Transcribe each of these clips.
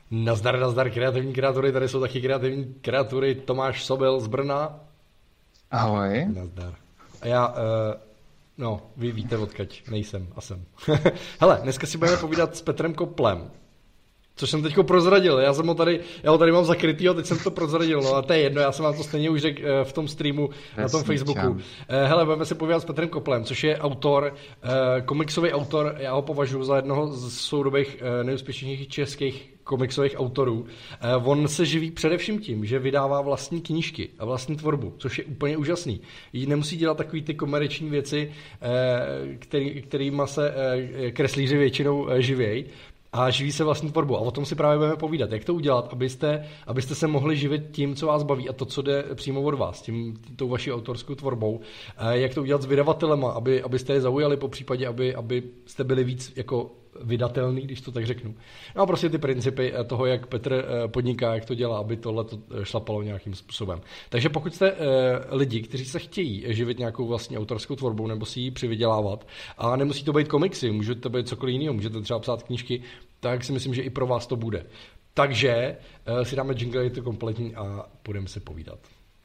Nazdar, kreativní kreatury, tady jsou taky kreativní kreatury, Tomáš Sobel z Brna. Ahoj. Nazdar. A já, vy víte odkaď, nejsem a jsem. Hele, dneska si budeme povídat s Petrem Koplem, což jsem teďko prozradil, já ho tady mám zakrytýho, teď jsem to prozradil, no a to je jedno, já jsem vám to stejně už řekl v tom streamu na tom Facebooku. Hele, budeme se povídat s Petrem Koplem, což je autor, komiksový autor, já ho považuji za jednoho z soudobých nejúspěšnějších českých komiksových autorů. On se živí především tím, že vydává vlastní knížky a vlastní tvorbu, což je úplně úžasný. Jí nemusí dělat takový ty komerční věci, kterýma se kreslíři většinou živějí, a živí se vlastní tvorbu. A o tom si právě budeme povídat. Jak to udělat, abyste se mohli živit tím, co vás baví a to, co jde přímo od vás, tou vaší autorskou tvorbou. Jak to udělat s vydavatelema, abyste je zaujali, po případě, abyste byli víc jako vydatelný, když to tak řeknu. No a prostě ty principy toho, jak Petr podniká, jak to dělá, aby tohle šlapalo nějakým způsobem. Takže pokud jste lidi, kteří se chtějí živit nějakou vlastní autorskou tvorbou nebo si ji přivydělávat, a nemusí to být komiksy, může to být cokoliv jiného, můžete třeba psát knížky, tak si myslím, že i pro vás to bude. Takže si dáme jingle, je to kompletní a budeme se povídat.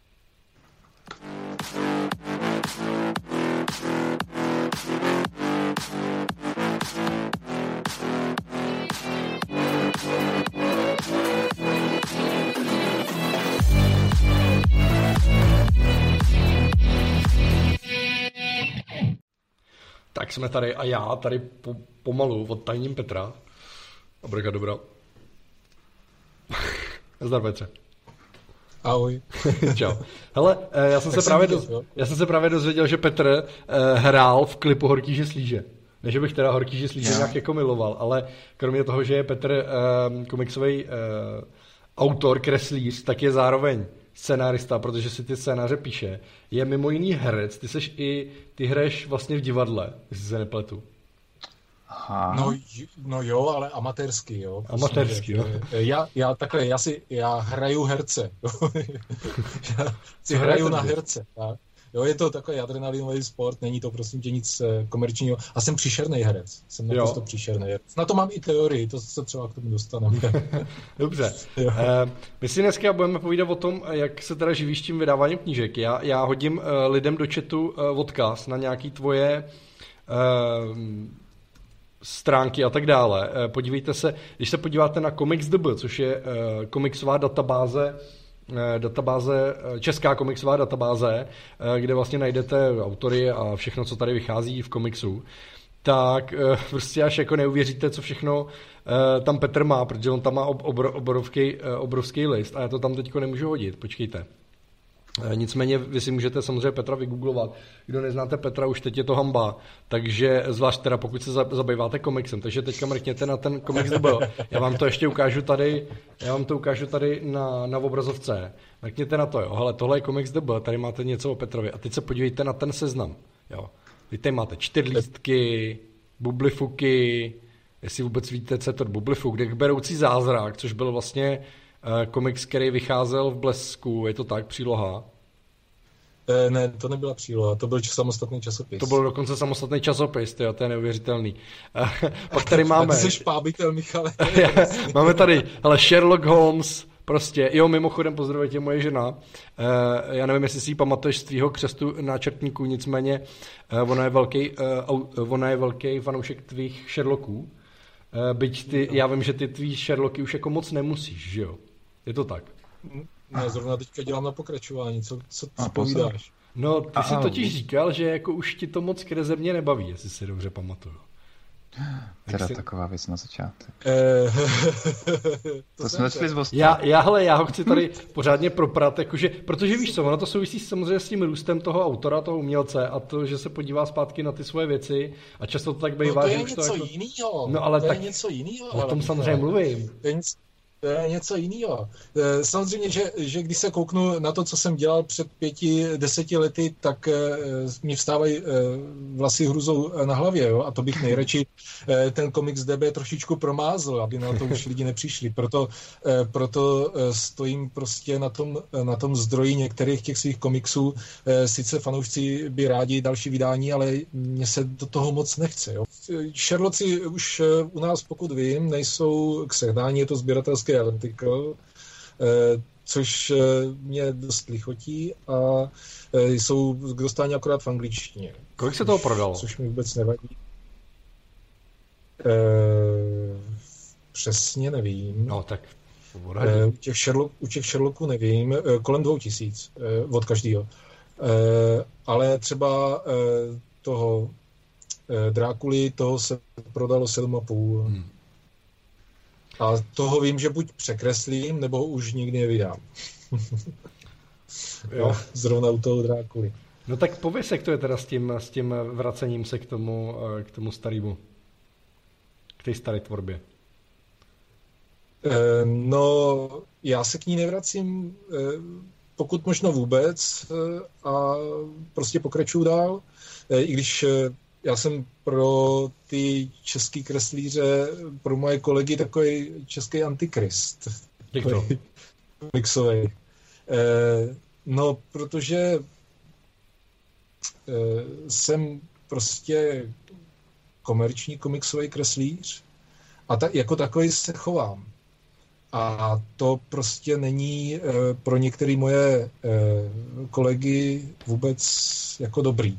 Tak jsme tady a já tady pomalu odtajním Petra. Dobrá. Zdar, Petře. Ahoj. Čau. Hele, já jsem se právě dozvěděl, že Petr hrál v klipu Horkýže slíže. Ne, že bych teda Horkýže slíže nějak jako miloval, ale kromě toho, že je Petr komiksový autor, kreslíř, tak je zároveň scenárista, protože si ty scénáře píše. Je mimo jiný herec, ty hraješ vlastně v divadle, jestli se nepletu. Aha. No jo, ale amatérsky, jo. Amatérsky, jo. Já hraju herce. Já hraju na herce, tak. Jo, je to takový adrenalinový sport, není to prosím tě nic komerčního. A jsem příšerný herec. Jsem naprosto příšerný herec. Na to mám i teorii, to se třeba k tomu dostaneme. Dobře. My si dneska budeme povídat o tom, jak se teda živíš tím vydáváním knížek. Já hodím lidem do chatu odkaz na nějaký tvoje stránky a tak dále. Podívejte se, když se podíváte na ComicsDB, což je komiksová databáze, česká komiksová databáze, kde vlastně najdete autory a všechno, co tady vychází v komiksu, tak prostě až jako neuvěříte, co všechno tam Petr má, protože on tam má obrovský list a já to tam teďko nemůžu hodit, počkejte. Nicméně vy si můžete samozřejmě Petra vygooglovat. Kdo neznáte Petra, už teď je to hamba. Takže zvlášť teda, pokud se zabýváte komiksem. Takže teďka mrkněte na ten ComicsDB. Já vám to ještě ukážu tady na obrazovce. Mrkněte na to, jo. Hele, tohle je ComicsDB, tady máte něco o Petrovi. A teď se podívejte na ten seznam. Jo. Vy tady máte čtyřlístky, bublifuky, jestli vůbec víte, co je to bublifuk, Dechberoucí zázrak, což byl vlastně komiks, který vycházel v Blesku, je to tak, příloha? Ne, to nebyla příloha, to byl samostatný časopis. To byl dokonce samostatný časopis, to je neuvěřitelný. Pak tady máme... Ty jsi špábitel, Michale. Máme tady, Sherlock Holmes, prostě, jo, mimochodem pozdravuje tě moje žena. Já nevím, jestli si ji pamatuješ z tvýho křestu náčrtníků, nicméně ona je velký fanoušek tvých Sherlocků. Byť já vím, že ty tvý Sherlocky už jako moc nemusíš, že jo? Je to tak? Ne, zrovna teďka dělám na pokračování, co povídáš? No, ty jsi totiž říkal, že jako už ti to moc země nebaví, jestli si dobře pamatuju. Teda taková věc na začátek. To jsme šli z Vosty. Já ho chci tady pořádně proprat, jakože, protože víš co, ono to souvisí samozřejmě s tím růstem toho autora, toho umělce a to, že se podívá zpátky na ty svoje věci a často to tak bývá, že už to něco jinýho. No ale to tak je něco jinýho. O tom samozřejmě mluvím. To je něco jiného. Samozřejmě, že když se kouknu na to, co jsem dělal před 5-10 lety, tak mi vstávají vlasy hrůzou na hlavě, jo? A to bych nejradši ten ComicsDB trošičku promázl, aby na to už lidi nepřišli. Proto stojím prostě na tom zdroji některých těch svých komiksů. Sice fanoušci by rádi další vydání, ale mně se do toho moc nechce. Jo? Sherlocci už u nás, pokud vím, nejsou k sehnání, je to sběratelské Theatrical, což mě dost lichotí a jsou k dostání akorát v angličtině. Kolik se toho prodalo? Což mi vůbec nevadí. Přesně nevím. No, tak u těch Sherlocků nevím. Kolem 2000 od každého. Ale třeba toho Drákuly, toho se prodalo 7,5. A toho vím, že buď překreslím, nebo už nikdy nevydám. Jo. Zrovna u toho Drákuly. No tak pověz, jak to je teda s tím vracením se k tomu starému, k té staré tvorbě. No, já se k ní nevracím pokud možno vůbec a prostě pokračuju dál, i když já jsem pro ty český kreslíře, pro moje kolegy takový český antikrist. Jak to? Komiksovej. No, protože jsem prostě komerční komiksový kreslíř a jako takový se chovám. A to prostě není pro některé moje kolegy vůbec jako dobrý.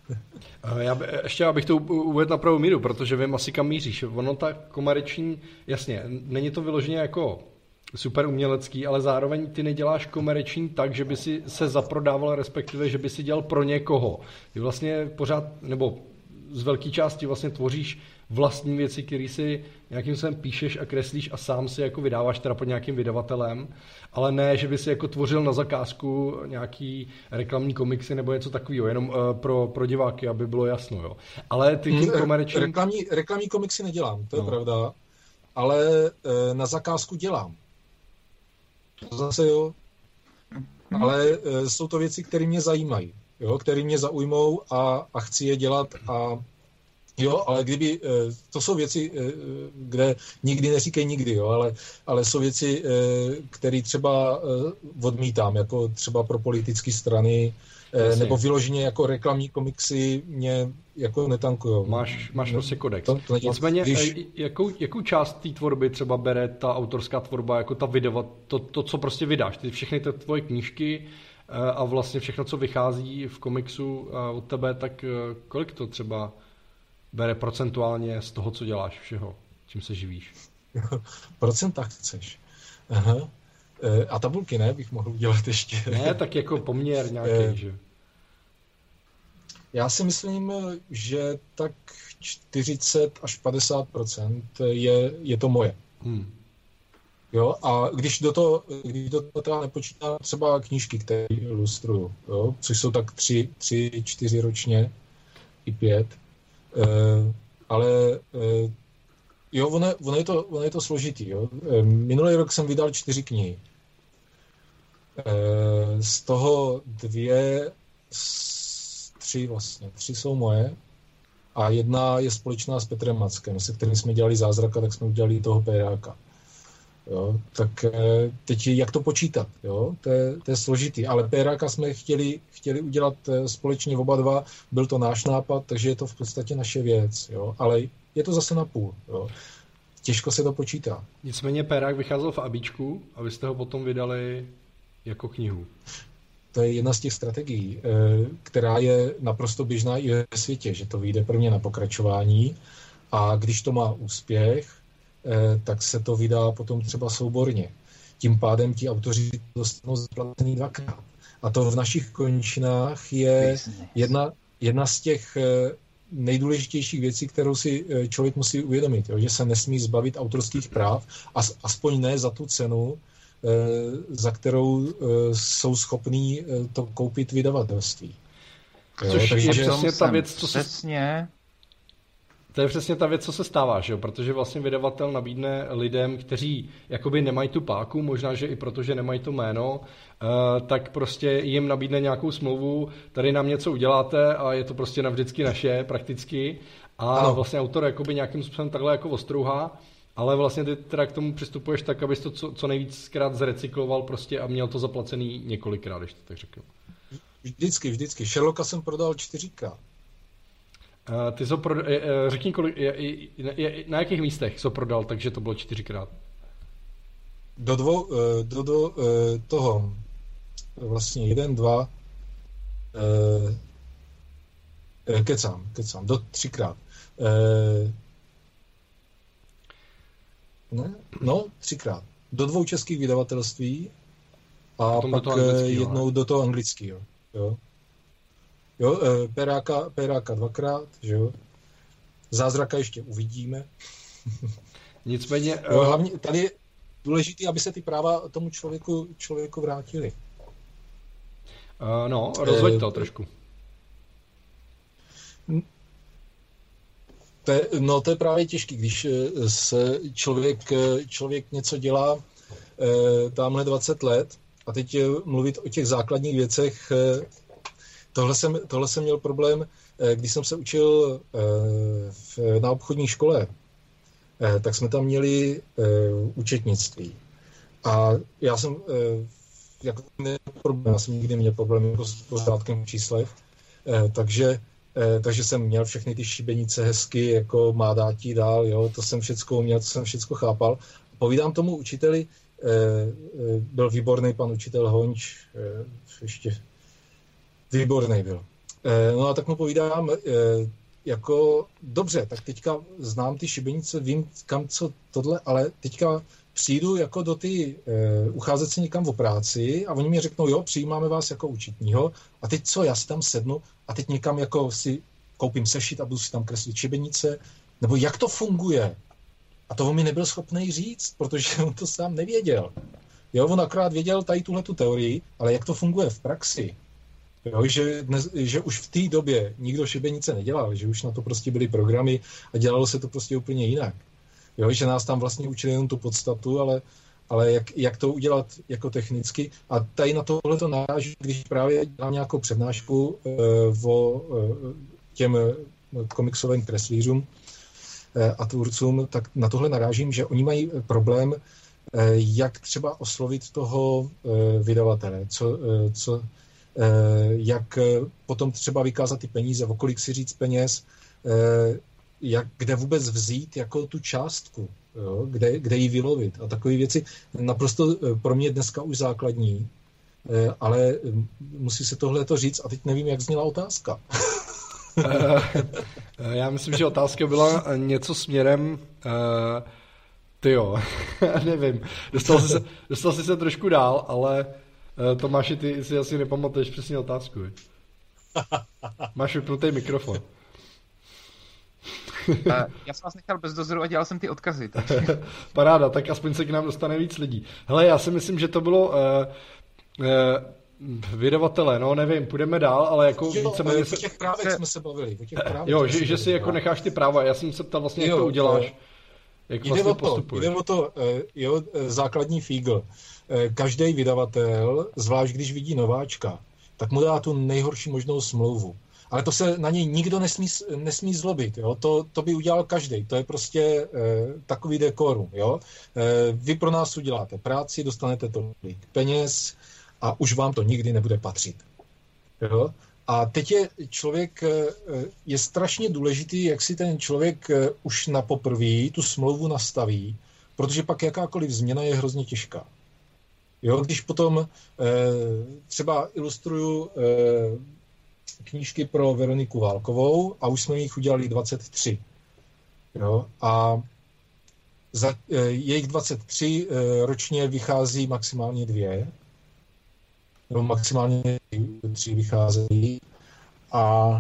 Ještě abych to uvedl na pravou míru, protože vím asi kam míříš. Ono ta komerční, jasně, není to vyloženě jako super umělecký, ale zároveň ty neděláš komerční tak, že by si se zaprodával, respektive, že by si dělal pro někoho. Ty vlastně pořád, nebo z velké části vlastně tvoříš vlastní věci, které si nějakým způsobem píšeš a kreslíš a sám si jako vydáváš teda pod nějakým vydavatelem, ale ne, že by si jako tvořil na zakázku nějaký reklamní komiksy nebo něco takového, jenom pro diváky, aby bylo jasno, jo. Ale ty tím komerčním... Reklamní komiksy nedělám, to je pravda, ale na zakázku dělám. To zase jo, ale jsou to věci, které mě zajímají, jo, které mě zaujmou a chci je dělat a jo, ale kdyby, to jsou věci, kde nikdy neříkej nikdy, jo, ale jsou věci, které třeba odmítám, jako třeba pro politické strany, nebo vyloženě jako reklamní komiksy mě jako netankujou. Máš prostě kodex. Nicméně, jakou část té tvorby třeba bere ta autorská tvorba, jako ta vydava, to, co prostě vydáš, ty všechny ty tvoje knížky a vlastně všechno, co vychází v komiksu od tebe, tak kolik to třeba bere procentuálně z toho, co děláš všeho, čím se živíš? Procenta chceš. Aha. A tabulky ne, bych mohl udělat ještě. Ne, tak jako poměr nějaký, že? Já si myslím, že tak 40 až 50% je to moje. Jo, a když do toho teda nepočítám třeba knížky, které ilustruju, jo, což jsou tak 3-4 ročně, i 5, ale jo, ono je to složitý. Jo. Minulý rok jsem vydal 4 knihy. Z toho 3 jsou moje a jedna je společná s Petrem Mackem, se kterým jsme dělali Zázraka, tak jsme udělali toho Péráka. Jo, tak teď jak to počítat, jo? To je složitý, ale Péráka jsme chtěli udělat společně oba dva, byl to náš nápad, takže je to v podstatě naše věc, jo? Ale je to zase na půl, jo? Těžko se to počítá. Nicméně Pérák vycházel v ABčku a vy jste ho potom vydali jako knihu. To je jedna z těch strategií, která je naprosto běžná i ve světě, že to vyjde prvně na pokračování a když to má úspěch, tak se to vydá potom třeba souborně. Tím pádem ti autoři dostanou zaplacený 2krát. A to v našich končinách je jedna z těch nejdůležitějších věcí, kterou si člověk musí uvědomit, jo? Že se nesmí zbavit autorských práv, aspoň ne za tu cenu, za kterou jsou schopní to koupit vydavatelství. Což je přesně ta věc, co přesně... To je přesně ta věc, co se stává, že jo? Protože vlastně vydavatel nabídne lidem, kteří jakoby nemají tu páku, možná, že i protože nemají to jméno, tak prostě jim nabídne nějakou smlouvu, tady nám něco uděláte a je to prostě navždycky naše, prakticky. A ano. Vlastně autor jakoby nějakým způsobem takhle jako ostrouhá, ale vlastně ty teda k tomu přistupuješ tak, abys to co nejvíckrát zrecykloval prostě a měl to zaplacený několikrát, když to tak řeknu. Vždycky. Sherlocka jsem prodal 4krát. Ty jsi řekni, na jakých místech jsi prodal, takže to bylo 4krát. do toho vlastně 1, 2 kecám, do 3krát. Ne? 3krát. Do 2 českých vydavatelství a pak jednou do toho anglického. Jo, Peráka 2krát, že jo. Zázraka ještě uvidíme. Nicméně... Jo, hlavně tady je důležité, aby se ty práva tomu člověku vrátily. Rozhoď to trošku. To je právě těžký, když se člověk něco dělá tamhle 20 let a teď mluvit o těch základních věcech. Tohle jsem měl problém, když jsem se učil na obchodní škole, tak jsme tam měli účetnictví. A já jsem já jsem nikdy neměl problém jako s pořádkem v číslech, takže jsem měl všechny ty šibenice hezky, jako má dátí dál, jo, to jsem všecko uměl, to jsem všecko chápal. Povídám tomu učiteli, byl výborný pan učitel Honč, ještě výborný byl. No a tak mu povídám, jako dobře, tak teďka znám ty šibenice, vím kam co tohle, ale teďka přijdu jako do ty, ucházet se někam o práci a oni mi řeknou, jo, přijímáme vás jako účetního a teď co, já si tam sednu a teď někam jako si koupím sešit a budu si tam kreslit šibenice, nebo jak to funguje? A to on mi nebyl schopný říct, protože on to sám nevěděl. Jo, on akorát věděl tady tuhletu teorii, ale jak to funguje v praxi? Jo, že už v té době nikdo šibenice nedělal, že už na to prostě byly programy a dělalo se to prostě úplně jinak. Jo, že nás tam vlastně učili jenom tu podstatu, ale jak to udělat jako technicky. A tady na tohle to narážím, když právě dělám nějakou přednášku o těm komiksovým kreslířům a tvůrcům, tak na tohle narážím, že oni mají problém, jak třeba oslovit toho vydavatele, jak potom třeba vykázat ty peníze, o kolik si říct peněz, kde vůbec vzít jako tu částku, jo? Kde ji vylovit a takové věci. Naprosto pro mě dneska už základní, ale musí se tohleto říct a teď nevím, jak zněla otázka. Já myslím, že otázka byla něco směrem... nevím. Dostal jsi se trošku dál, ale Tomáši, ty si asi nepamatuješ přesně otázku. Máš vypnutý mikrofon. Já jsem vás nechal bez dozoru a dělal jsem ty odkazy. Paráda, tak aspoň se k nám dostane víc lidí. Hele, já si myslím, že to bylo vydavatele, no nevím, půjdeme dál, ale jako víceméně... O těch právech jsme se bavili. Jo, že si jako necháš ty práva, já jsem se ptal vlastně, jak to uděláš. Jak vlastně postupuješ. Jde o to, základní fígl. Každý vydavatel, zvlášť když vidí nováčka, tak mu dá tu nejhorší možnou smlouvu. Ale to se na něj nikdo nesmí zlobit. Jo? To by udělal každý. To je prostě takový dekorum. Jo? Vy pro nás uděláte práci, dostanete tolik peněz a už vám to nikdy nebude patřit. Jo? A teď je strašně důležitý, jak si ten člověk už na poprví tu smlouvu nastaví, protože pak jakákoliv změna je hrozně těžká. Jo? Když potom třeba ilustruju knížky pro Veroniku Válkovou a už jsme jich udělali 23. Jo? A za jejich 23 ročně vychází maximálně 2. Nebo maximálně 3 vycházejí. A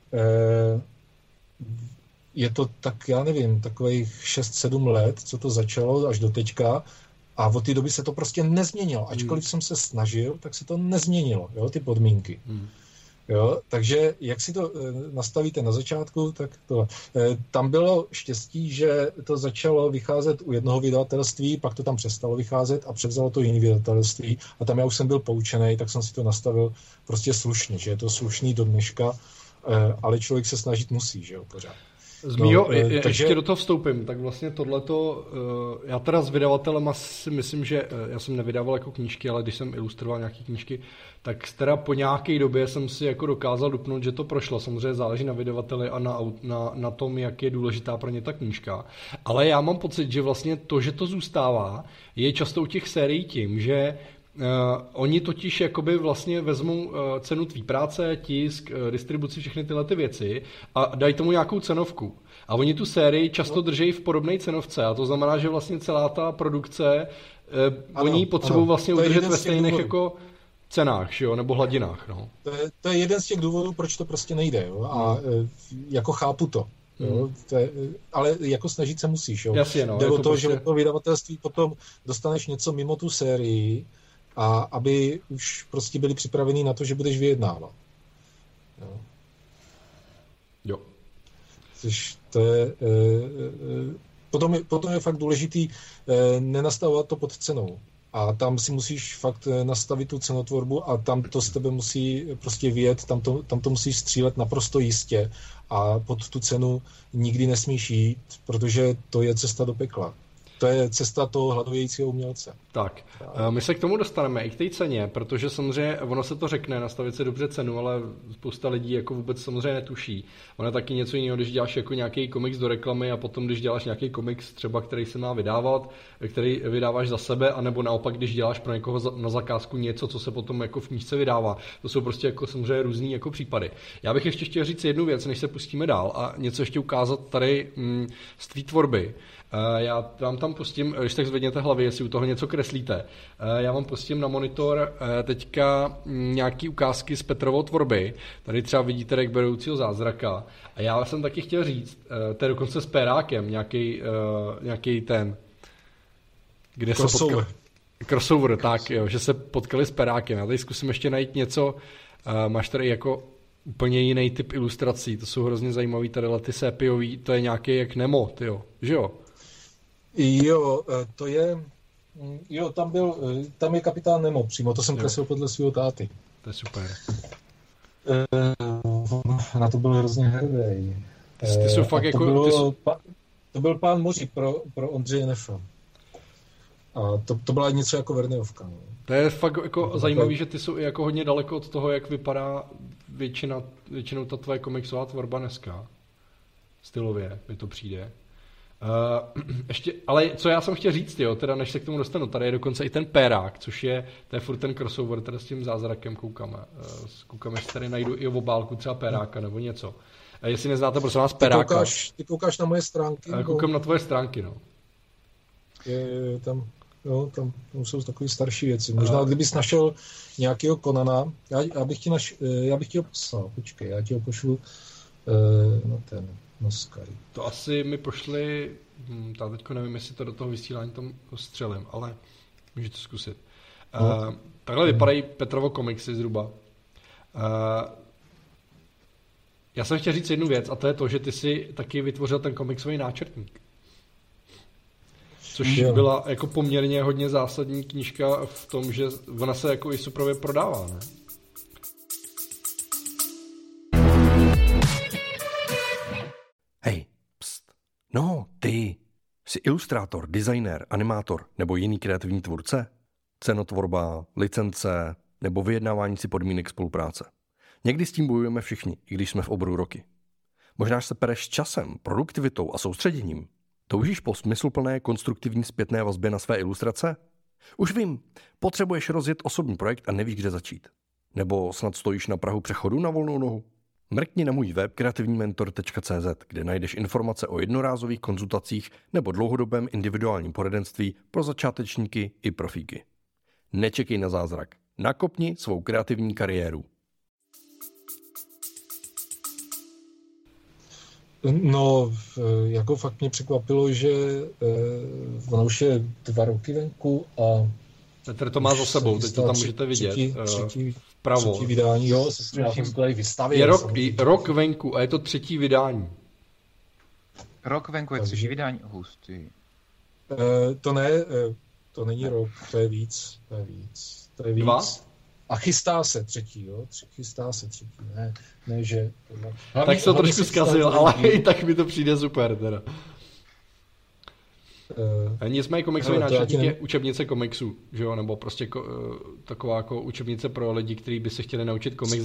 je to tak, já nevím, takových 6-7 let, co to začalo až do teďka. A od té doby se to prostě nezměnilo. Ačkoliv jsem se snažil, tak se to nezměnilo, jo, ty podmínky. Jo, takže jak si to nastavíte na začátku, tak to. Tam bylo štěstí, že to začalo vycházet u jednoho vydavatelství, pak to tam přestalo vycházet a převzalo to jiné vydavatelství a tam já už jsem byl poučený, tak jsem si to nastavil prostě slušně, že je to slušný do dneška, ale člověk se snažit musí, že jo, pořád. Z mýho, ještě do toho vstoupím, tak vlastně tohleto, já teda s vydavatelem asi myslím, že já jsem nevydával jako knížky, ale když jsem ilustroval nějaké knížky, tak teda po nějaké době jsem si jako dokázal dupnout, že to prošlo. Samozřejmě záleží na vydavateli a na tom, jak je důležitá pro ně ta knížka. Ale já mám pocit, že vlastně to, že to zůstává, je často u těch sérií tím, že oni totiž jakoby vlastně vezmou cenu tvý práce, tisk, distribuci, všechny tyhle ty věci a dají tomu nějakou cenovku. A oni tu sérii často drží v podobné cenovce a to znamená, že vlastně celá ta produkce, oni potřebují vlastně udržet ve stejných jako cenách, že jo, nebo hladinách. No. To je jeden z těch důvodů, proč to prostě nejde. Jo? A jako chápu to. Jo? Ale jako snažit se musíš. Jo? Jasně, no, jde jako o to, prostě... že od toho vydavatelství potom dostaneš něco mimo tu sérii a aby už prostě byli připravení na to, že budeš vyjednávat. Jo. Což to je... Potom je fakt důležitý nenastavovat to pod cenou. A tam si musíš fakt nastavit tu cenotvorbu a tam to z tebe musí prostě vyjet, tam to musíš střílet naprosto jistě a pod tu cenu nikdy nesmíš jít, protože to je cesta do pekla. To je cesta toho hladovějícího umělce. Tak, my se k tomu dostaneme i k té ceně, protože samozřejmě ono se to řekne, nastavit si dobře cenu, ale spousta lidí jako vůbec samozřejmě netuší. Ono je taky něco jiného, když děláš jako nějaký komiks do reklamy a potom, když děláš nějaký komiks třeba, který se má vydávat, který vydáváš za sebe, anebo naopak, když děláš pro někoho na zakázku něco, co se potom jako v knížce vydává. To jsou prostě jako samozřejmě různý jako případy. Já bych ještě chtěl říct jednu věc, než se pustíme dál a něco ještě ukázat tady z tvý tvorby. Já vám tam pustím, když tak zvedněte hlavy, jestli u toho něco kreslíte. Já vám pustím na monitor teďka nějaký ukázky z Petrovou tvorby. Tady třeba vidíte Rek beroucího zázraka. A já jsem taky chtěl říct, to je dokonce s Pérákem, nějaký ten, kde crossover. Se potkali. Crossover, tak jo, že se potkali s Pérákem. Já tady zkusím ještě najít něco, máš tady jako úplně jiný typ ilustrací, to jsou hrozně zajímavý, tady ty sépiový, to je nějaký jak Nemo, tyjo, že jo? Jo, to je, tam je kapitán Nemo přímo, to jsem kreslil podle svého táty. To je super. Na to byl hrozně hrdý. Ty jsou fakt jako... To byl Pán moří pro Ondřeje Nefa. A to byla něco jako Verneovka. No. To je fakt jako zajímavý, že ty jsou i jako hodně daleko od toho, jak vypadá většinou ta tvoje komiksová tvorba dneska. Stylově mi to přijde. Ještě, ale co já jsem chtěl říct, jo, teda než se k tomu dostanu, tady je dokonce i ten Pérák, což je furt ten crossover, teda s tím zázrakem koukáme. Koukáme, jestli tady najdu i v obálku třeba Péráka nebo něco. Jestli neznáte, prosím vás, Péráka. Ty koukáš na moje stránky? Koukám na tvoje stránky, no. Tam jsou takové starší věci. Možná, kdybys našel nějakého Konana, já bych ti ho poslal, počkej, já ti ho pošlu na Skype. To asi mi pošli, tak teďko nevím, jestli to do toho vysílání tam střelím, ale můžete zkusit. Takhle vypadají Petrovo komiksy zhruba. Já jsem chtěl říct jednu věc, a to je to, že ty si taky vytvořil ten komiksový náčrtník. Což byla jako poměrně hodně zásadní knížka v tom, že ona se jako i suprově prodává, ne? Hej, pst. No, ty. Jsi ilustrátor, designér, animátor nebo jiný kreativní tvůrce? Cenotvorba, licence nebo vyjednávání si podmínek spolupráce. Někdy s tím bojujeme všichni, i když jsme v oboru roky. Možná se pereš časem, produktivitou a soustředěním. Toužíš po smysluplné konstruktivní zpětné vazbě na své ilustrace? Už vím, potřebuješ rozjet osobní projekt a nevíš, kde začít. Nebo snad stojíš na prahu přechodu na volnou nohu? Mrkni na můj web kreativnimentor.cz, kde najdeš informace o jednorázových konzultacích nebo dlouhodobém individuálním poradenství pro začátečníky i profíky. Nečekej na zázrak. Nakopni svou kreativní kariéru. No, jako fakt mě překvapilo, že ono už je 2 roky venku a... Petr to má za sebou, teď to tam můžete vidět. Vpravo. Třetí vydání, jo, já jsem to tady vystavil. Je rok venku a je to 3. vydání. Rok venku je 3. vydání, hustý. To není rok, to je víc. 2? A chystá se třetí, jo? Chystá se třetí, ne že... Tak se to trošku zkazil, ale i tak mi to přijde super teda. Nicméně komiksový náčetník je učebnice komiksů, že jo, nebo prostě taková jako učebnice pro lidi, kteří by se chtěli naučit komiks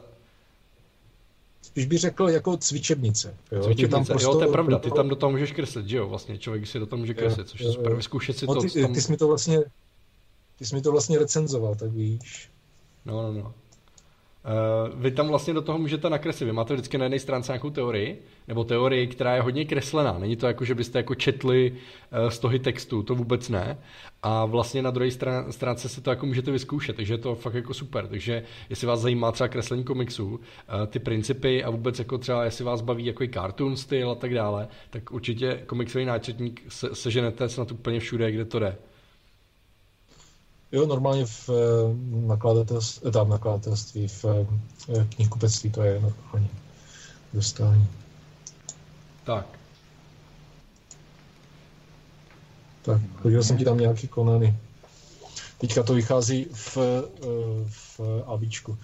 Spíš bych řekl jako cvičebnice. Jo? Cvičebnice, jo, to je pravda, ty tam do toho můžeš kreslit, že jo, vlastně člověk si do toho může kreslit, což je super, vyzkoušet si to. Ty jsi mi to vlastně recenzoval, tak víš. No. Vy tam vlastně do toho můžete nakreslit. Vy máte vždycky na jedné stránce nějakou teorii, nebo teorii, která je hodně kreslená. Není to jako, že byste jako četli stohy textu, to vůbec ne. A vlastně na druhé stránce se to jako můžete vyzkoušet, takže je to fakt jako super. Takže jestli vás zajímá třeba kreslení komiksů, ty principy a vůbec jako třeba jestli vás baví jako i cartoon styl a tak dále, tak určitě komiksový náčetník seženete snad úplně všude, kde to jde. Jo, normálně v nakladatelství, v knihkupectví to je normálně dostání. Tak, hodil jsem ti tam nějaký Conany. Teďka to vychází v ABčku.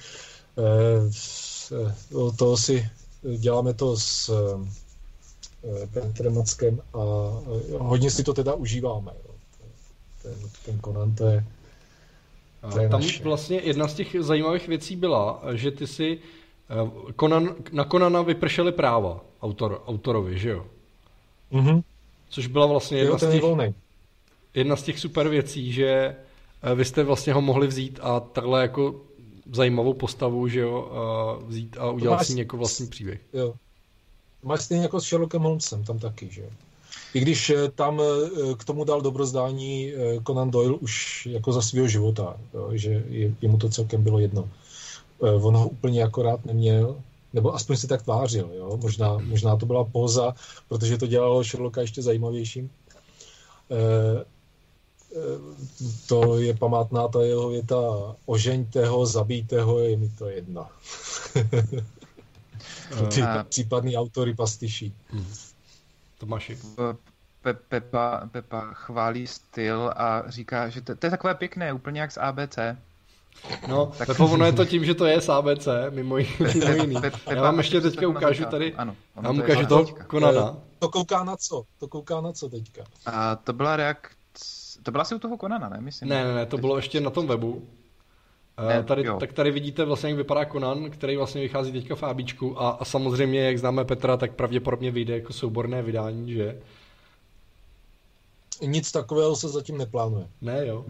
Děláme to s Petrem Mackem a hodně si to teda užíváme. Jo. Ten Conan, to je tam naše. Vlastně jedna z těch zajímavých věcí byla, že ty si na Conana vypršely práva autorovi, že jo? Mhm. Což byla vlastně jedna z těch super věcí, že vy jste vlastně ho mohli vzít a takhle jako zajímavou postavu, že jo, vzít a udělat si jako vlastní příběh. Jo. Máš stejně jako s Sherlockem Holmesem, tam taky, že jo? I když tam k tomu dal dobrozdání Conan Doyle už jako za svého života, jo, že jemu to celkem bylo jedno. On ho úplně jako rád neměl, nebo aspoň se tak tvářil, jo? Možná to byla póza, protože to dělalo Sherlocka ještě zajímavějším. To je památná ta jeho věta: ožeňte ho, zabijte ho, je mi to jedno. Ty případný autory pastiší. Tomáši. Pepa chválí styl a říká, že to je takové pěkné, úplně jak z ABC. No, Pepo, ono je to tím, že to je z ABC, mimo jiný. Já vám ještě teďka ukážu tady, já vám ukážu toho Conana. To kouká na co teďka? A to byla to byla asi u toho Conana, ne? Myslím. Ne, to bylo ještě na tom webu. Tak tady vidíte vlastně, jak vypadá Conan, který vlastně vychází teďka v ABčku a samozřejmě, jak známe Petra, tak pravděpodobně vyjde jako souborné vydání, že? Nic takového se zatím neplánuje. Ne, jo.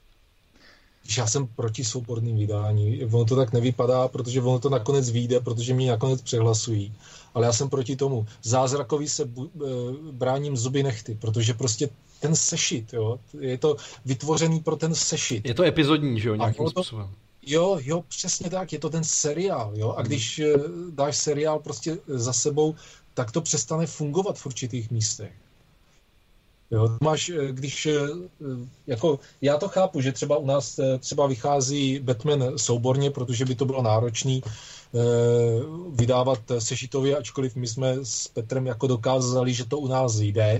Já jsem proti souborným vydání. Ono to tak nevypadá, protože ono to nakonec vyjde, protože mě nakonec přehlasují. Ale já jsem proti tomu. Zázrakovi se bráním zuby nechty, protože prostě ten sešit, jo, je to vytvořený pro ten sešit. Je to epizodní, že jo, nějakým způsobem. Jo, přesně tak, je to ten seriál, jo, a když dáš seriál prostě za sebou, tak to přestane fungovat v určitých místech. Jo, máš, když, jako, já to chápu, že třeba u nás třeba vychází Batman souborně, protože by to bylo náročný vydávat sešitově, ačkoliv my jsme s Petrem jako dokázali, že to u nás jde,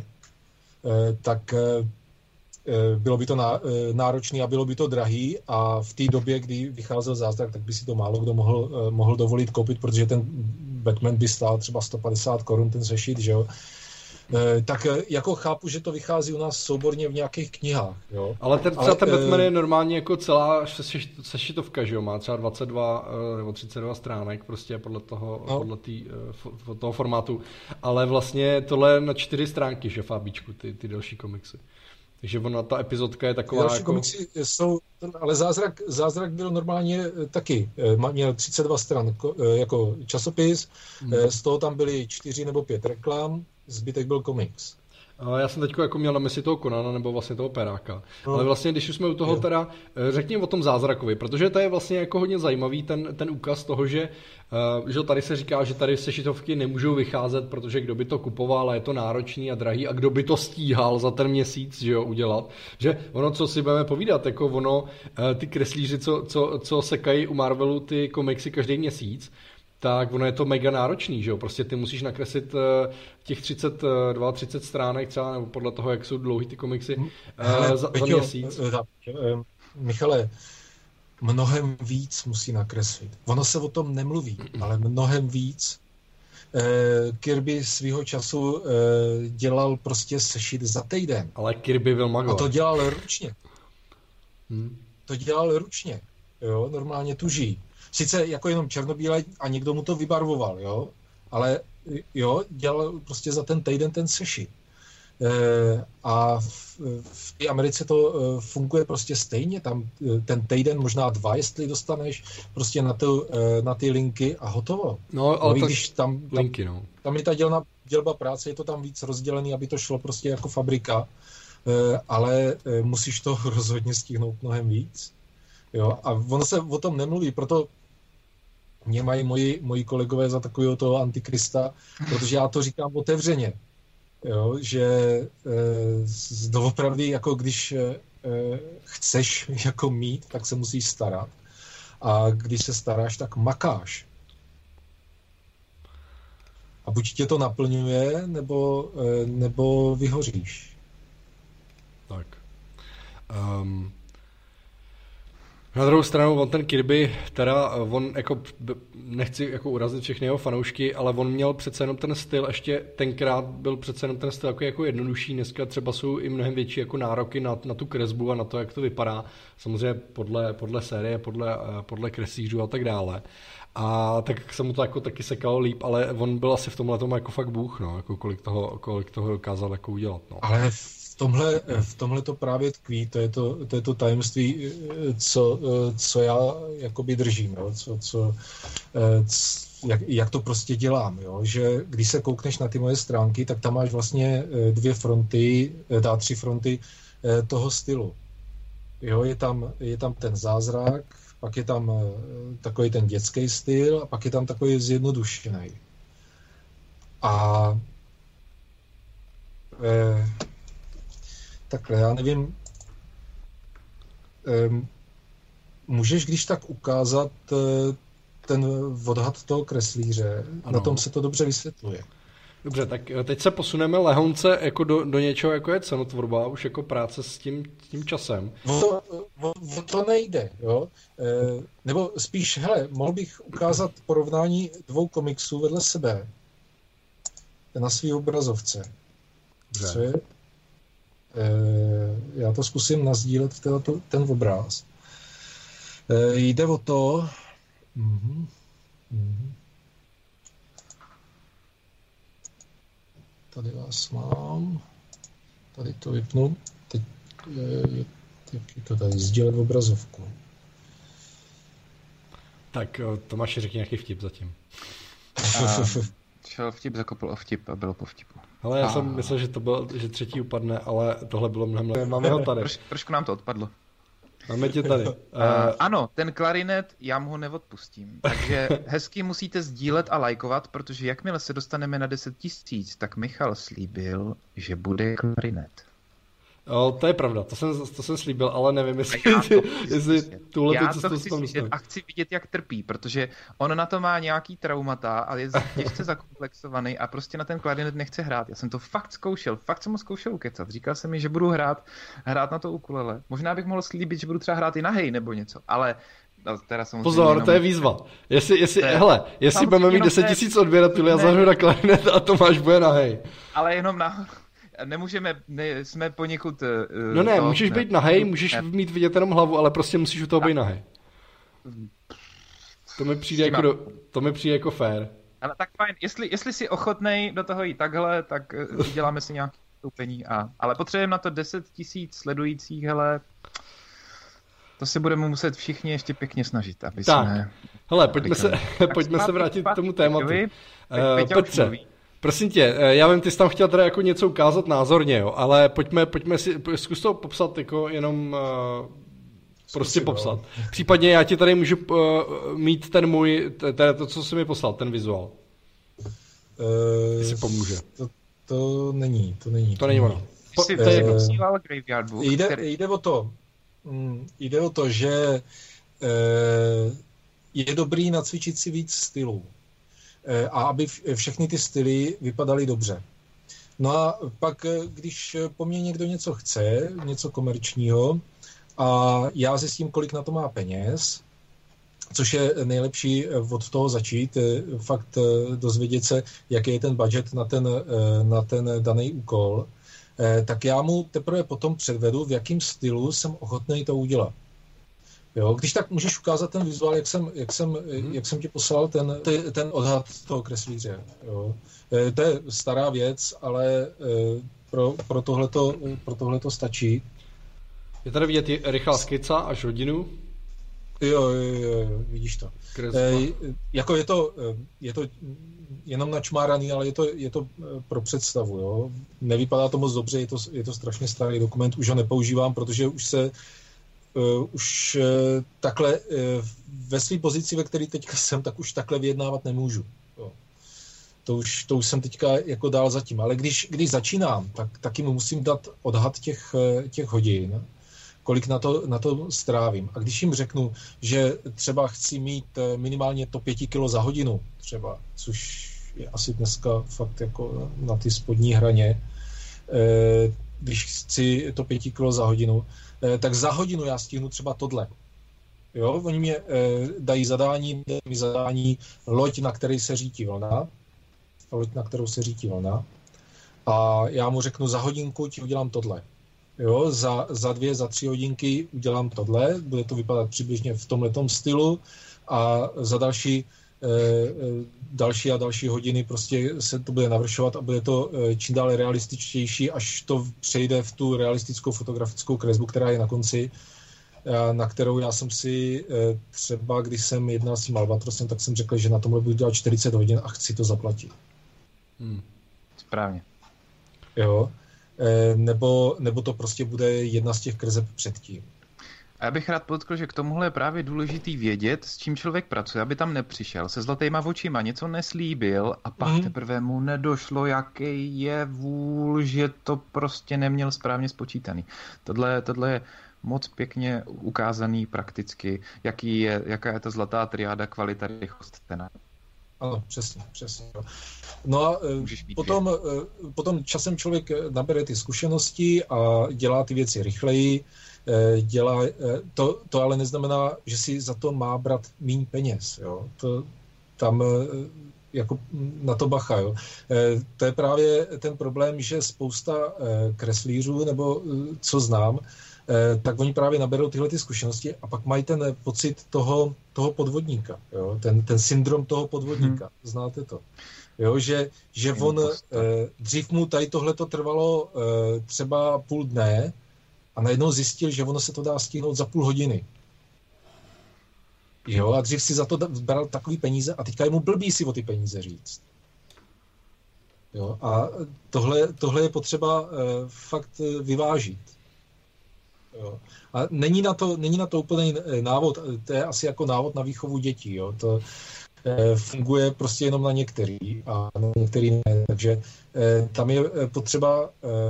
tak bylo by to náročné a bylo by to drahý a v té době, kdy vycházel Zázrak, tak by si to málo kdo mohl dovolit koupit, protože ten Batman by stál třeba 150 korun ten sešit, že jo. Tak jako chápu, že to vychází u nás souborně v nějakých knihách. Jo? Ale ten Batman je normálně jako celá sešitovka, že jo? Má třeba 22 nebo 32 stránek prostě podle toho formátu. Ale vlastně tohle na 4 stránky, že v ABčku, ty další komiksy. Takže ona, ta epizodka je taková další jako... komiksy jsou, ale Zázrak byl normálně taky, měl 32 stran jako časopis, z toho tam byly 4 nebo 5 reklam, zbytek byl komiks. Já jsem teď jako měl na mysli toho Conana nebo vlastně toho Peráka. Ale vlastně, když už jsme u toho teda, řekněme o tom Zázrakovi, protože to je vlastně jako hodně zajímavý ten úkaz toho, že tady se říká, že tady sešitovky nemůžou vycházet, protože kdo by to kupoval a je to náročný a drahý a kdo by to stíhal za ten měsíc, že jo, udělat. Že ono, co si budeme povídat, jako ono, ty kreslíři, co sekají u Marvelu ty komiksy každý měsíc, tak ono je to mega náročný, že jo? Prostě ty musíš nakreslit těch 30 stránek třeba, nebo podle toho, jak jsou dlouhý ty komiksy, za měsíc. Michale, mnohem víc musí nakreslit. Ono se o tom nemluví, ale mnohem víc. Kirby svýho času dělal prostě sešit za týden. Ale Kirby byl magor. A to dělal ručně. To dělal ručně. Jo, normálně tuží. Sice jako jenom černobílé a někdo mu to vybarvoval, jo, ale jo, dělal prostě za ten týden ten sešit. A v té Americe to funguje prostě stejně, tam ten týden, možná 2, jestli dostaneš prostě na ty linky a hotovo. No, ale no, když tam linky, no. Tam je ta dělba práce, je to tam víc rozdělený, aby to šlo prostě jako fabrika, ale musíš to rozhodně stihnout mnohem víc. Jo? A ono se o tom nemluví, proto mě mají moji kolegové za takového toho antikrista, protože já to říkám otevřeně. Jo, že doopravdy, jako když chceš jako mít, tak se musíš starat. A když se staráš, tak makáš. A buď tě to naplňuje, nebo vyhoříš. Tak. Na druhou stranu, on ten Kirby, teda on jako, nechci jako urazit všechny jeho fanoušky, ale on měl přece jenom ten styl, ještě tenkrát byl přece jenom ten styl jako jednodušší, dneska třeba jsou i mnohem větší jako nároky na tu kresbu a na to, jak to vypadá, samozřejmě podle série, podle kreslířů a tak dále. A tak se mu to jako taky sekalo líp, ale on byl asi v tomhle tomu jako fakt bůh, no, jako kolik toho dokázal jako udělat, no. Ale v tomhle to právě tkví, to je to tajemství, co já jakoby držím, jo? Jak to prostě dělám, jo? Že když se koukneš na ty moje stránky, tak tam máš vlastně 3 fronty toho stylu. Jo? Je tam ten zázrak, pak je tam takový ten dětský styl a pak je tam takový zjednodušený. A takhle, já nevím, můžeš když tak ukázat ten odhad toho kreslíře, ano. Na tom se to dobře vysvětluje. Dobře, tak teď se posuneme lehonce jako do něčeho, jako je cenotvorba, už jako práce s tím časem. O to nejde, jo? Nebo spíš, hele, mohl bych ukázat porovnání 2 komiksů vedle sebe na svý obrazovce. Co je? Já to zkusím nasdílet ten obráz. Jde o to... Tady vás mám. Tady to vypnu. Teď je to tady sdílet obrazovku. Tak Tomáši, řekni nějaký vtip zatím. Šel vtip, zakopl o vtip a bylo po vtipu. Ale já jsem myslel, že třetí upadne, ale tohle bylo mnohem lepší. Máme ho tady. Trošku nám to odpadlo. Máme tě tady. Ano, ten klarinet, já mu ho neodpustím. Takže hezky musíte sdílet a lajkovat, protože jakmile se dostaneme na 10 000, tak Michal slíbil, že bude klarinet. To je pravda, to jsem slíbil, ale nevím, jestli tuhle cestu se tam dostane. A chci vidět, jak trpí, protože on na to má nějaký traumata a je těžce zakomplexovaný a prostě na ten klarinet nechce hrát. Já jsem to fakt jsem ho zkoušel ukecat. Říkal jsem mi, že budu hrát na to ukulele. Možná bych mohl slíbit, že budu třeba hrát i na hej nebo něco, ale... Teda pozor, to je výzva. Jestli budeme mít 10 000 odběratelů, já zahru na klarinet a Tomáš bude na hej. Ale jenom na... Nemůžeme, jsme poněkud... můžeš být nahej, můžeš mít vidět jenom hlavu, ale prostě musíš u toho být nahej. To mi přijde jako fair. Ale tak fajn, jestli jsi ochotnej do toho jít takhle, tak děláme si nějaké stoupení ale potřebujeme na to 10 000 sledujících, hele, to se budeme muset všichni ještě pěkně snažit, aby tak. jsme... Hele, pojďme se vrátit k tomu tématu. Petře, prosím tě, já vím, ty jsi tam chtěl teda jako něco ukázat názorně, jo, ale pojďme si, zkus to popsat jako jenom prostě popsat. Případně já ti tady můžu mít ten můj, to, co jsi mi poslal, ten vizuál. Jestli pomůže. To není. To není ono. Jsi posílal Graveyard Book, Jde o to, že je dobrý nacvičit si víc stylů. A aby všechny ty styly vypadaly dobře. No a pak, když po mně někdo něco chce, něco komerčního, a já zjistím, kolik na to má peněz, což je nejlepší od toho začít, fakt dozvědět se, jaký je ten budget na ten daný úkol, tak já mu teprve potom předvedu, v jakém stylu jsem ochotný to udělat. Jo, když tak můžeš ukázat ten vizuál, jak jsem ti poslal ten odhad toho kreslíře. Jo. To je stará věc, ale pro tohleto stačí. Je tady vidět rychlá skica až hodinu. Jo, vidíš to. Jako je to jenom načmáraný, ale je to pro představu. Jo. Nevypadá to moc dobře, je to strašně starý dokument, už ho nepoužívám, protože už takhle ve své pozici, ve které teďka jsem, tak už takhle vyjednávat nemůžu. Jo. To už jsem teďka jako dál zatím. Ale když začínám, tak taky musím dát odhad těch hodin, kolik na to strávím. A když jim řeknu, že třeba chci mít minimálně to 5 kg za hodinu, třeba, což je asi dneska fakt jako na ty spodní hraně, když chci to 5 kg za hodinu, tak za hodinu já stihnu třeba tohle. Jo, oni mě dají zadání loď, na které se řítí vlna, a já mu řeknu, za hodinku ti udělám tohle. Jo, za 2, za 3 hodinky udělám tohle, bude to vypadat přibližně v tomhletom stylu a za další a další hodiny prostě se to bude navršovat a bude to čím dále realističtější, až to přejde v tu realistickou fotografickou kresbu, která je na konci, na kterou já jsem si třeba, když jsem jednal s tím Albatrosem, tak jsem řekl, že na tomhle budu dělat 40 hodin a chci to zaplatit. Správně. Jo. Nebo to prostě bude jedna z těch kreseb předtím. A já bych rád podotkl, že k tomuhle je právě důležitý vědět, s čím člověk pracuje, aby tam nepřišel se zlatýma očima, něco neslíbil a pak teprve mu nedošlo, jaký je vůl, že to prostě neměl správně spočítaný. Tohle je moc pěkně ukázaný prakticky, jaká je ta zlatá triáda kvalita, rychlost, cena. Ano, přesně. No a potom časem člověk nabere ty zkušenosti a dělá ty věci rychleji. To ale neznamená, že si za to má brát míň peněz. Jo. Tam jako na to bacha. Jo. To je právě ten problém, že spousta kreslířů, nebo co znám, tak oni právě naberou tyhle ty zkušenosti a pak mají ten pocit toho podvodníka. Jo. Ten syndrom toho podvodníka. Znáte to? Jo, že on dřív mu tady tohleto trvalo třeba půl dne a najednou zjistil, že ono se to dá stihnout za půl hodiny. Jo, a dřív si za to bral takový peníze a teďka je mu blbý si o ty peníze říct. Jo, a tohle je potřeba fakt vyvážit. Jo. A není na to úplný návod, to je asi jako návod na výchovu dětí. Jo. To funguje prostě jenom na některý a na některý ne. Takže tam je potřeba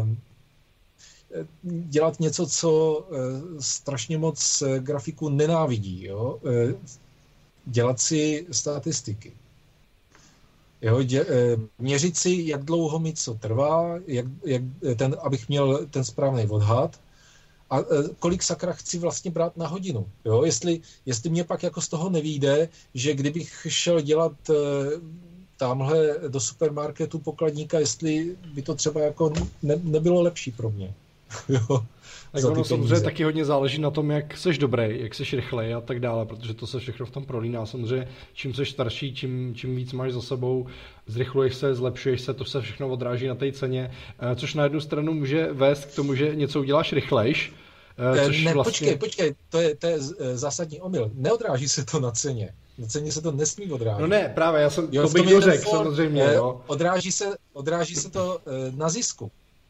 dělat něco, co strašně moc grafiků nenávidí. Jo. Dělat si statistiky. Jo, měřit si, jak dlouho mi co trvá, abych měl ten správný odhad a kolik sakra chci vlastně brát na hodinu. Jo, jestli mě pak jako z toho nevyjde, že kdybych šel dělat tamhle do supermarketu pokladníka, jestli by to třeba jako nebylo lepší pro mě. Jo. Tak ono samozřejmě taky hodně záleží na tom, jak seš dobrý, jak seš rychlej a tak dále, protože to se všechno v tom prolíná. Samozřejmě, čím seš starší, čím víc máš za sebou, zrychluješ se, zlepšuješ se, to se všechno odráží na té ceně, což na jednu stranu může vést k tomu, že něco uděláš rychlejš. Vlastně... Počkej, to je zásadní omyl. Neodráží se to na ceně. Na ceně se to nesmí odrážet. No ne, právě, já jsem to bych řekl, samozřejmě. Jo. Odráží se to na zisku.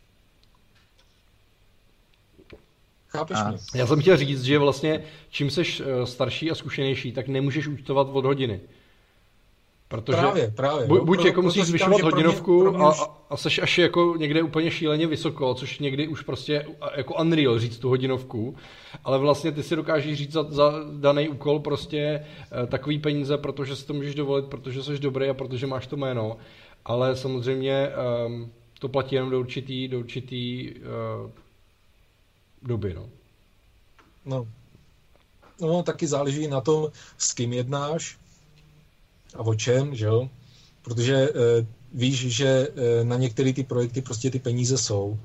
Chápeš mě? Já jsem chtěl říct, že vlastně čím seš starší a zkušenější, tak nemůžeš účtovat od hodiny. Protože právě. Buď jako musíš zvyšovat hodinovku a seš až jako někde úplně šíleně vysoko, což někdy už prostě jako unreal říct tu hodinovku, ale vlastně ty si dokážeš říct za daný úkol prostě takový peníze, protože si to můžeš dovolit, protože seš dobrý a protože máš to jméno, ale samozřejmě to platí jenom do určitý doby, no. No, taky záleží na tom, s kým jednáš a o čem, že jo? Protože víš, že na některé ty projekty prostě ty peníze jsou,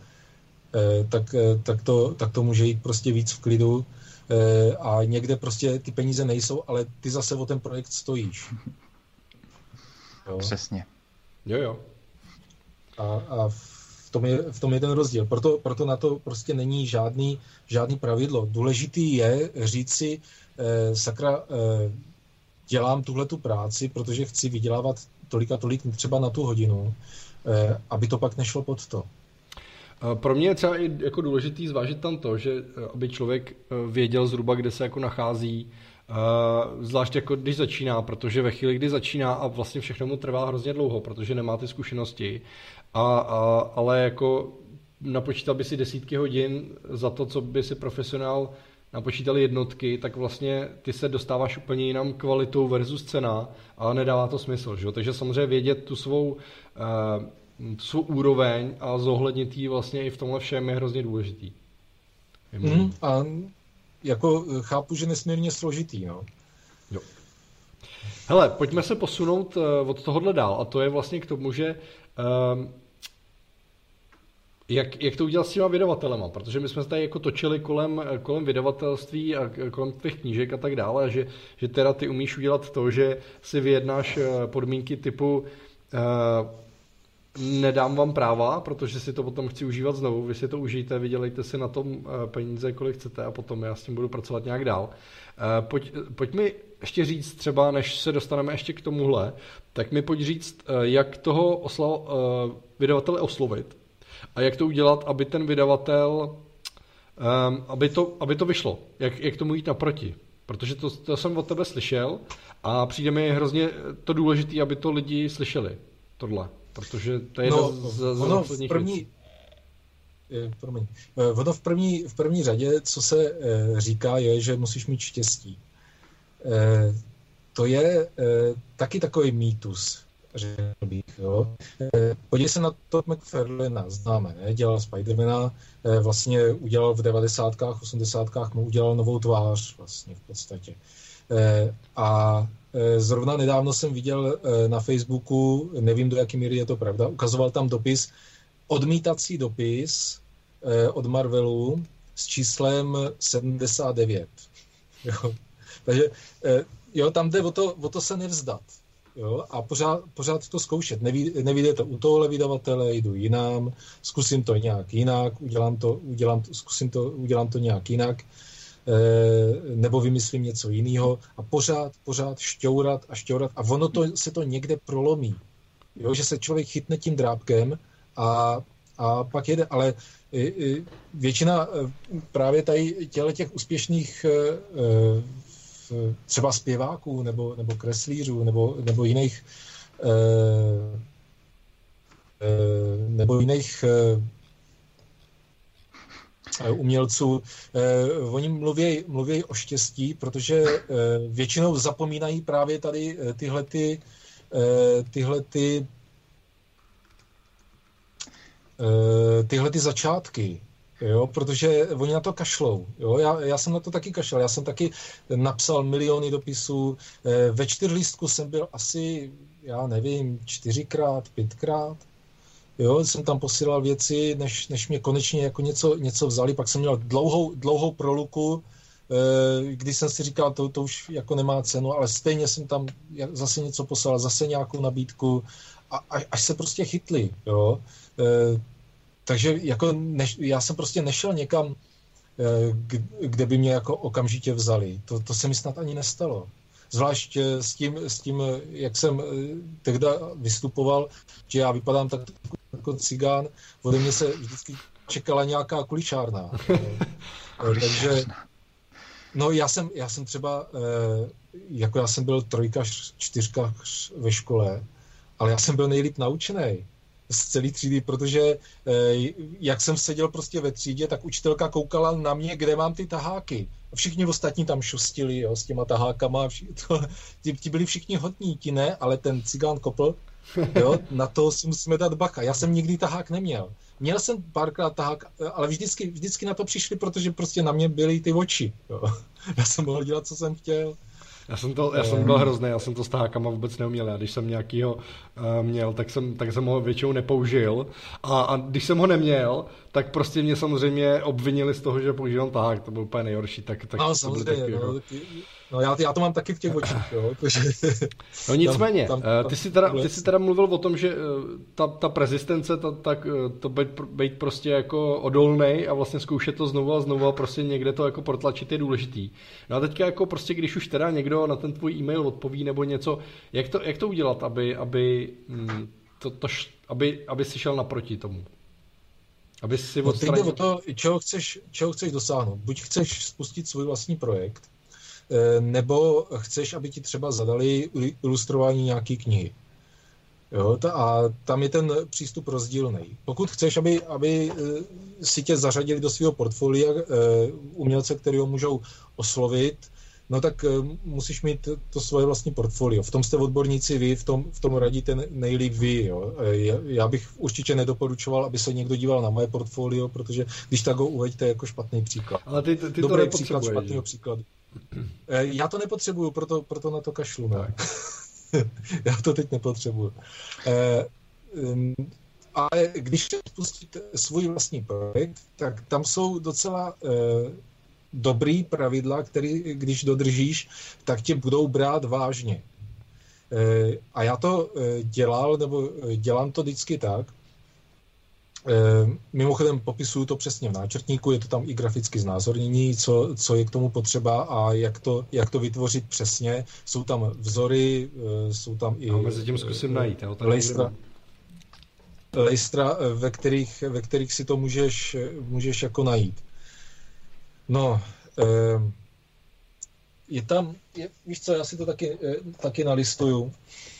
tak to může jít prostě víc v klidu a někde prostě ty peníze nejsou, ale ty zase o ten projekt stojíš. Jo? Přesně. Jo. A v tom je ten rozdíl. Proto na to prostě není žádný pravidlo. Důležitý je říct si, sakra, dělám tuhletu práci, protože chci vydělávat tolik a tolik třeba na tu hodinu, aby to pak nešlo pod to. Pro mě je třeba i jako důležitý zvážit tam to, že aby člověk věděl zhruba, kde se jako nachází, zvlášť jako když začíná, protože ve chvíli, kdy začíná a vlastně všechno mu trvá hrozně dlouho, protože nemá ty zkušenosti, ale jako napočítal by si desítky hodin za to, co by si profesionál napočítal jednotky, tak vlastně ty se dostáváš úplně jinam kvalitou versus cena a nedává to smysl. Že? Takže samozřejmě vědět tu svou úroveň a zohlednit ji vlastně i v tomhle všem je hrozně důležitý. A jako chápu, že nesmírně složitý. No. Jo. Hele, pojďme se posunout od tohohle dál a to je vlastně k tomu, že jak to udělat s těma vydavatelema, protože my jsme se tady jako točili kolem vydavatelství a kolem těch knížek a tak dále, že teda ty umíš udělat to, že si vyjednáš podmínky typu nedám vám práva, protože si to potom chci užívat znovu, vy si to užijte, vydělejte si na tom peníze, kolik chcete a potom já s tím budu pracovat nějak dál. Pojď mi ještě říct třeba, než se dostaneme ještě k tomuhle, tak mi pojď říct, jak toho vydavatele oslovit a jak to udělat, aby ten vydavatel, aby to vyšlo, jak tomu jít naproti. Protože to jsem od tebe slyšel a přijde mi hrozně to důležité, aby to lidi slyšeli, tohle. Protože to je jedno z posledních věcí. Ono v první řadě, co se říká, je, že musíš mít štěstí. To je taky takový mýtus, řekl bych. Jo. Podívej se na Todd McFarlana, známe, ne? Dělal Spidermana, vlastně udělal v 90kách, 80kách mu udělal novou tvář vlastně v podstatě. A zrovna nedávno jsem viděl na Facebooku, nevím do jaké míry je to pravda, ukazoval tam odmítací dopis od Marvelu s číslem 79. Jo. Takže tam jde o to se nevzdat. Jo, a pořád to zkoušet. Nevíde to u tohohle vydavatele, jdu jinam, zkusím to nějak jinak, udělám to nějak jinak, nebo vymyslím něco jiného a pořád šťourat a ono se to někde prolomí. Jo, že se člověk chytne tím drápkem a pak jede, ale většina právě tady těch úspěšných třeba zpěváků nebo kreslířů nebo jiných umělců. Oni mluví o štěstí, tyhle zapomínají právě tady tyhle začátky. Jo, protože oni na to kašlou. Jo? Já jsem na to taky kašlal. Já jsem taky napsal miliony dopisů. Ve 4lístku jsem byl asi, já nevím, 4krát, 5krát. Jo, jsem tam posílal věci, než mě konečně jako něco vzali. Pak jsem měl dlouhou proluku, když jsem si říkal, to už jako nemá cenu, ale stejně jsem tam zase něco poslal, zase nějakou nabídku a až se prostě chytli. Jo? Takže jako já jsem prostě nešel někam, kde by mě jako okamžitě vzali. To se mi snad ani nestalo. Zvlášť s tím, jak jsem tehda vystupoval, že já vypadám tak jako cigán, ode mě se vždycky čekala nějaká kuličárna. Takže no já jsem třeba, jako já jsem byl 3, 4 ve škole, ale já jsem byl nejlíp naučený z celé třídy, protože jak jsem seděl prostě ve třídě, tak učitelka koukala na mě, kde mám ty taháky. A všichni ostatní tam šustili, jo, s těma tahákama. Ti byli všichni hodní, ti ne, ale ten cigán Kopl, Jo, na to si musíme dát bacha. Já jsem nikdy tahák neměl. Měl jsem párkrát tahák, ale vždycky na to přišli, protože prostě na mě byly ty oči. Jo. Já jsem mohl dělat, co jsem chtěl. Já jsem byl hrozný, já jsem to s tahákama vůbec neuměl. Já když jsem nějakýho měl, tak jsem ho většinou nepoužil. A když jsem ho neměl, tak prostě mě samozřejmě obvinili z toho, že používám tahák. To byl úplně nejhorší. No samozřejmě, já to mám taky v těch očích. Jo, protože no nicméně, ty jsi teda mluvil o tom, že ta prezistence, to být prostě jako odolnej a vlastně zkoušet to znovu a prostě někde to jako protlačit je důležitý. No a teďka jako prostě, když už teda někdo na ten tvůj e-mail odpoví nebo něco, jak to udělat, aby si šel naproti tomu? Aby si odstranil... Teď jde o to, čeho chceš dosáhnout. Buď chceš spustit svůj vlastní projekt, nebo chceš, aby ti třeba zadali ilustrování nějaké knihy. Jo, a tam je ten přístup rozdílný. Pokud chceš, aby si tě zařadili do svého portfolia umělce, kterého můžou oslovit, no tak musíš mít to svoje vlastní portfolio. V tom jste odborníci vy, v tom radíte nejlíp vy. Jo. Já bych určitě nedoporučoval, aby se někdo díval na moje portfolio, protože když tak ho uveďte jako špatný příklad. Ale ty dobrý to příklad špatného příkladu. Já to nepotřebuju, proto na to kašlu. Ne? Já to teď nepotřebuju. Ale když spustíte svůj vlastní projekt, tak tam jsou docela dobrý pravidla, který když dodržíš, tak tě budou brát vážně. A já to dělám to vždycky tak. Mimochodem popisuju to přesně v náčrtníku, je to tam i graficky znázornění, co je k tomu potřeba a jak to vytvořit přesně. Jsou tam vzory, jsou tam i mezi tím zkusím najít. Lejstra, ve kterých si to můžeš jako najít. No, víš co, já si to taky nalistuju.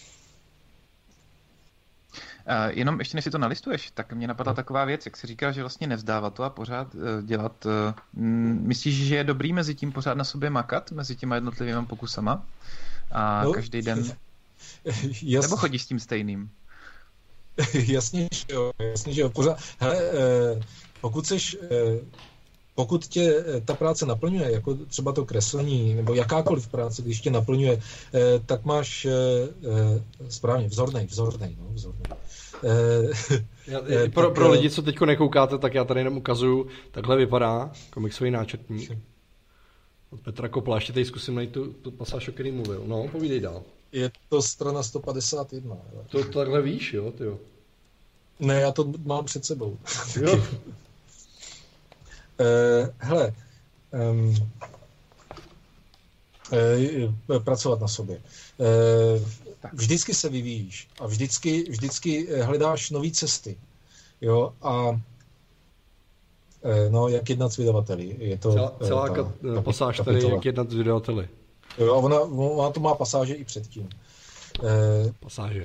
Jenom ještě než si to nalistuješ, tak mě napadla taková věc, jak jsi říkal, že vlastně nevzdávat to a pořád dělat. Myslíš, že je dobrý mezi tím pořád na sobě makat, mezi těma jednotlivými pokusama a každý den? Nebo chodíš s tím stejným? Jasně, že jo. Pořád, hele, pokud tě ta práce naplňuje, jako třeba to kreslení, nebo jakákoliv práce, když tě naplňuje, tak máš správně, vzornej. Pro lidi, co teďko nekoukáte, tak já tady jenom ukazuju, takhle vypadá komiksový náčrtník od Petra Kopla. Ještě tady zkusím najít tu pasáž, o který mluvil. No, povídej dál. Je to strana 151. To takhle víš, jo, tyjo? Ne, já to mám před sebou. Jo. Hele, pracovat na sobě. Vždycky se vyvíjíš a vždycky hledáš nové cesty. Jo, a jak jednat s vydavateli. Je to celá pasáž tady, jak jednat s vydavateli. Jo, a ona to má pasáže i předtím. Pasáže.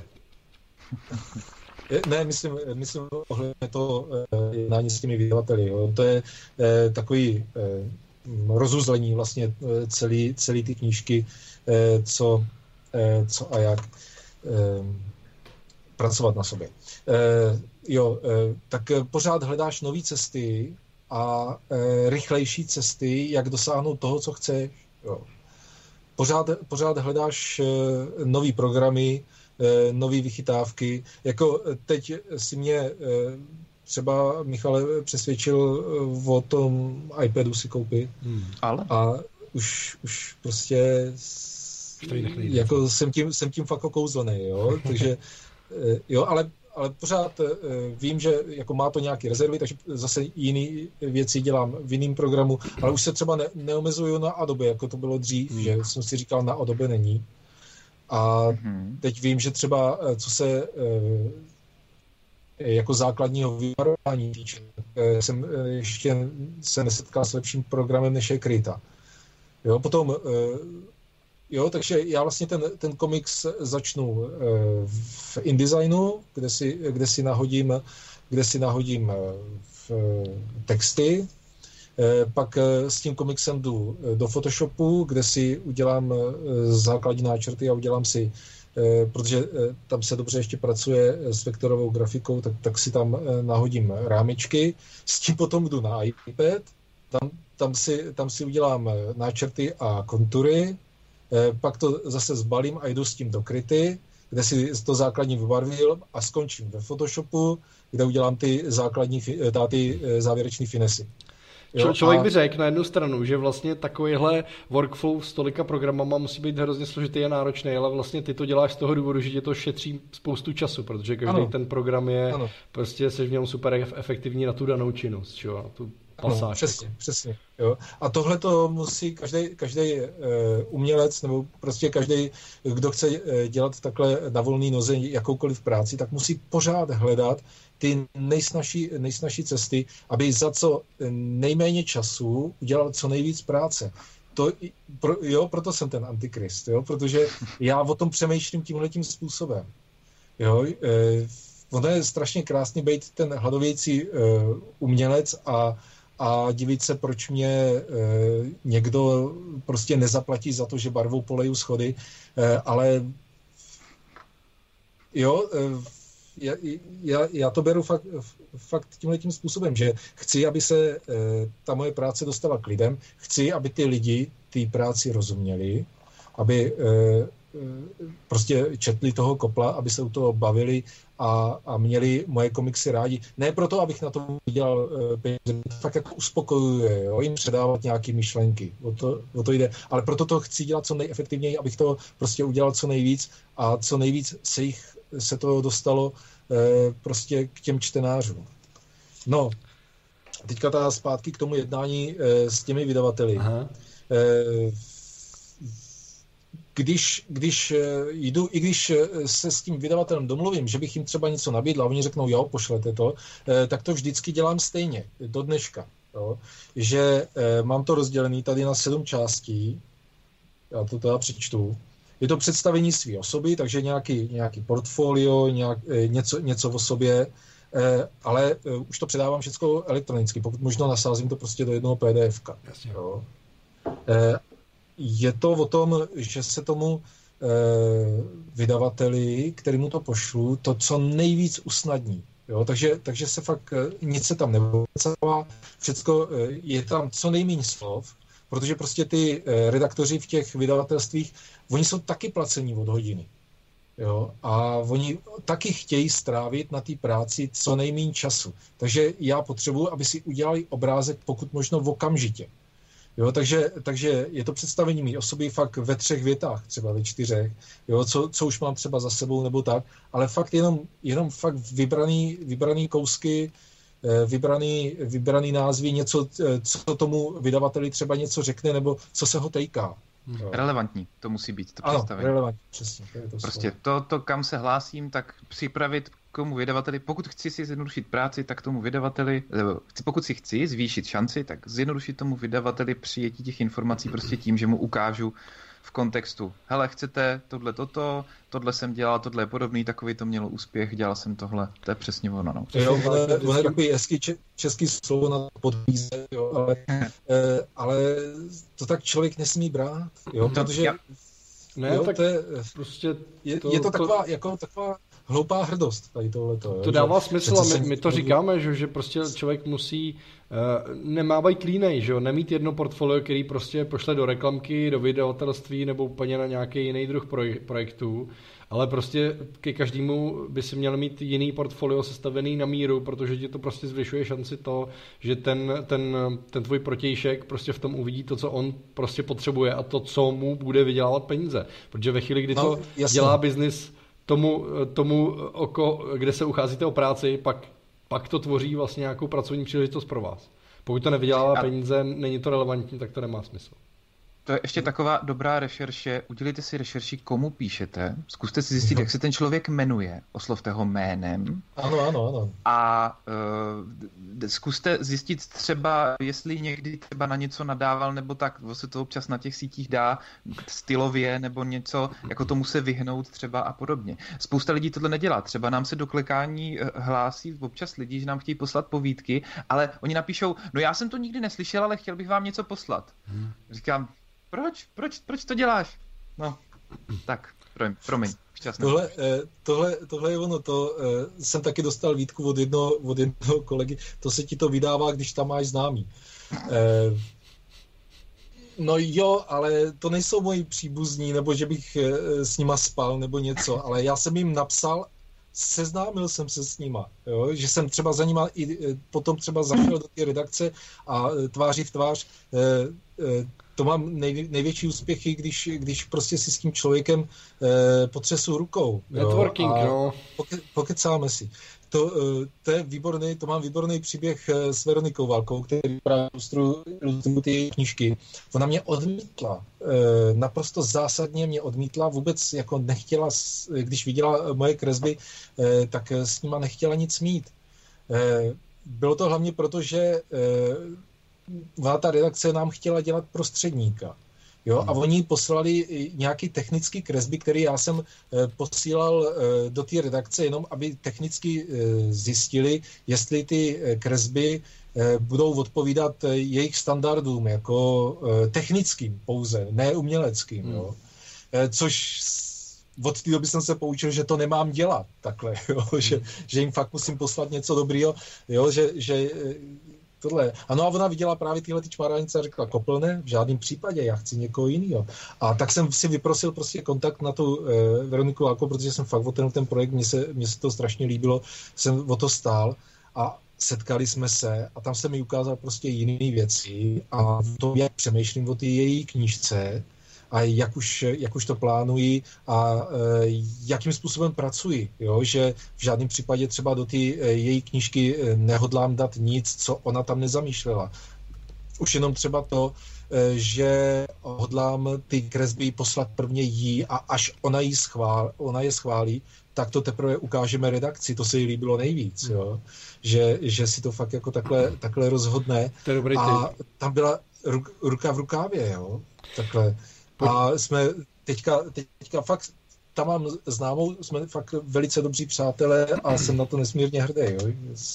Ne, myslím ohledně toho jednání s těmi vydavateli. Jo. To je takový rozuzlení vlastně celý ty knížky, co a jak pracovat na sobě. Tak pořád hledáš nové cesty a rychlejší cesty, jak dosáhnout toho, co chceš. Jo. Pořád hledáš nové programy, nové vychytávky. Jako teď si mě třeba Michale přesvědčil o tom iPadu si koupit. Ale? A už prostě jako jsem tím fakt okouzlený, jo. Takže jo, ale pořád vím, že jako má to nějaké rezervy, takže zase jiné věci dělám v jiném programu, ale už se třeba neomezuju na Adobe, jako to bylo dřív, že jsem si říkal, na Adobe není. A teď vím, že třeba co se jako základního vyvarování týče, jsem ještě se nesetkal s lepším programem, než je Krita. Jo, potom, takže já vlastně ten komiks začnu v InDesignu, kde si nahodím texty, pak s tím komiksem jdu do Photoshopu, kde si udělám základní náčrty a udělám si protože tam se dobře ještě pracuje s vektorovou grafikou, tak si tam nahodím rámečky, s tím potom jdu na iPad, tam si udělám náčrty a kontury, pak to zase zbalím a jdu s tím do Krity, kde si to základní vybarvil a skončím ve Photoshopu, kde udělám ty závěrečné finesy. Člověk by řekl na jednu stranu, že vlastně takovýhle workflow s tolika programama musí být hrozně složitý a náročný, ale vlastně ty to děláš z toho důvodu, že tě to šetří spoustu času, protože každý ten program je prostě seš v něm super efektivní na tu danou činnost, čo? Na tu pasáž. Přesně. Jo. A tohle to musí každý umělec nebo prostě každý, kdo chce dělat takhle na volný noze jakoukoliv práci, tak musí pořád hledat ty nejsnažší cesty, aby za co nejméně času udělal co nejvíc práce. Proto jsem ten antikrist, protože já o tom přemýšlím tímhletím způsobem. Jo, ono je strašně krásný být ten hladovějící umělec a divit se, proč mě někdo prostě nezaplatí za to, že barvou poleju schody, ale já to beru fakt tímhletím způsobem, že chci, aby se ta moje práce dostala k lidem, chci, aby ty lidi té práci rozuměli, aby prostě četli toho Kopla, aby se u toho bavili a měli moje komiksy rádi. Ne proto, abych na to dělal peníze, fakt jako uspokojuje, jim předávat nějaké myšlenky, o to jde. Ale proto to chci dělat co nejefektivněji, abych to prostě udělal co nejvíc a co nejvíc se to dostalo prostě k těm čtenářům. No, teďka ta zpátky k tomu jednání s těmi vydavateli. Když jdu, i když se s tím vydavatelem domluvím, že bych jim třeba něco nabídl a oni řeknou, jo, pošlete to, tak to vždycky dělám stejně, do dneška. Jo? Že mám to rozdělené tady na 7 částí, já to teda přečtu. Je to představení své osoby, takže nějaký portfolio, něco o sobě, ale už to předávám všechno elektronicky, pokud možno nasázím to prostě do jednoho PDF-ka. Jo? Je to o tom, že se tomu vydavateli, kterému to pošlu, to co nejvíc usnadní. Jo? Takže se fakt nic se tam nebocává, všecko je tam co nejméně slov, protože prostě ty redaktoři v těch vydavatelstvích, oni jsou taky placení od hodiny. Jo? A oni taky chtějí strávit na té práci co nejméně času. Takže já potřebuji, aby si udělali obrázek pokud možno okamžitě. Jo, takže je to představení mý osoby fakt ve 3 větách, třeba ve 4, jo, co už mám třeba za sebou nebo tak, ale fakt jenom fakt vybraný kousky, vybraný názvy, něco, co tomu vydavateli třeba něco řekne, nebo co se ho týká. Relevantní to musí být, to představení. Ano, relevantní, přesně. Prostě to, kam se hlásím, tak připravit komu vydavateli, pokud chci si zjednodušit práci, tak tomu vydavateli, pokud si chci zvýšit šanci, tak zjednodušit tomu vydavateli přijetí těch informací prostě tím, že mu ukážu v kontextu. Hele, chcete tohle jsem dělal, tohle je podobný, takový to mělo úspěch, dělal jsem tohle, to je přesně ono. No. Jo, ono je takový hezký český slovo na podvíze, jo, ale to tak člověk nesmí brát, jo, protože ne, tak prostě je to taková hloupá hrdost tady tohleto. To dává smysl a my to říkáme, že prostě člověk musí nemá být línej, že jo, nemít jedno portfolio, který prostě pošle do reklamky, do vydavatelství nebo úplně na nějaký jiný druh projektů, ale prostě ke každému by si měl mít jiný portfolio sestavený na míru, protože ti to prostě zvyšuje šanci to, že ten tvůj protějšek prostě v tom uvidí to, co on prostě potřebuje a to, co mu bude vydělávat peníze. Protože ve chvíli, kdy to dělá biznis tomu kde se ucházíte o práci, pak to tvoří vlastně nějakou pracovní příležitost pro vás. Pokud to nevydělává peníze, není to relevantní, tak to nemá smysl. To je ještě taková dobrá rešerše. Udělejte si rešerši, komu píšete. Zkuste si zjistit, jak se ten člověk jmenuje. Oslovte ho jménem. Ano. A zkuste zjistit třeba, jestli někdy třeba na něco nadával, nebo tak, se to občas na těch sítích dá stylově, nebo něco, jako tomu se vyhnout třeba a podobně. Spousta lidí tohle nedělá. Třeba nám se do klikání hlásí občas lidi, že nám chtějí poslat povídky, ale oni napíšou, no já jsem to nikdy neslyšel, ale chtěl bych vám něco poslat. Říkám, proč to děláš? No, tak, promiň, Tohle je ono, jsem taky dostal výtku od jednoho kolegy, to se ti to vydává, když tam máš známý. No jo, ale to nejsou moji příbuzní, nebo že bych s nima spal, nebo něco, ale já jsem jim napsal, seznámil jsem se s nima, jo? Že jsem třeba za nima i potom třeba zašel do té redakce a tváří v tvář, to mám největší úspěchy, když prostě si s tím člověkem potřesu rukou. Networking, jo. Pokecáme si. To je výborný, to mám výborný příběh s Veronikou Válkou, který právě ilustrují ty knížky. Ona mě odmítla, naprosto zásadně mě odmítla, vůbec jako nechtěla, když viděla moje kresby, tak s nima nechtěla nic mít. Bylo to hlavně proto, že ta redakce nám chtěla dělat prostředníka. Jo, a oni poslali nějaký technický kresby, který já jsem posílal do té redakce, jenom aby technicky zjistili, jestli ty kresby budou odpovídat jejich standardům, jako technickým pouze, ne uměleckým. Jo. Což od té doby jsem se poučil, že to nemám dělat takhle, jo, že jim fakt musím poslat něco dobrýho, jo, že tohle. Ano, a ona viděla právě tyhle čmáranice a řekla, Kopl ne, v žádném případě, já chci někoho jiného. A tak jsem si vyprosil prostě kontakt na tu Veroniku Válkovou, protože jsem fakt o ten projekt, mně se to strašně líbilo, jsem o to stál a setkali jsme se a tam se mi ukázal prostě jiné věci a to, jak přemýšlím o té její knížce a jak už to plánují a jakým způsobem pracují. Jo? Že v žádném případě třeba do té její knížky nehodlám dát nic, co ona tam nezamýšlela. Už jenom třeba to, že hodlám ty kresby poslat prvně jí a až ona je schválí, tak to teprve ukážeme redakci. To se jí líbilo nejvíc. Jo? Že si to fakt jako takhle rozhodne. To je dobrý a tam byla ruka v rukávě. Jo? Takhle. A jsme teďka fakt, tam mám známou, jsme fakt velice dobří přátelé a jsem na to nesmírně hrdý, jo,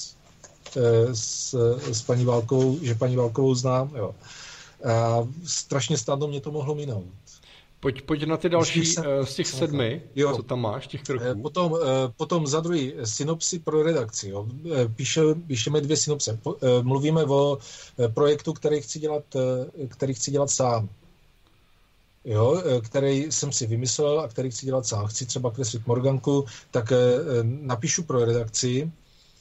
s paní Válkovou, že paní Válkovou znám, jo. A strašně snadno mě to mohlo minout. Pojď na ty další z těch 7, jo. Co tam máš, těch kroků. Potom za druhý, synopsy pro redakci. Jo. Píšeme 2 synopse. Mluvíme o projektu, který chci dělat sám. Jo, který jsem si vymyslel a který chci dělat sám. Chci třeba kreslit Morganku, tak napíšu pro redakci,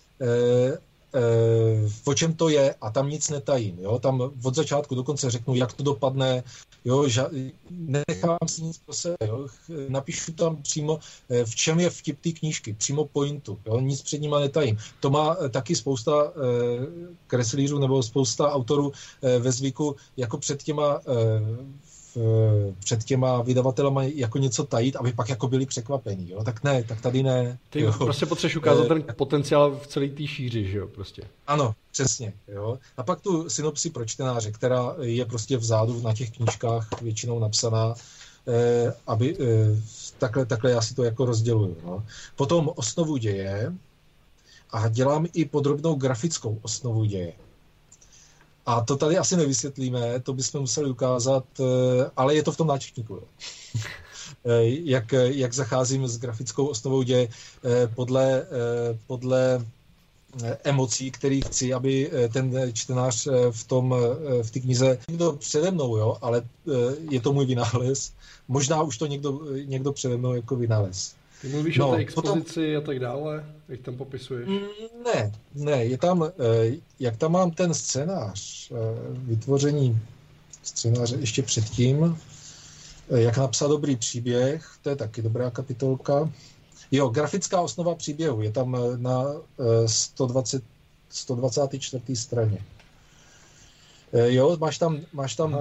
o čem to je a tam nic netajím. Jo? Tam od začátku do konce řeknu, jak to dopadne, jo? Nechám si nic pro sebe. Jo? Napíšu tam přímo, v čem je vtip té knížky, přímo pointu. Jo? Nic před nima netajím. To má taky spousta kreslířů nebo spousta autorů ve zvyku, jako před těma vydavatelama jako něco tajit, aby pak jako byli překvapení, jo? Tak ne, tak tady ne. Ty prostě potřebuješ ukázat ten potenciál v celé té šíři, že jo, prostě. Ano, přesně, jo. A pak tu synopsi pro čtenáře, která je prostě vzadu na těch knížkách většinou napsaná, aby takhle já si to jako rozděluju, no. Potom osnovu děje a dělám i podrobnou grafickou osnovu děje. A to tady asi nevysvětlíme, to bychom museli ukázat, ale je to v tom náčrtníku. Jak zacházím s grafickou osnovou děje podle emocí, který chci, aby ten čtenář v té knize někdo přede mnou, jo, ale je to můj vynález. Možná už to někdo přede mnou jako vynález. Ty mluvíš o té expozici a tak dále, jak tam popisuješ? Ne, je tam, jak tam mám ten scénář, vytvoření scénáře ještě předtím, jak napsat dobrý příběh, to je taky dobrá kapitolka. Jo, grafická osnova příběhu, je tam na 124. straně. Jo, máš tam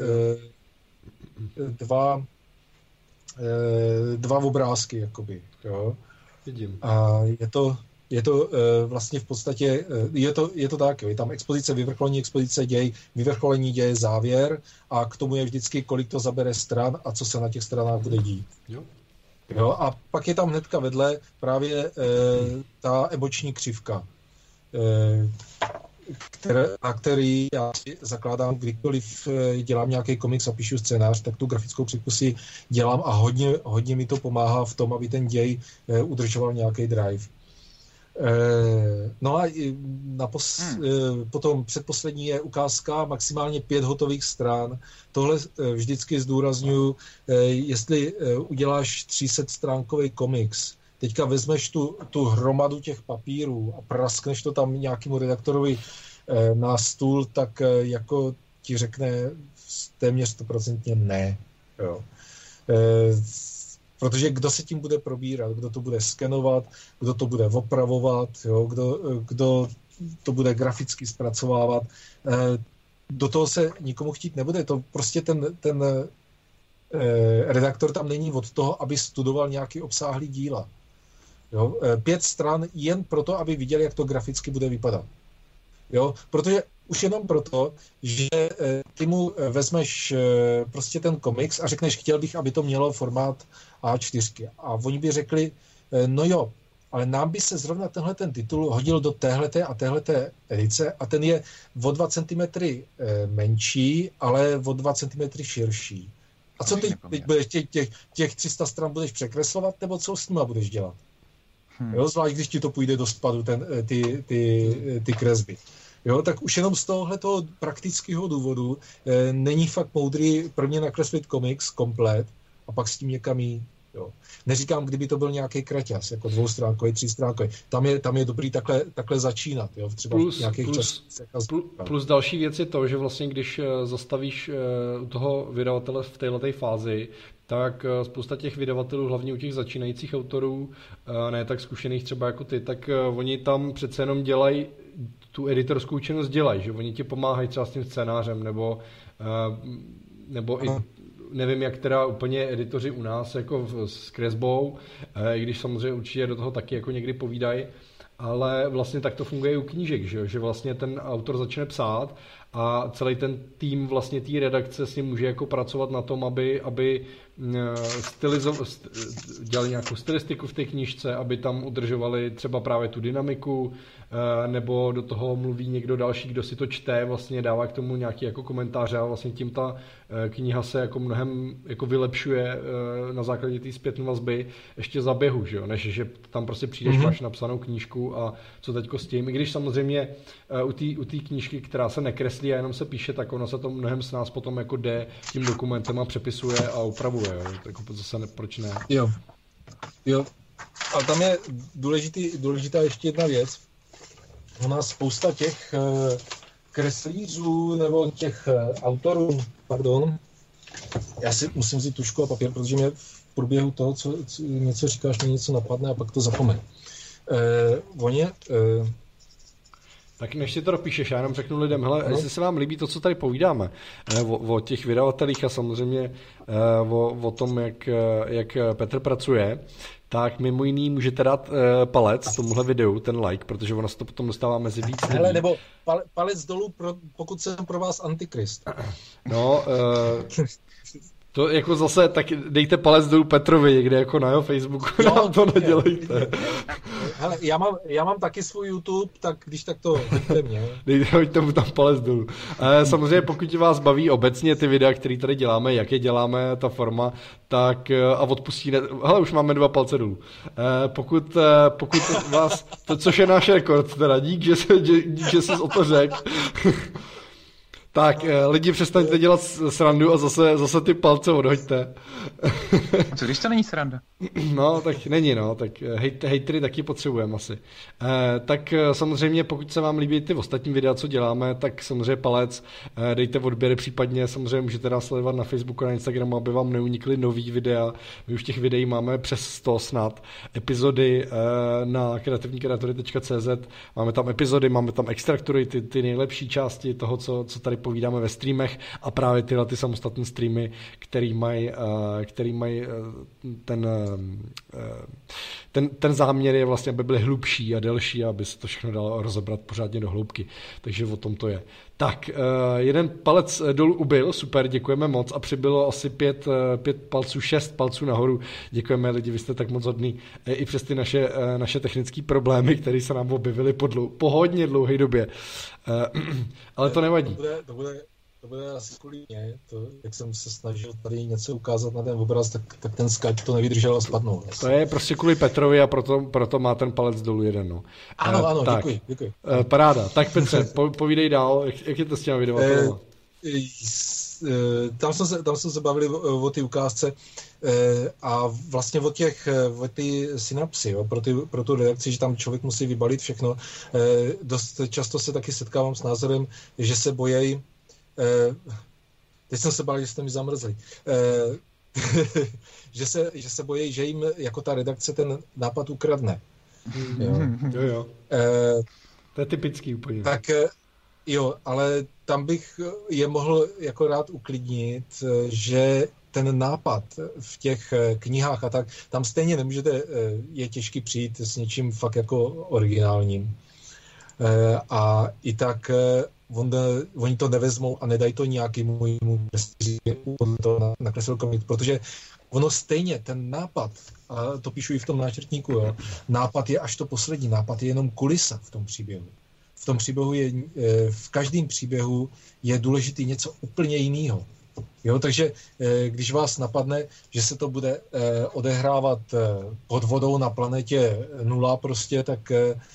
dva obrázky, jakoby, jo. Vidím. A je to vlastně v podstatě, je to tak, jo. Je tam expozice, vyvrcholení expozice, děj, vyvrcholení děje, závěr a k tomu je vždycky, kolik to zabere stran a co se na těch stranách bude dít. Jo, a pak je tam hnedka vedle právě ta emoční křivka. na který já si zakládám, kdykoliv dělám nějaký komiks a píšu scénář, tak tu grafickou předku si dělám a hodně mi to pomáhá v tom, aby ten děj udržoval nějaký drive. No a potom předposlední je ukázka, maximálně 5 hotových stran. Tohle vždycky zdůrazňuji, jestli uděláš 300stránkový komiks, teďka vezmeš tu hromadu těch papírů a praskneš to tam nějakému redaktorovi na stůl, tak jako ti řekne téměř 100% ne. Jo. Protože kdo se tím bude probírat, kdo to bude skenovat, kdo to bude opravovat, jo, kdo to bude graficky zpracovávat, do toho se nikomu chtít nebude. To prostě ten redaktor tam není od toho, aby studoval nějaký obsáhlý díla. Jo? 5 stran jen proto, aby viděl, jak to graficky bude vypadat. Jo? Protože už jenom proto, že ty mu vezmeš prostě ten komiks a řekneš, chtěl bych, aby to mělo formát A4. A oni by řekli, no jo, ale nám by se zrovna tenhle ten titul hodil do téhleté a téhleté edice a ten je o 2 cm menší, ale o 2 cm širší. A co teď budeš těch 300 stran budeš překreslovat, nebo co s nima budeš dělat? Jo, zvlášť, když ti to půjde do spadu, ty kresby. Jo, tak už jenom z tohohletoho praktického důvodu není fakt moudrý prvně nakreslit komiks komplet a pak s tím někam jít. Jo. Neříkám, kdyby to byl nějaký kraťas, jako 2stránkový, 3stránkový. Tam je dobrý takhle začínat. Jo, třeba v nějakých časech. Plus další věc je to, že vlastně když zastavíš u toho vydavatele v této fázi, tak spousta těch vydavatelů, hlavně u těch začínajících autorů, ne tak zkušených třeba jako ty, tak oni tam přece jenom dělají tu editorskou činnost dělají, že oni ti pomáhají třeba s tím scénářem, nebo i nevím, jak teda úplně editoři u nás jako s kresbou, i když samozřejmě určitě do toho taky jako někdy povídají, ale vlastně tak to funguje i u knížek, že vlastně ten autor začne psát a celý ten tým vlastně té redakce s ním může jako pracovat na tom, aby dělali nějakou stylistiku v té knížce, aby tam udržovali třeba právě tu dynamiku, nebo do toho mluví někdo další, kdo si to čte, vlastně dává k tomu nějaký jako komentáře a vlastně tím ta kniha se jako mnohem jako vylepšuje na základě té zpětné vazby ještě za běhu, že jo? Než že tam prostě přijdeš, máš napsanou knížku a co teďko s tím. I když samozřejmě u té knížky, která se nekreslí a jenom se píše, tak ono se to mnohem s nás potom jako jde tím dokumentem a přepisuje a upravuje. Jo? Tak zase proč ne? Jo. A tam je důležitá ještě jedna věc. U nás spousta těch kreslířů nebo těch autorů, já si musím vzít tužku a papír, protože mě v průběhu toho, co něco říkáš, mě něco napadne a pak to zapomenu. Tak než si to dopíšeš, já jenom řeknu lidem, hele, jestli se vám líbí to, co tady povídáme, o těch vydavatelích a samozřejmě o tom, jak Petr pracuje, tak mimo jiný můžete dát palec tomuhle videu, ten like, protože ono se to potom dostává mezi víc lidí. Hele, nebo palec dolů, pokud jsem pro vás antikrist. No, to jako zase, tak dejte palec dolů Petrovi někde jako na jeho Facebooku, nám to nedělejte. Hele, já mám taky svůj YouTube, tak když tak to dejte mě. Hoďte mu tam palec dolů. Samozřejmě pokud vás baví obecně ty videa, které tady děláme, jak je děláme, ta forma, tak a odpustíte, hele, už máme 2 palce dolů. Pokud vás, to, což je náš rekord, teda dík, že jsi o to řekl. Tak, lidi, přestaňte dělat srandu a zase ty palce odhoďte. Co když to není sranda? No, tak není, no, tak hejtry taky potřebujeme asi. Tak samozřejmě, pokud se vám líbí ty ostatní videa, co děláme, tak samozřejmě palec, dejte odběry, případně samozřejmě můžete nás sledovat na Facebooku, na Instagramu, aby vám neunikly nový videa. My už těch videí máme přes 100 snad. Epizody na kreativnikreatory.cz, máme tam epizody, máme tam extraktory, ty nejlepší části toho, co tady povídáme ve streamech a právě tyhle ty samostatné streamy, který mají ten záměr je vlastně, aby byly hlubší a delší, aby se to všechno dalo rozebrat pořádně do hloubky. Takže o tom to je. Tak, jeden palec dolů ubyl, super, děkujeme moc a přibylo asi 5 palců, 6 palců nahoru. Děkujeme lidi, vy jste tak moc hodný i přes ty naše technické problémy, které se nám objevily po hodně dlouhé době. Ale to nevadí. To bude asi kvůli mě, jak jsem se snažil tady něco ukázat na ten obraz, tak ten Skype to nevydržel a spadnul. To je prostě kvůli Petrovi a proto má ten palec dolů jeden. No. Ano, tak, děkuji. Paráda. Tak Petře, povídej dál, jak je to s těma vydavatelema? Tam jsme se bavili o té ukázce a vlastně o ty synapsy, jo, pro tu redakci, že tam člověk musí vybalit všechno. Dost často se taky setkávám s názorem, že se bojejí. Teď jsem se bál, že jste mi zamrzli. že se bojí, že jim jako ta redakce ten nápad ukradne. Jo. To je typický úplně. Tak jo, ale tam bych je mohl jako rád uklidnit, že ten nápad v těch knihách a tak, tam stejně nemůžete, je těžký přijít s něčím fakt jako originálním. A i tak oni to nevezmou a nedají to nějakému nakreslil komik, protože ono stejně, ten nápad, a to píšu i v tom náčrtníku, jo, nápad je až to poslední, nápad je jenom kulisa v tom příběhu. V tom příběhu v každém příběhu je důležitý něco úplně jiného. Jo, takže když vás napadne, že se to bude odehrávat pod vodou na planetě nula prostě, tak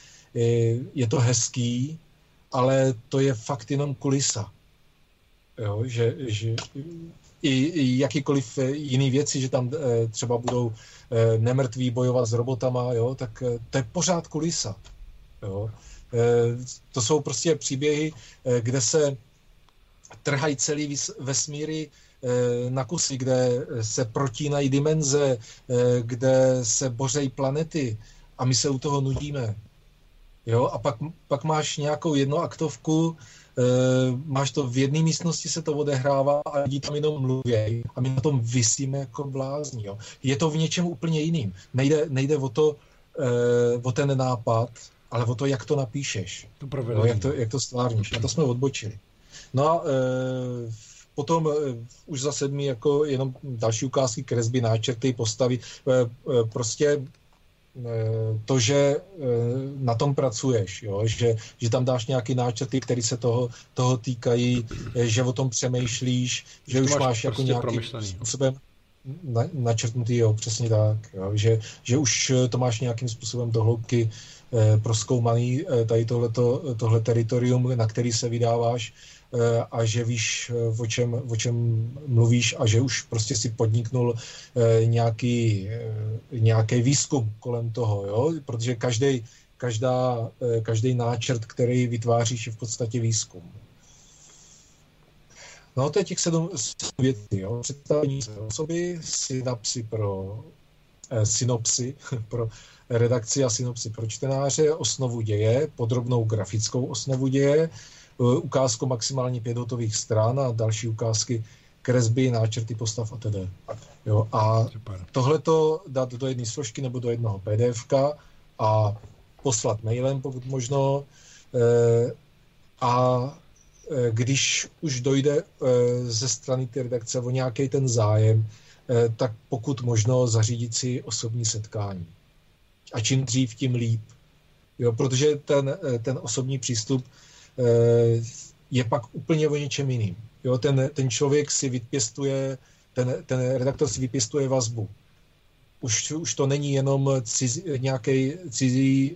je to hezký, ale to je fakt jenom kulisa. Jo, že i jakýkoliv jiný věci, že tam třeba budou nemrtví bojovat s robotama, jo, tak to je pořád kulisa. Jo. To jsou prostě příběhy, kde se trhají celý vesmíry na kusy, kde se protínají dimenze, kde se bořejí planety a my se u toho nudíme. Jo? A pak máš nějakou jednoaktovku, máš to v jedné místnosti, se to odehrává a lidi tam jenom mluví a my na tom visíme jako blázni. Jo? Je to v něčem úplně jiným. Nejde o ten nápad, ale o to, jak to napíšeš. To jak to stvárníš. A to jsme odbočili. No a potom už za 7 jako jenom další ukázky, kresby, náčrty, postavy. Prostě to, že na tom pracuješ, jo? Že tam dáš nějaký náčrty, které se toho týkají, že o tom přemýšlíš, že už máš jako nějakým způsobem načrtnutý, jo, přesně tak. Jo? Že už to máš nějakým způsobem do hloubky prozkoumaný, tady tohle teritorium, na který se vydáváš, a že víš, o čem mluvíš a že už prostě si podniknul nějaký výzkum kolem toho, jo? Protože každý náčrt, který vytváříš, je v podstatě výzkum. No to je těch 7 věcí, jo? Představení osoby, synopsy pro redakci a synopsy pro čtenáře, osnovu děje, podrobnou grafickou osnovu děje, ukázku maximálně 5 hotových stran a další ukázky, kresby, náčrty postav atd. Jo, a tohleto dát do jedné složky nebo do jednoho PDFka a poslat mailem, pokud možno. A když už dojde ze strany té redakce o nějaký ten zájem, tak pokud možno zařídit si osobní setkání. A čím dřív, tím líp. Jo, protože ten osobní přístup je pak úplně o něčem jiným. Jo, ten člověk si vypěstuje, ten redaktor si vypěstuje vazbu. Už to není jenom nějaký cizí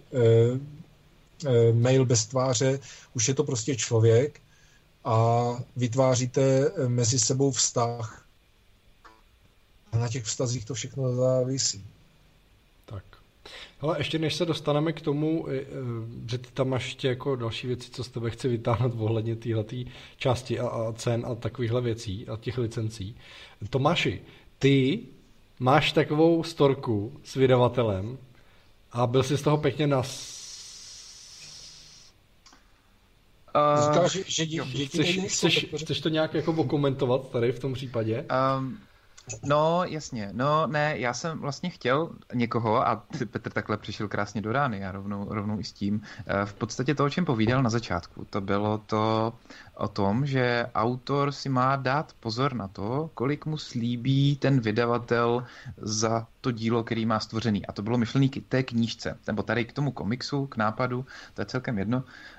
mail bez tváře, už je to prostě člověk a vytváříte mezi sebou vztah. A na těch vztazích to všechno závisí. Tak. Ale ještě než se dostaneme k tomu, že ty tam máš ještě jako další věci, co z tebe chci vytáhnout ohledně téhletý části a cen a takovýchhle věcí a těch licencí. Tomáši, ty máš takovou storku s vydavatelem a byl jsi z toho pěkně Říkáš, že děti chceš to nějak jako okomentovat tady v tom případě? No, jasně. No, ne, já jsem vlastně chtěl někoho, a Petr takhle přišel krásně do rány, já rovnou i s tím. V podstatě to, o čem povídal na začátku, to bylo to o tom, že autor si má dát pozor na to, kolik mu slíbí ten vydavatel za to dílo, který má stvořený. A to bylo myšlený k té knížce, nebo tady k tomu komiksu, k nápadu, to je celkem jedno.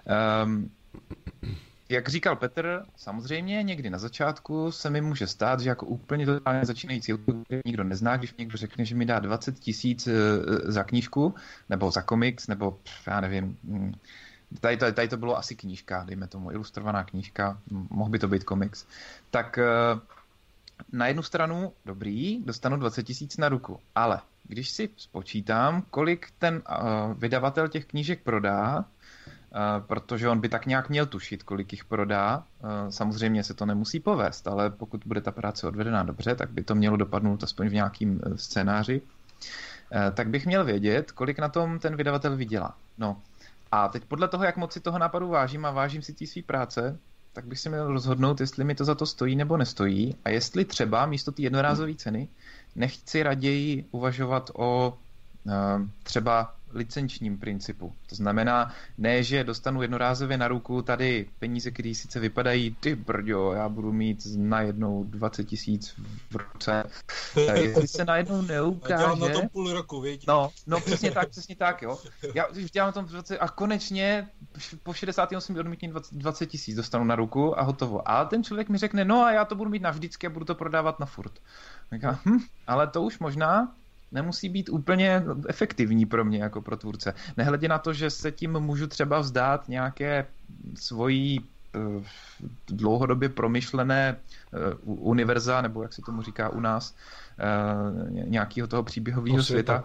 Jak říkal Petr, samozřejmě někdy na začátku se mi může stát, že jako úplně totálně začínající autor, nikdo nezná, když mi někdo řekne, že mi dá 20 000 za knížku, nebo za komiks, nebo já nevím, tady to bylo asi knížka, dejme tomu, ilustrovaná knížka, mohl by to být komiks. Tak na jednu stranu, dobrý, dostanu 20 000 na ruku, ale když si spočítám, kolik ten vydavatel těch knížek prodá, protože on by tak nějak měl tušit, kolik jich prodá. Samozřejmě se to nemusí povést, ale pokud bude ta práce odvedená dobře, tak by to mělo dopadnout aspoň v nějakým scénáři. Tak bych měl vědět, kolik na tom ten vydavatel vydělá. No a teď podle toho, jak moc si toho nápadu vážím a vážím si té své práce, tak bych si měl rozhodnout, jestli mi to za to stojí nebo nestojí a jestli třeba místo té jednorázové ceny nechci raději uvažovat o třeba licenčním principu. To znamená, ne, že dostanu jednorázově na ruku tady peníze, které sice vypadají, ty brďo, já budu mít najednou 20 000 v ruce. Jestli se najednou neukáže... Dělám na tom půl roku, víš? No, přesně tak, jo. Já už dělám na tom 20 a konečně po 68 odmítním 20 000 dostanu na ruku a hotovo. A ten člověk mi řekne, no a já to budu mít navždycky a budu to prodávat na furt. Říká, ale to už možná nemusí být úplně efektivní pro mě jako pro tvůrce. Nehledě na to, že se tím můžu třeba vzdát nějaké svojí dlouhodobě promyšlené univerza, nebo jak se tomu říká u nás, nějakého toho příběhového světa.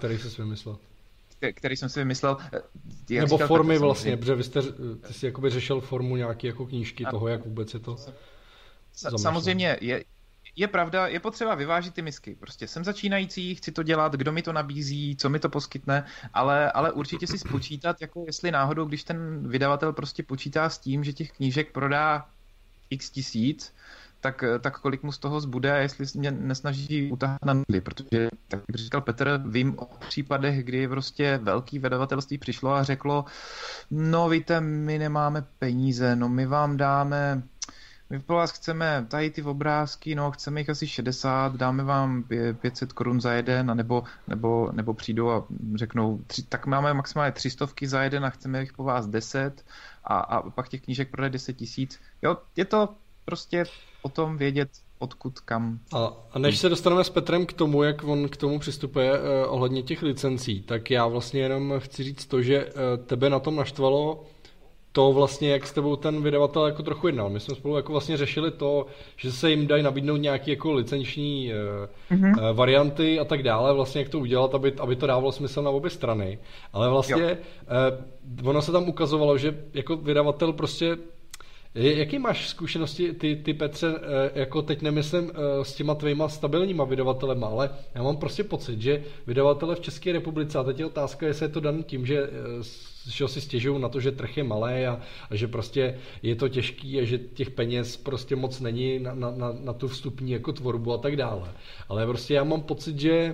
Který jsem si vymyslel. Nebo formy vlastně, protože ty jsi jakoby řešil formu nějaké jako knížky toho, jak vůbec je to zamýšlel. Samozřejmě je pravda, je potřeba vyvážit ty misky. Prostě jsem začínající, chci to dělat, kdo mi to nabízí, co mi to poskytne, ale určitě si spočítat, jako jestli náhodou, když ten vydavatel prostě počítá s tím, že těch knížek prodá x tisíc, tak kolik mu z toho zbude a jestli se mě nesnaží utáhat na nuly, protože, tak jak říkal Petr, vím o případech, kdy prostě velký vydavatelství přišlo a řeklo, no víte, my nemáme peníze, no my vám dáme... My po vás chceme tady ty obrázky, no chceme jich asi 60, dáme vám 500 korun za jeden, nebo přijdou a řeknou, tak máme maximálně 300 za jeden a chceme jich po vás 10 a pak těch knížek prodej 10 000. Jo, je to prostě o tom vědět, odkud, kam. A než se dostaneme s Petrem k tomu, jak on k tomu přistupuje ohledně těch licencí, tak já vlastně jenom chci říct to, že tebe na tom naštvalo to vlastně, jak s tebou ten vydavatel jako trochu jednal. My jsme spolu jako vlastně řešili to, že se jim dají nabídnout nějaké jako licenční varianty a tak dále, vlastně jak to udělat, aby to dávalo smysl na obě strany. Ale vlastně ono se tam ukazovalo, že jako vydavatel prostě jaký máš zkušenosti ty Petře, jako teď nemyslím s těma tvýma stabilníma vydavatelema, ale já mám prostě pocit, že vydavatele v České republice, a teď je otázka, jestli je to dan tím, že si stěžují na to, že trh je malý a že prostě je to těžký a že těch peněz prostě moc není na tu vstupní jako tvorbu a tak dále. Ale prostě já mám pocit, že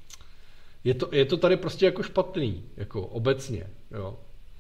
je to tady prostě jako špatný, jako obecně, jo.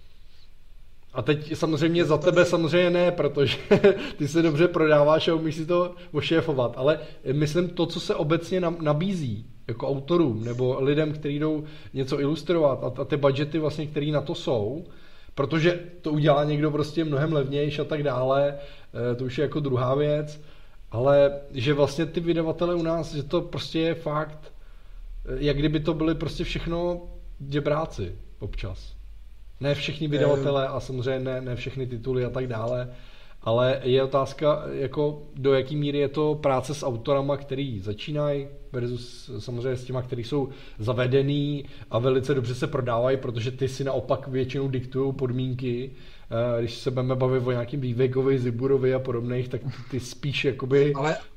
A teď samozřejmě za tebe samozřejmě ne, protože ty se dobře prodáváš a umíš si to ošéfovat, ale myslím to, co se obecně nabízí jako autorům nebo lidem, kteří jdou něco ilustrovat a ty budgety vlastně, který na to jsou, protože to udělá někdo prostě mnohem levnější a tak dále, to už je jako druhá věc, ale že vlastně ty vydavatele u nás, že to prostě je fakt, jak kdyby to byly prostě všechno děbráci občas. Ne všichni vydavatelé a samozřejmě ne všechny tituly a tak dále, ale je otázka, jako do jaký míry je to práce s autorama, který začínají versus samozřejmě s těma, který jsou zavedený a velice dobře se prodávají, protože ty si naopak většinou diktujou podmínky. Když se budeme bavit o nějakým Vývekovi, Ziburovi a podobných, tak ty spíš jakoby...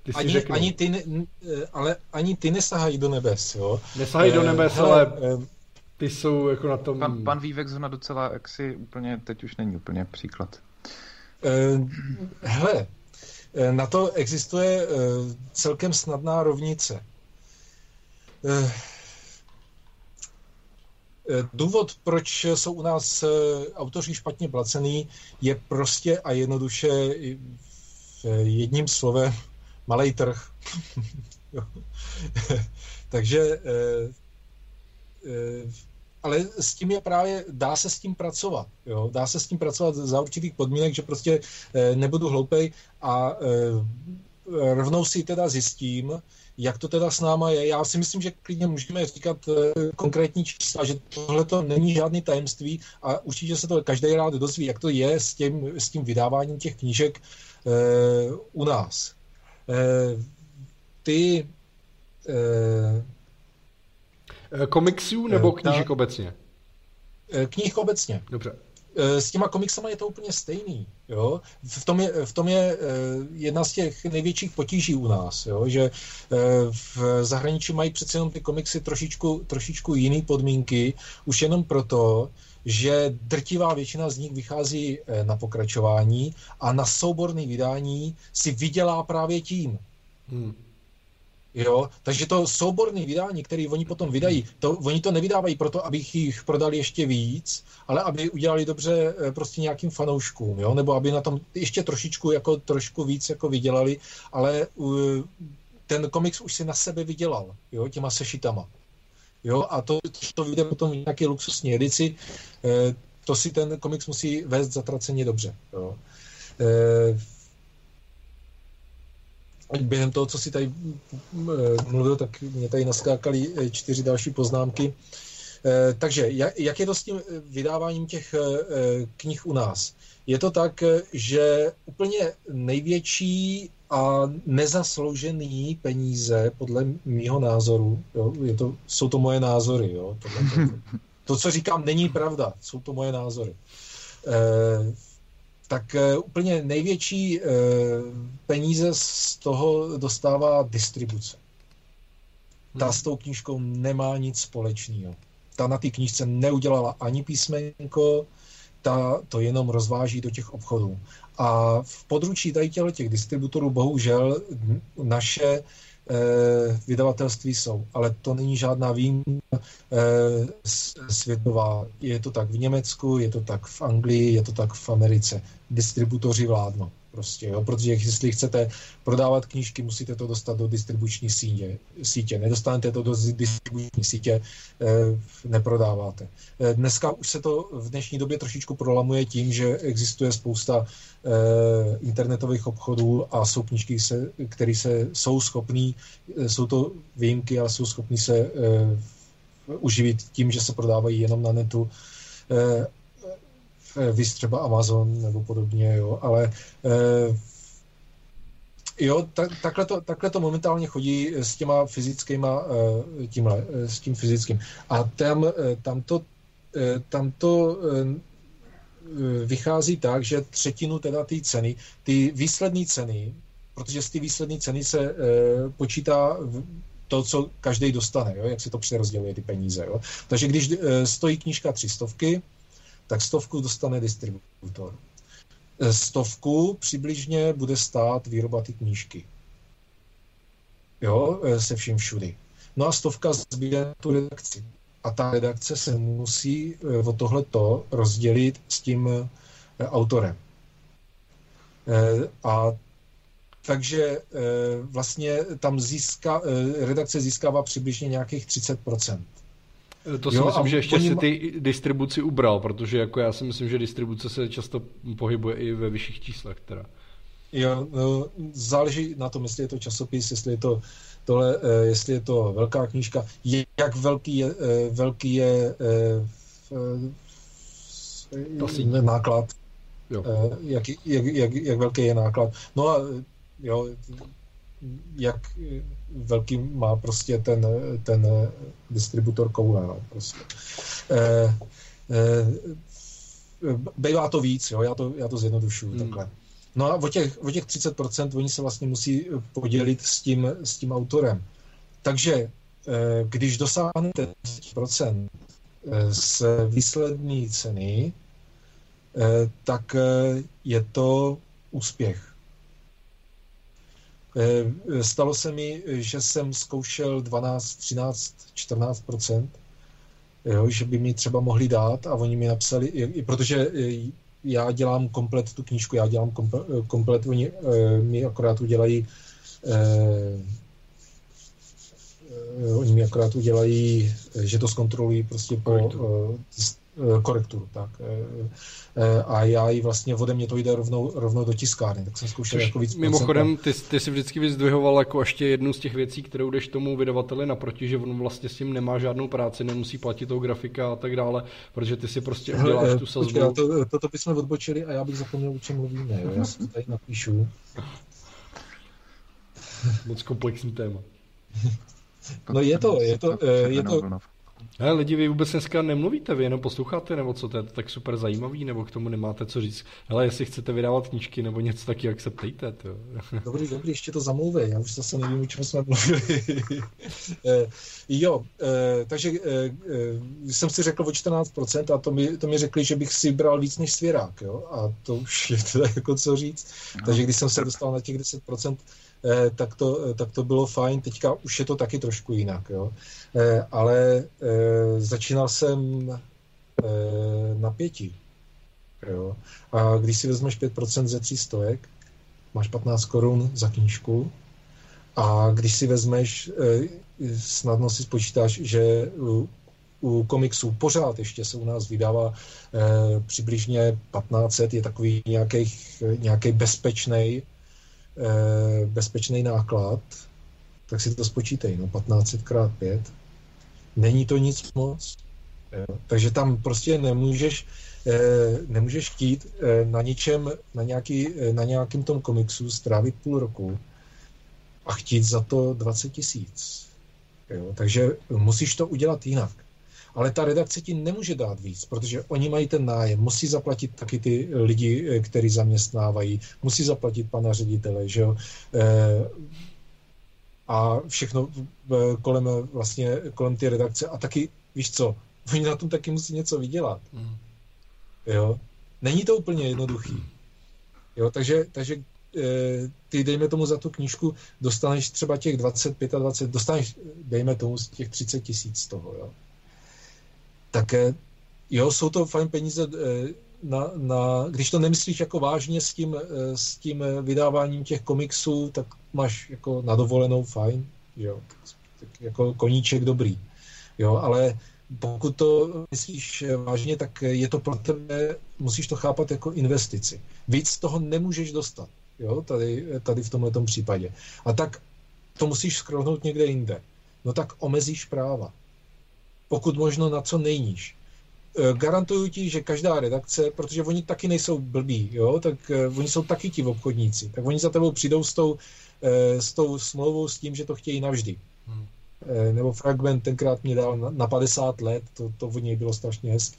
Ale ani ty nesahají do nebes, jo? Nesahají do nebes, ale... Ty jsou jako na tom... Pan Vývek zrovna docela, jak si úplně, teď už není úplně příklad. Na to existuje celkem snadná rovnice. Důvod, proč jsou u nás autoři špatně placený, je prostě a jednoduše jedním slovem malej trh. Takže ale s tím je právě, dá se s tím pracovat. Jo? Dá se s tím pracovat za určitých podmínek, že prostě nebudu hloupej a rovnou si teda zjistím, jak to teda s náma je. Já si myslím, že klidně můžeme říkat konkrétní čísla, že tohle to není žádný tajemství a určitě se to každý rád dozví, jak to je s tím vydáváním těch knížek u nás. Komiksů nebo knížek obecně? Knih obecně. Dobře. S těma komiksama je to úplně stejný. Jo? V tom je jedna z těch největších potíží u nás, jo? Že v zahraničí mají přece jenom ty komiksy trošičku jiný podmínky, už jenom proto, že drtivá většina z nich vychází na pokračování a na souborné vydání si vydělá právě tím. Jo, takže to souborné vydání, které oni potom vydají, oni to nevydávají proto, aby jich prodali ještě víc, ale aby udělali dobře prostě nějakým fanouškům, jo, nebo aby na tom ještě trošku víc jako vydělali, ale ten komiks už si na sebe vydělal, jo, těma sešitama. Jo, a to vyjde potom v nějaké luxusní edici, to si ten komiks musí vést zatraceně dobře, jo. Během toho, co si tady mluvil, tak mě tady naskákaly 4 další poznámky. Takže jak je to s tím vydáváním těch knih u nás? Je to tak, že úplně největší a nezasloužený peníze, podle mýho názoru, jo, jsou to moje názory, jo, to, co říkám, není pravda, jsou to moje názory. Tak úplně největší peníze z toho dostává distribuce. Ta s tou knížkou nemá nic společného. Ta na té knížce neudělala ani písmenko, ta to jenom rozváží do těch obchodů. A v područí tady těch distributorů bohužel naše vydavatelství jsou, ale to není žádná výjimka světová. Je to tak v Německu, je to tak v Anglii, je to tak v Americe. Distributoři vládnou prostě, jo? Protože jestli chcete prodávat knížky, musíte to dostat do distribuční sítě. Nedostanete to do distribuční sítě, neprodáváte. Dneska už se to v dnešní době trošičku prolamuje tím, že existuje spousta internetových obchodů a jsou knížky, které jsou schopný, jsou to výjimky, ale jsou schopní se uživit tím, že se prodávají jenom na netu, víc třeba Amazon nebo podobně, jo, ale jo, takhle to momentálně chodí s těma fyzickýma, s tím fyzickým. A tam to vychází tak, že třetinu teda té ceny, ty výsledné ceny, protože z té výsledné ceny se počítá to, co každý dostane, jo, jak se to přerozděluje ty peníze. Jo. Takže když stojí knížka 300, tak 100 dostane distributor. 100 přibližně bude stát výroba ty knížky. Jo, se vším všudy. No a 100 zbývá tu redakci. A ta redakce se musí o tohleto rozdělit s tím autorem. A takže vlastně tam redakce získává přibližně nějakých 30%. To si myslím, že ještě si ty distribuci ubral, protože jako já si myslím, že distribuce se často pohybuje i ve vyšších číslech. Teda. Jo, no, záleží na tom, jestli je to časopis, jestli je to tohle, jestli je to velká knížka, jak velký je náklad, jak velký je náklad. No a jo, jak velký má prostě ten distributor koule, no, prostě. Bývá to víc, jo, já to zjednodušuju takhle. No a o těch 30% oni se vlastně musí podělit s tím autorem. Takže když dosáhnete 30% z výsledné ceny, tak je to úspěch. Stalo se mi, že jsem zkoušel 12, 13, 14%, jo, že by mi třeba mohli dát a oni mi napsali, protože já dělám komplet tu knížku, já dělám komplet, oni mi akorát udělají že to zkontrolují prostě po korekturu, tak. A já ji vlastně ode mě to jde rovnou do tiskárny, tak jsem zkoušel jako víc. Mimochodem, ty si vždycky vyzdvihoval jako ještě jednu z těch věcí, kterou jdeš tomu vydavateli naproti, že on vlastně s tím nemá žádnou práci, nemusí platit toho grafika a tak dále, protože ty si prostě uděláš tu sazbu. Toto bychom odbočili a já bych zapomněl, o čem mluvíme, jo? Já si to tady napíšu. Moc komplexní téma. No je to. Hele, lidi, vy vůbec dneska nemluvíte, vy jenom posloucháte, nebo co, to je tak super zajímavý, nebo k tomu nemáte co říct. Hele, jestli chcete vydávat knížky, nebo něco taky, jak se ptejte. To. Dobrý, ještě to zamlouvej, já už zase nevím, o čem jsme mluvili. Takže jsem si řekl o 14% a to mi řekli, že bych si bral víc než svěrák, jo, a to už je teda jako co říct. Takže když jsem se dostal na těch 10%, tak to bylo fajn, teďka už je to taky trošku jinak, jo. Ale začínal jsem na 5, jo. A když si vezmeš 5% ze 300, máš 15 korun za knížku a když si vezmeš, snadno si spočítáš, že u komiksů pořád ještě se u nás vydává přibližně 1500, je takový nějaký bezpečný náklad, tak si to spočítej, 1500 krát 5. Není to nic moc. Takže tam prostě nemůžeš chtít na nějakým tom komiksu strávit půl roku a chtít za to 20 000. Takže musíš to udělat jinak. Ale ta redakce ti nemůže dát víc, protože oni mají ten nájem, musí zaplatit taky ty lidi, který zaměstnávají, musí zaplatit pana ředitele, že jo. A všechno kolem ty redakce. A taky, víš co, oni na tom taky musí něco vydělat. Jo. Není to úplně jednoduchý. Jo, takže ty, dejme tomu, za tu knížku dostaneš třeba těch 25, dostaneš, dejme tomu, z těch 30 000 z toho, jo. Tak jo, jsou to fajn peníze, když to nemyslíš jako vážně s tím vydáváním těch komiksů, tak máš jako na dovolenou fajn, jo, tak jako koníček dobrý, jo, ale pokud to myslíš vážně, tak je to pro tebe, musíš to chápat jako investici. Víc toho nemůžeš dostat, jo, tady v tomhletom případě. A tak to musíš skrouhnout někde jinde. No tak omezíš práva. Pokud možno na co nejníž. Garantuju ti, že každá redakce, protože oni taky nejsou blbí, jo, tak oni jsou taky ti obchodníci, tak oni za tebou přijdou s tou smlouvou s tím, že to chtějí navždy. Nebo Fragment tenkrát mě dal na 50 let, to od něj bylo strašně hezký.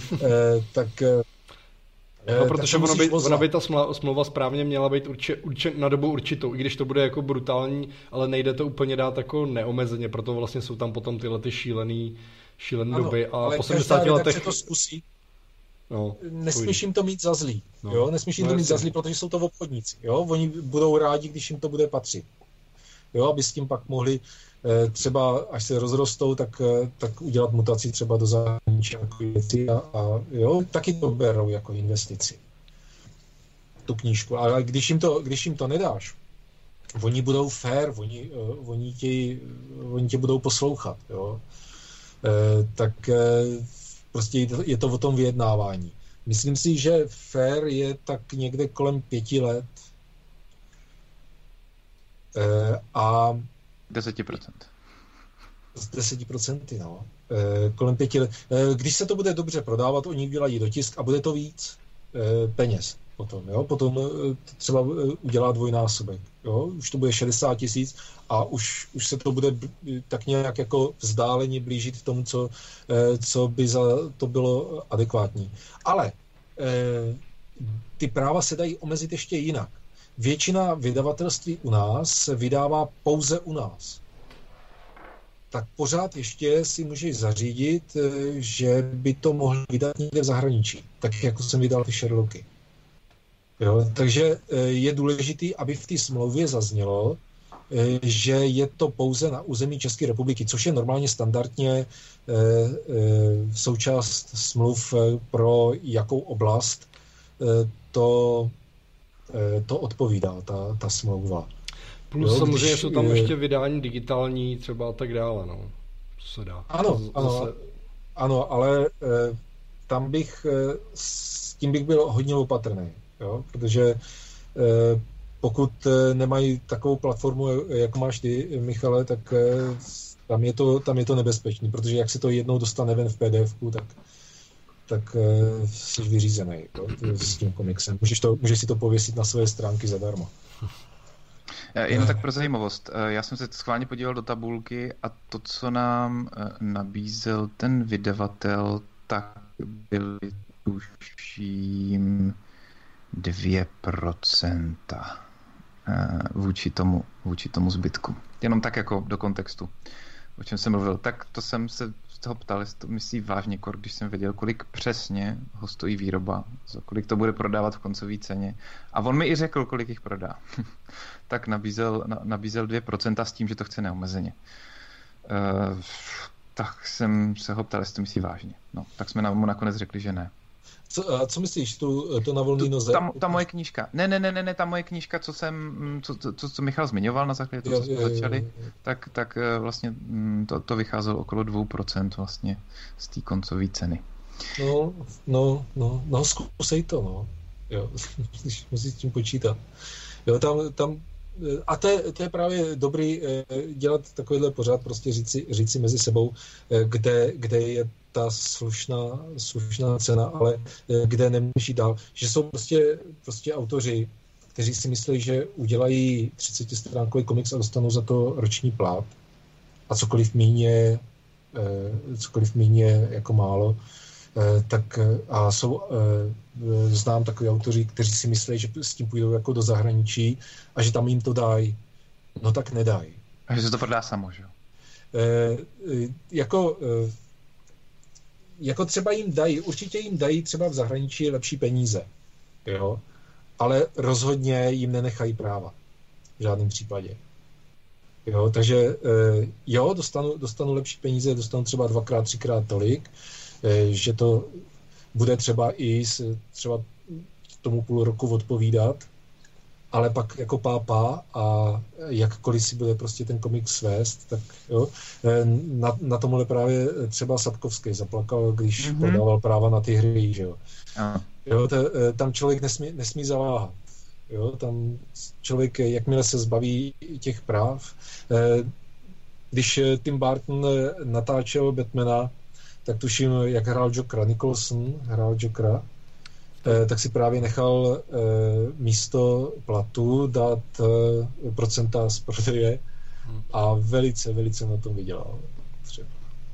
No, protože ona by ta smlouva správně měla být na dobu určitou, i když to bude jako brutální, ale nejde to úplně dát jako neomezeně, proto vlastně jsou tam potom tyhle ty šílené doby. A po 70 letech to zkusí. Nesmíš jim to mít za zlý. Jo? Nesmíš jim to mít za zlý, protože jsou to obchodníci. Jo? Oni budou rádi, když jim to bude patřit. Jo? Aby s tím pak mohli třeba, až se rozrostou, tak udělat mutaci třeba do zahraničí jako věci a jo, taky to berou jako investici. Tu knížku. Ale když jim to nedáš, oni budou fair, oni tě budou poslouchat. Jo? Tak prostě je to o tom vyjednávání. Myslím si, že fair je tak někde kolem 5 let a 10%. Z 10%, no. Kolem 5 let. Když se to bude dobře prodávat, oni dělají dotisk a bude to víc peněz potom, jo. Potom třeba udělá dvojnásobek, jo. Už to bude 60 000 a už se to bude tak nějak jako vzdáleně blížit tomu, co by za to bylo adekvátní. Ale ty práva se dají omezit ještě jinak. Většina vydavatelství u nás se vydává pouze u nás. Tak pořád ještě si můžeš zařídit, že by to mohl vydat někde v zahraničí. Tak jako jsem vydal ty Sherlocky. Jo, takže je důležitý, aby v té smlouvě zaznělo, že je to pouze na území České republiky, což je normálně standardně součást smluv pro jakou oblast to odpovídá, ta smlouva. Plus jo, samozřejmě jsou tam ještě vydání digitální třeba a tak dále, no. Co se dá. Ano, ale tam s tím bych byl hodně opatrný, jo, protože pokud nemají takovou platformu, jak máš ty, Michale, tak tam je to nebezpečný, protože jak se to jednou dostane ven v PDF-ku, tak jsi vyřízený, jo, s tím komiksem. Můžeš si to pověsit na své stránky zadarmo. Jen tak pro zajímavost. Já jsem se schválně podíval do tabulky a to, co nám nabízel ten vydavatel, tak byly tuším 2% vůči tomu zbytku. Jenom tak jako do kontextu, o čem jsem mluvil. Tak to jsem se z toho ptal, jestli to myslí vážně, když jsem věděl, kolik přesně ho stojí výroba, za kolik to bude prodávat v koncové ceně. A on mi i řekl, kolik jich prodá. Tak nabízel 2% s tím, že to chce neomezeně. Tak jsem se ho ptal, jestli to myslí vážně. No, tak jsme mu nakonec řekli, že ne. Co myslíš, to na volný noze? Ta moje knížka. Ne, ta moje knížka, co Michal zmiňoval na základě toho, co jsme začali, tak vlastně to vycházelo okolo 2% vlastně z té koncové ceny. No, zkusej to, no. Jo, musíš s tím počítat. Jo, tam a to je právě dobrý dělat takovýhle pořád, prostě říci mezi sebou, kde je ta slušná cena, ale kde nemůžeš jít dál. Že jsou prostě autoři, kteří si myslí, že udělají 30stránkový komiks a dostanou za to roční plát. A cokoliv míně jako málo. Tak a znám takový autoři, kteří si myslí, že s tím půjdou jako do zahraničí a že tam jim to dají. No tak nedají. A že se to prodá samo, že jo? Jako třeba určitě jim dají třeba v zahraničí lepší peníze, jo, ale rozhodně jim nenechají práva v žádném případě. Jo, takže jo, dostanu lepší peníze, dostanu třeba 2x, 3x tolik, že to bude třeba i třeba tomu půl roku odpovídat, ale pak jako pápa a jakkoliv si bude prostě ten komik svést, tak jo, na tomhle právě třeba Sapkovský zaplakal, když prodával práva na ty hry, že jo. Jo, tam člověk nesmí zaváhat. Jo, tam člověk, jakmile se zbaví těch práv, když Tim Burton natáčel Batmana, tak tuším, jak hrál Nicholson hrál Jokera, tak si právě nechal místo platu dát procenta z prodeje a velice, velice na tom vydělal. Třeba.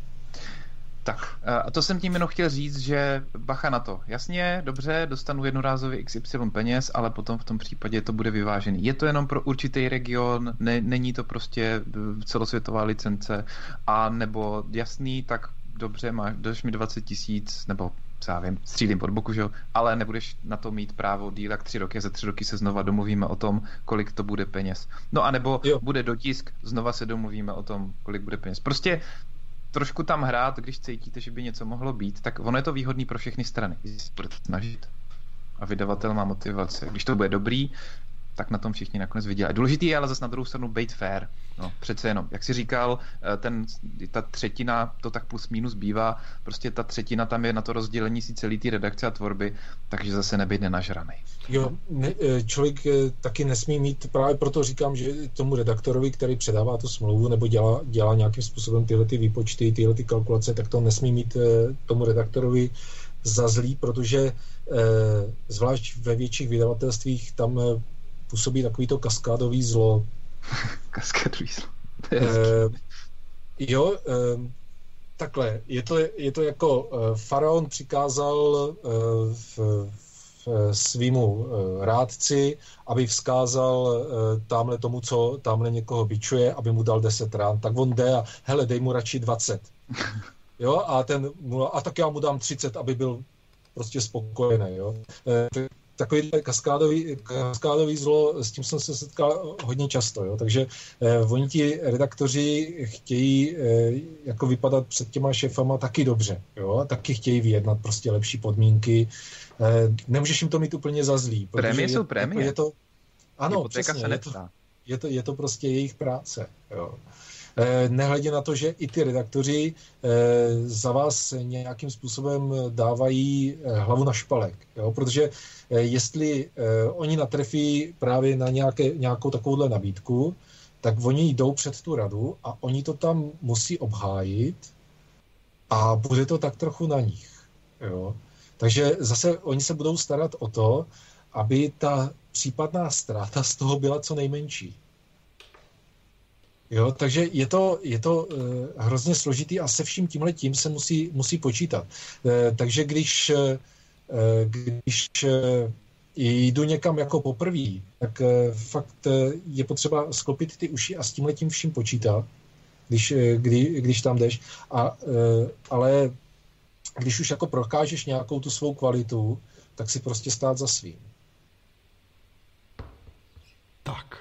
Tak, a to jsem tím jenom chtěl říct, že bacha na to. Jasně, dobře, dostanu jednorázově XY peněz, ale potom v tom případě to bude vyvážený. Je to jenom pro určitý region, není to prostě celosvětová licence, a nebo jasný, tak dobře, dáš mi 20 000, nebo já vím, střílím pod boku, že jo, ale nebudeš na to mít právo díl jak 3 roky, za 3 roky se znova domluvíme o tom, kolik to bude peněz. No a nebo bude dotisk, znova se domluvíme o tom, kolik bude peněz. Prostě trošku tam hrát, když cítíte, že by něco mohlo být, tak ono je to výhodný pro všechny strany. Budete snažit. A vydavatel má motivaci. Když to bude dobrý, tak na tom všichni nakonec vydělají. Důležitý je ale zase na druhou stranu být fair. No, přece jenom. Jak jsi říkal, ta třetina, to tak plus minus bývá, prostě ta třetina tam je na to rozdělení si celý té redakce a tvorby, takže zase nebyt nenažranej. Jo, člověk taky nesmí mít, právě proto říkám, že tomu redaktorovi, který předává tu smlouvu nebo dělá nějakým způsobem tyhle ty výpočty, tyhle ty kalkulace, tak to nesmí mít tomu redaktorovi za zlý, protože zvlášť ve větších vydavatelstvích tam působí takový to kaskádový zlo. Kaskádový zlo. Takhle, je to jako faraon přikázal svýmu rádci, aby vzkázal tamhle tomu, co tamhle někoho bičuje, aby mu dal 10 rán, tak on jde a hele, dej mu radši 20. Jo, a tak já mu dám 30, aby byl prostě spokojený, jo. takový kaskádový zlo, s tím jsem se setkal hodně často. Jo? Takže oni ti redaktoři chtějí jako vypadat před těma šéfama taky dobře. Jo? A taky chtějí vyjednat prostě lepší podmínky. Nemůžeš jim to mít úplně za zlý. Prémie jsou prémie. Ano, přesně. Je to prostě jejich práce. Jo. Nehledě na to, že i ty redaktoři za vás nějakým způsobem dávají hlavu na špalek. Jo? Protože jestli oni natrefí právě na nějakou takovouhle nabídku, tak oni jdou před tu radu a oni to tam musí obhájit a bude to tak trochu na nich. Jo? Takže zase oni se budou starat o to, aby ta případná ztráta z toho byla co nejmenší. Jo, takže je to hrozně složitý a se vším tímhletím se musí počítat. Takže když jdu někam jako poprvé, tak fakt je potřeba sklopit ty uši a s tímhletím vším počítat, když tam jdeš. Ale když už jako prokážeš nějakou tu svou kvalitu, tak si prostě stát za svým. Tak.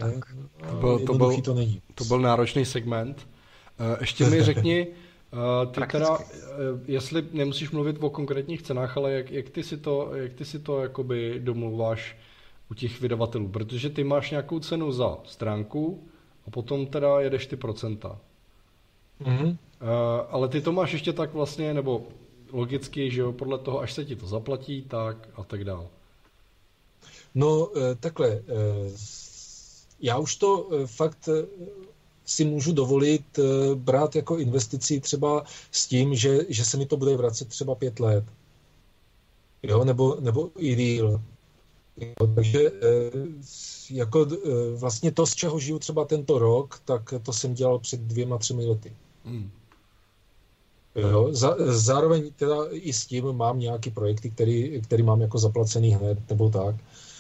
To byl náročný segment. Ještě mi řekni, ty teda, jestli nemusíš mluvit o konkrétních cenách, ale jak ty si to jakoby domluváš u těch vydavatelů, protože ty máš nějakou cenu za stránku a potom teda jedeš ty procenta. Mm-hmm. Ale ty to máš ještě tak vlastně, nebo logicky, že jo, podle toho, až se ti to zaplatí, tak a tak dál. No, takhle, já už to fakt si můžu dovolit brát jako investici třeba s tím, že se mi to bude vracet třeba 5 let. Jo, nebo i díl. Takže jako vlastně to, z čeho žiju třeba tento rok, tak to jsem dělal před 2-3 lety. Jo, zároveň teda i s tím mám nějaké projekty, který mám jako zaplacený hned, nebo tak.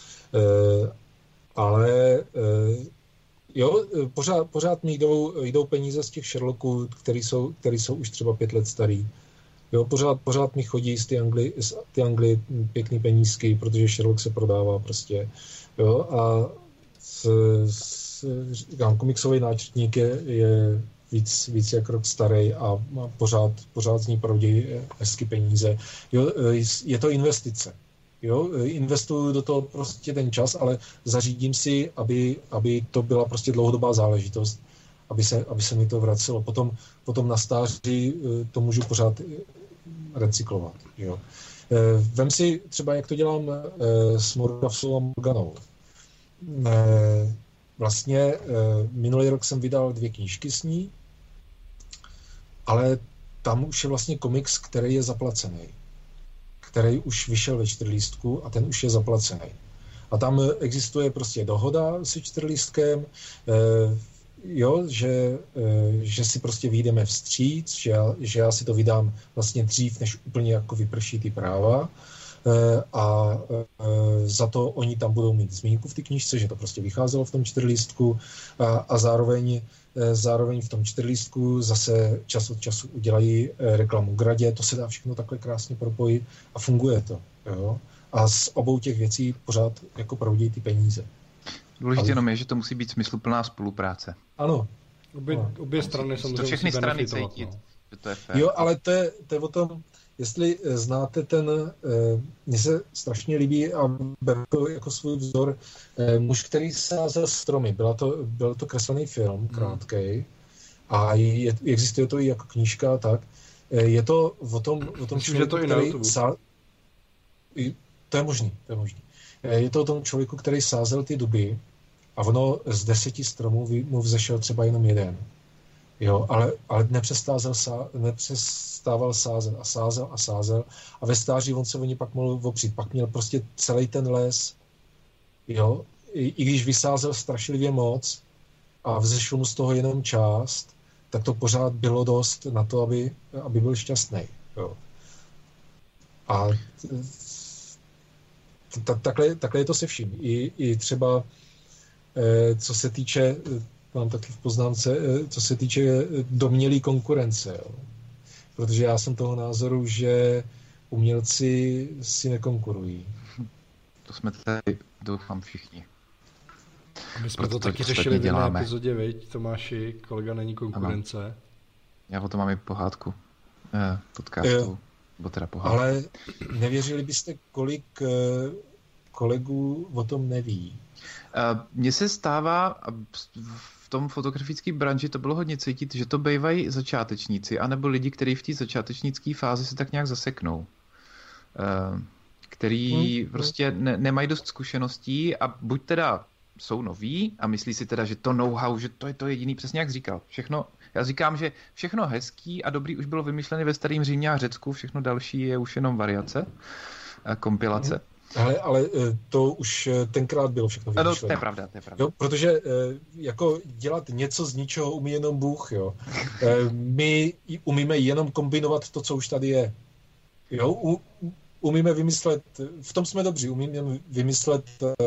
Ale jo, pořád mi jdou peníze z těch Sherlocků, který jsou už třeba 5 let starý. Jo, pořád mi chodí z ty Anglie pěkný penízky, protože Sherlock se prodává prostě. Jo, a komiksový náčrtník je víc jak rok starý a pořád z ní proudí hezky peníze. Jo, je to investice. Jo, investuju do toho prostě ten čas, ale zařídím si, aby to byla prostě dlouhodobá záležitost, aby se mi to vracelo. Potom na stáří to můžu pořád recyklovat. Jo. Vem si třeba, jak to dělám s Morgavsou a Morganou. Vlastně minulý rok jsem vydal 2 knížky s ní, ale tam už je vlastně komiks, který je zaplacený, který už vyšel ve 4lístku a ten už je zaplacený. A tam existuje prostě dohoda se 4lístkem, jo, že si prostě vyjdeme vstříc, že já si to vydám vlastně dřív, než úplně jako vyprší ty práva a za to oni tam budou mít zmínku v té knížce, že to prostě vycházelo v tom 4lístku a zároveň v tom 4lístku zase čas od času udělají reklamu Gradě, to se dá všechno takhle krásně propojit a funguje to. Jo? A z obou těch věcí pořád jako proudí ty peníze. Důležité jenom je, že to musí být smysluplná spolupráce. Ano. Obě strany samozřejmě to všechny strany cítit, že to je fér. Jo, ale to je o tom, jestli znáte mně se strašně líbí a beru to jako svůj vzor, muž, který sázel stromy. Byl to kreslený film, krátkej, a existuje to i jako knížka, tak. Je to o tom člověku, který to je možný. Je to o tom člověku, který sázel ty duby a ono z 10 stromů mu vzešel třeba jenom 1. Jo, ale nepřestával sázet a sázel a ve stáří on se o ně pak mohl opřít. Pak měl prostě celý ten les, jo, i když vysázel strašlivě moc a vzešlo mu z toho jenom část, tak to pořád bylo dost na to, aby byl šťastný. Jo. A takhle je to se vším. I třeba co se týče, mám taky v poznámce, co se týče domnělý konkurence. Jo. Protože já jsem toho názoru, že umělci si nekonkurují. To jsme tady, doufám, všichni. My jsme to taky řešili v jedné epizodě, viď, Tomáši, kolega není konkurence. Ano. Já o tom mám i pohádku podcastu, nebo teda pohádku. Ale nevěřili byste, kolik kolegů o tom neví? Mně se stává, v tom fotografické branži to bylo hodně cítit, že to bývají začátečníci, anebo lidi, kteří v té začátečnické fázi se tak nějak zaseknou. Který prostě nemají dost zkušeností a buď teda jsou noví a myslí si teda, že to know-how, že to je to jediný, přesně jak říkal. Všechno, já říkám, že všechno hezký a dobrý už bylo vymyšlené ve starém Římě a Řecku, všechno další je už jenom variace, kompilace. Ale to už tenkrát bylo všechno vymyšlené. No, to je pravda. Jo, protože jako dělat něco z ničeho umí jenom Bůh, jo. My umíme jenom kombinovat to, co už tady je. Jo, umíme vymyslet, v tom jsme dobří, umíme vymyslet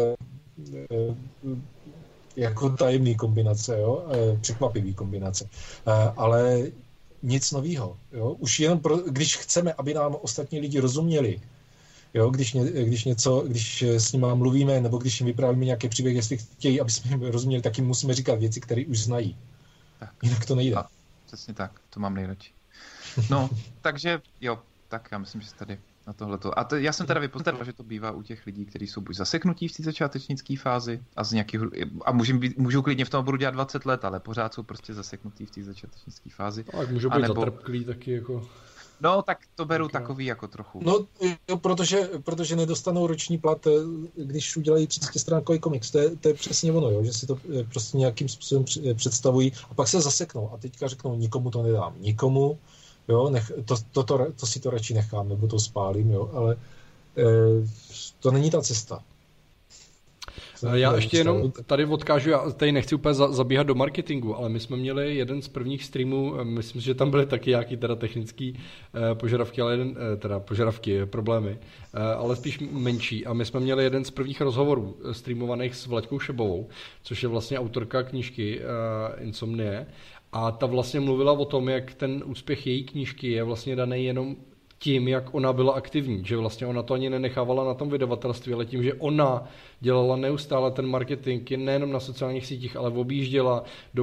jako tajemný kombinace, jo, překvapivý kombinace, ale nic novýho, jo, už jenom když chceme, aby nám ostatní lidi rozuměli, jo, když s nimi mluvíme, nebo když jim vyprávíme nějaké příběhy, jestli chtějí, aby jsme jim rozuměli, tak jim musíme říkat věci, které už znají. Tak. Jinak to nejde. Přesně tak, to mám nejradši. No, takže jo, tak já myslím, že tady na tohleto. A já jsem teda vypozoral, že to bývá u těch lidí, kteří jsou buď zaseknutí v té začátečnické fázi a můžou klidně v tom budu dělat 20 let, ale pořád jsou prostě zaseknutí v té začátečnické fázi. Tak můžou být zatrpklí taky jako... No, tak to beru takový jako trochu. No, jo, protože nedostanou roční plat, když udělají 30stránkový komiks. To je přesně ono, jo, že si to prostě nějakým způsobem představují a pak se zaseknou a teďka řeknou, nikomu to nedám. Nikomu, jo, to si to radši nechám, nebo to spálím, jo, ale to není ta cesta. Já ještě jenom tady odkážu, já tady nechci úplně zabíhat do marketingu, ale my jsme měli jeden z prvních streamů, myslím, že tam byly taky nějaký teda technický požadavky, ale problémy, ale spíš menší. A my jsme měli jeden z prvních rozhovorů streamovaných s Vlaďkou Šebovou, což je vlastně autorka knížky Insomnie. A ta vlastně mluvila o tom, jak ten úspěch její knížky je vlastně daný jenom tím, jak ona byla aktivní, že vlastně ona to ani nenechávala na tom vydavatelství, ale tím, že ona dělala neustále ten marketing nejenom na sociálních sítích, ale objížděla,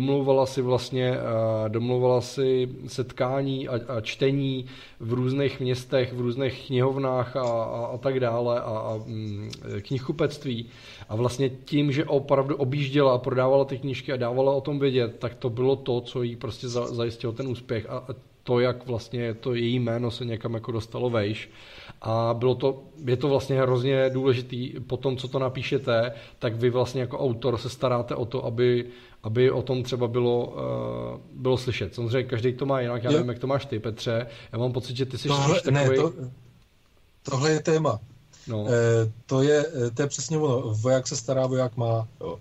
domlouvala si setkání a čtení v různých městech, v různých knihovnách a tak dále a knihkupectví. A vlastně tím, že opravdu objížděla a prodávala ty knížky a dávala o tom vědět, tak to bylo to, co jí prostě zajistilo ten úspěch a to, jak vlastně to její jméno se někam jako dostalo vejš. A je to vlastně hrozně důležitý po tom, co to napíšete, tak vy vlastně jako autor se staráte o to, aby o tom třeba bylo slyšet. Samozřejmě každý to má jinak, já nevím, jak to máš ty, Petře. Já mám pocit, že ty jsi takový... Tohle je téma. No. To je přesně ono. Voják se stará, voják má. Jo.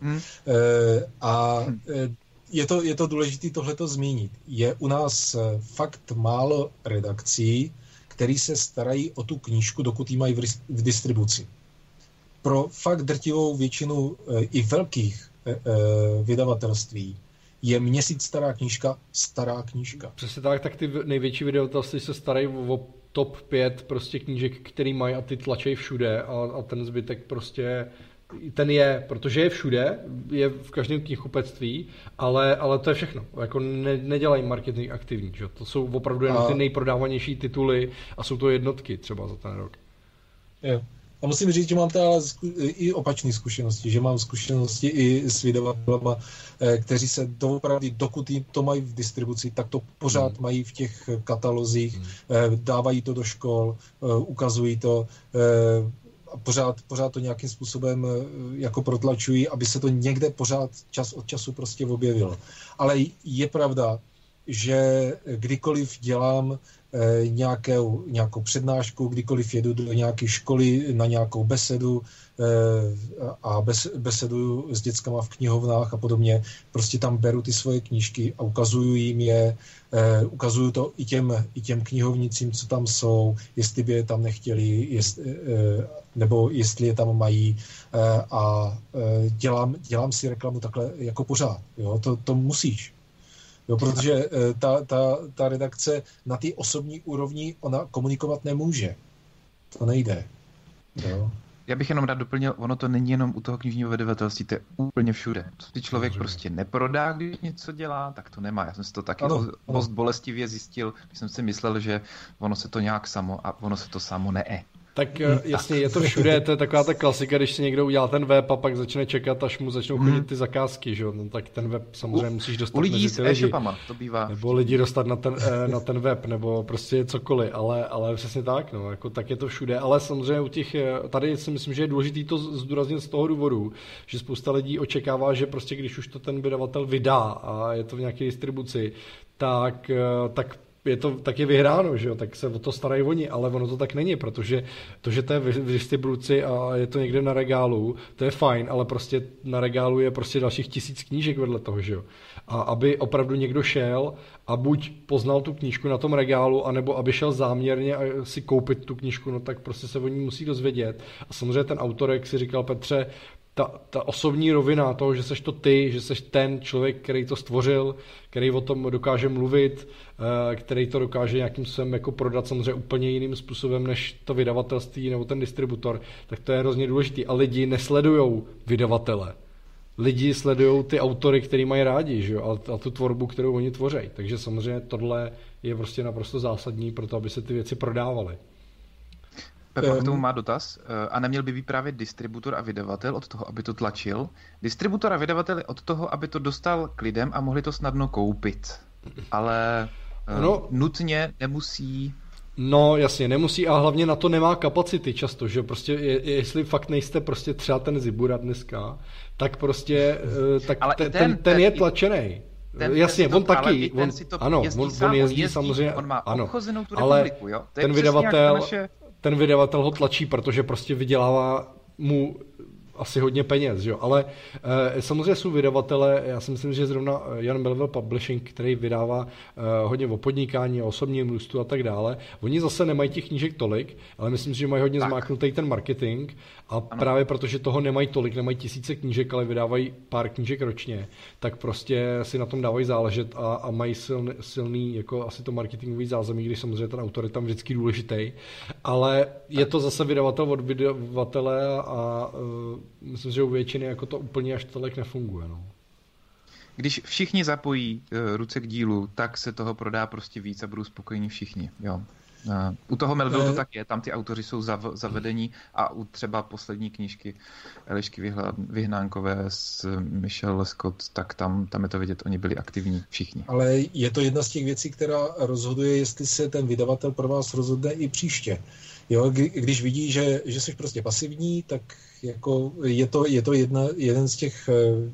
Je to důležité tohleto zmínit. Je u nás fakt málo redakcí, který se starají o tu knížku, dokud ji mají v distribuci. Pro fakt drtivou většinu i velkých vydavatelství je měsíc stará knížka. Přesně tak ty největší vydavatelství se starají o top 5 prostě knížek, který mají a ty tlačej všude a ten zbytek prostě... Ten je, protože je všude, je v každém knihkupectví, ale to je všechno. Jako nedělají marketing aktivní. Že? To jsou opravdu jenom ty nejprodávanější tituly a jsou to jednotky třeba za ten rok. Jo. A musím říct, že mám teda i opačné zkušenosti, že mám zkušenosti i s vydavatelama, kteří se doopravdy, dokud to mají v distribuci, tak to pořád mají v těch katalozích, dávají to do škol, ukazují to, a pořád to nějakým způsobem jako protlačují, aby se to někde pořád čas od času prostě objevilo. Ale je pravda, že kdykoliv dělám nějakou přednášku, kdykoliv jedu do nějaké školy na nějakou besedu a besedu s dětskama v knihovnách a podobně, prostě tam beru ty svoje knížky a ukazuju jim je, ukazuju to i těm knihovnicím, co tam jsou, jestli by je tam nechtěli, nebo jestli je tam mají a dělám si reklamu takhle jako pořád. Jo? To musíš. Jo, protože ta redakce na té osobní úrovni ona komunikovat nemůže. To nejde. Jo. Já bych jenom rád doplnil, ono to není jenom u toho knižního vydavatelství, to je úplně všude. Ty člověk prostě neprodá, když něco dělá, tak to nemá. Já jsem si to taky dost bolestivě zjistil, když jsem si myslel, že ono se to nějak samo a ono se to samo ne. Tak jasně, je to všude, to je taková ta klasika, když si někdo udělá ten web a pak začne čekat, až mu začnou chodit ty zakázky, že jo, no, tak ten web samozřejmě musíš dostat u lidí mezi ty s e-shopama, to bývá. Nebo lidi dostat na ten web, nebo prostě cokoliv, ale přesně tak, no, jako tak je to všude, ale samozřejmě u těch, tady si myslím, že je důležitý to zdůraznit z toho důvodu, že spousta lidí očekává, že prostě když už to ten vydavatel vydá a je to v nějaké distribuci, tak je vyhráno, že jo? Tak se o to starají oni, ale ono to tak není, protože to, že to je v distribuci a je to někde na regálu, to je fajn, ale prostě na regálu je prostě dalších 1000 knížek vedle toho, že jo? A aby opravdu někdo šel a buď poznal tu knížku na tom regálu, anebo aby šel záměrně a si koupit tu knížku, no tak prostě se o ní musí dozvědět. A samozřejmě ten autor, jak si říkal Petře, ta osobní rovina toho, že seš to ty, že seš ten člověk, který to stvořil, který o tom dokáže mluvit, který to dokáže nějakým způsobem jako prodat samozřejmě úplně jiným způsobem než to vydavatelství nebo ten distributor, tak to je hrozně důležitý. A lidi nesledujou vydavatele. Lidi sledují ty autory, který mají rádi, že jo? A tu tvorbu, kterou oni tvoří. Takže samozřejmě tohle je prostě naprosto zásadní pro to, aby se ty věci prodávaly. Pepa k tomu má dotaz. A neměl by být právě distributor a vydavatel od toho, aby to tlačil? Distributor a vydavatel je od toho, aby to dostal k lidem a mohli to snadno koupit. Ale nutně nemusí... No jasně, nemusí a hlavně na to nemá kapacity často, že prostě jestli fakt nejste prostě třeba ten Zibura dneska, tak prostě ten je tlačený. Jasně, on taky, on jezdí samozřejmě, on má obchozenou tu ale republiku, jo? ten vydavatel ho tlačí, protože prostě vydělává mu asi hodně peněz, že jo? Ale samozřejmě jsou vydavatele, já si myslím, že zrovna Jan Melville Publishing, který vydává hodně o podnikání, o osobním růstu a tak dále, oni zase nemají těch knížek tolik, ale myslím si, že mají hodně zmáknutý ten marketing a právě protože toho nemají tolik, nemají tisíce knížek, ale vydávají pár knížek ročně, tak prostě si na tom dávají záležet a mají silný jako asi to marketingový zázemí, když samozřejmě ten autor je tam vždycky důležitý, ale je to zase vydavatel od vydavatele a myslím, že u většiny jako to úplně až tolik nefunguje. No. Když všichni zapojí ruce k dílu, tak se toho prodá prostě víc a budou spokojení všichni. Jo. U toho Melville to tak je, tam ty autoři jsou zavedení a u třeba poslední knížky Elišky Vyhnánkové s Michelle Lescott, tak tam je to vidět, oni byli aktivní všichni. Ale je to jedna z těch věcí, která rozhoduje, jestli se ten vydavatel pro vás rozhodne i příště. Jo, když vidí, že jsi prostě pasivní, tak jako je to jeden z těch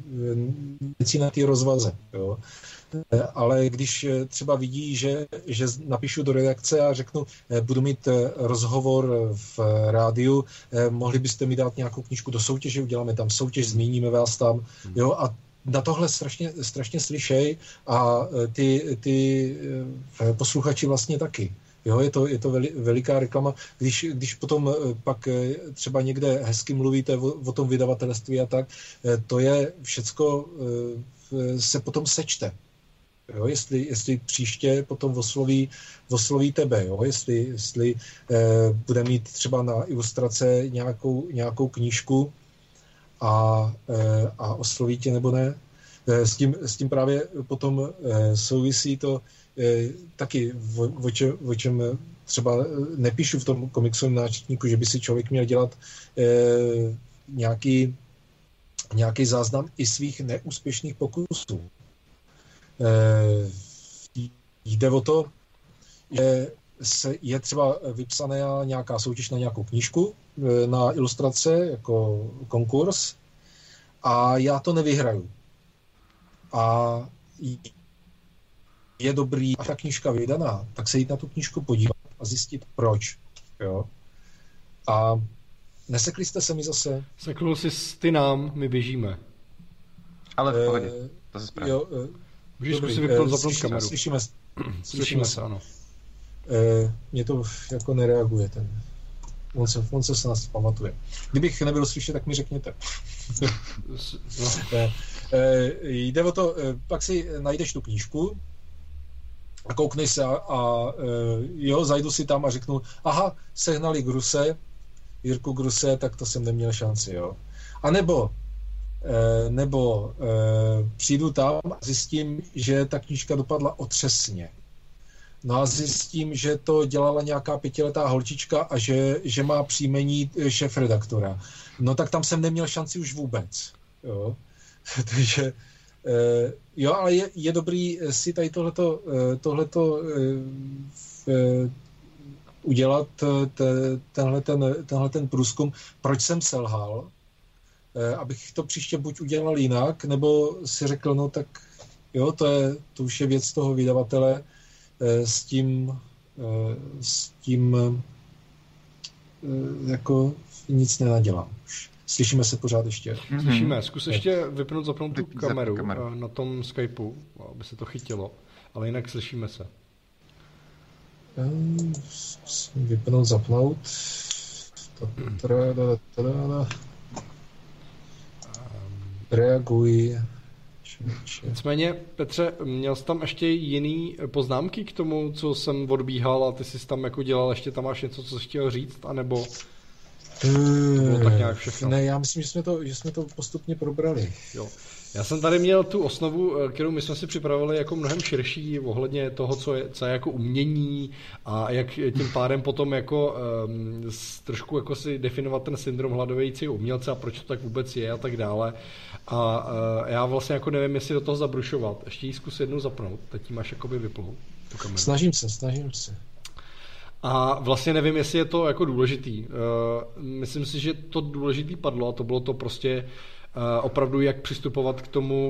věcí na té rozvaze. Jo. Ale když třeba vidí, že napíšu do redakce a řeknu, budu mít rozhovor v rádiu, mohli byste mi dát nějakou knížku do soutěže, uděláme tam soutěž, zmíníme vás tam, jo, a na tohle strašně slyšej a ty posluchači vlastně taky. Jo, je to veliká reklama. Když potom pak třeba někde hezky mluvíte o tom vydavatelství a tak, to je všecko se potom sečte. Jo, jestli příště potom osloví tebe, jo, jestli bude mít třeba na ilustrace nějakou knížku a osloví tě nebo ne. S tím právě potom souvisí to taky, o čem třeba nepíšu v tom komiksovém náčetníku, že by si člověk měl dělat nějaký záznam i svých neúspěšných pokusů. Jde o to, že je třeba vypsaná nějaká soutěž na nějakou knížku, na ilustrace jako konkurs a já to nevyhraju. A je dobrý, a ta knížka vydaná, tak se jít na tu knížku podívat a zjistit proč. Jo? A nesekli jste se mi zase? Seknul jsi ty nám, my běžíme. Ale v pohodě, to se správně. Můžeš si zapnout kameru. Slyšíme se, ano. Mně to jako nereaguje ten. On se nás pamatuje. Kdybych nebyl slyšet, tak mi řekněte. Jde o to, pak si najdeš tu knížku a kouknej se a zajdu si tam a řeknu, aha, sehnali Gruse, Jirku Gruse, tak to jsem neměl šanci, jo. A nebo přijdu tam a zjistím, že ta knížka dopadla otřesně. No a zjistím, že to dělala nějaká 5letá holčička a že má příjmení šéfredaktora. No tak tam jsem neměl šanci už vůbec. Jo. Takže jo, ale je dobrý si tady tohleto udělat, tenhle ten průzkum, proč jsem selhal, abych to příště buď udělal jinak, nebo si řekl, no tak jo, to už je věc toho vydavatele, s tím jako nic nenadělám. Slyšíme se pořád ještě. Slyšíme. Zkus ještě zapnout tu kameru na tom Skypeu, aby se to chytilo. Ale jinak slyšíme se. Vypnout, zapnout. Reaguj. Nicméně, Petře, měl jsi tam ještě jiný poznámky k tomu, co jsem odbíhal a ty jsi tam jako dělal, ještě tam máš něco, co jsi chtěl říct, anebo bylo tak nějak všechno? Ne, já myslím, že jsme to postupně probrali. Jo. Já jsem tady měl tu osnovu, kterou my jsme si připravili jako mnohem širší ohledně toho, co je jako umění a jak tím pádem potom jako trošku jako si definovat ten syndrom hladovějícího umělce a proč to tak vůbec je a tak dále. A já vlastně jako nevím, jestli do toho zabrušovat. Ještě ji zkus jednou zapnout, teď ji máš jakoby vypnout. Snažím se. A vlastně nevím, jestli je to jako důležitý. Myslím si, že to důležitý padlo a to bylo to prostě opravdu, jak přistupovat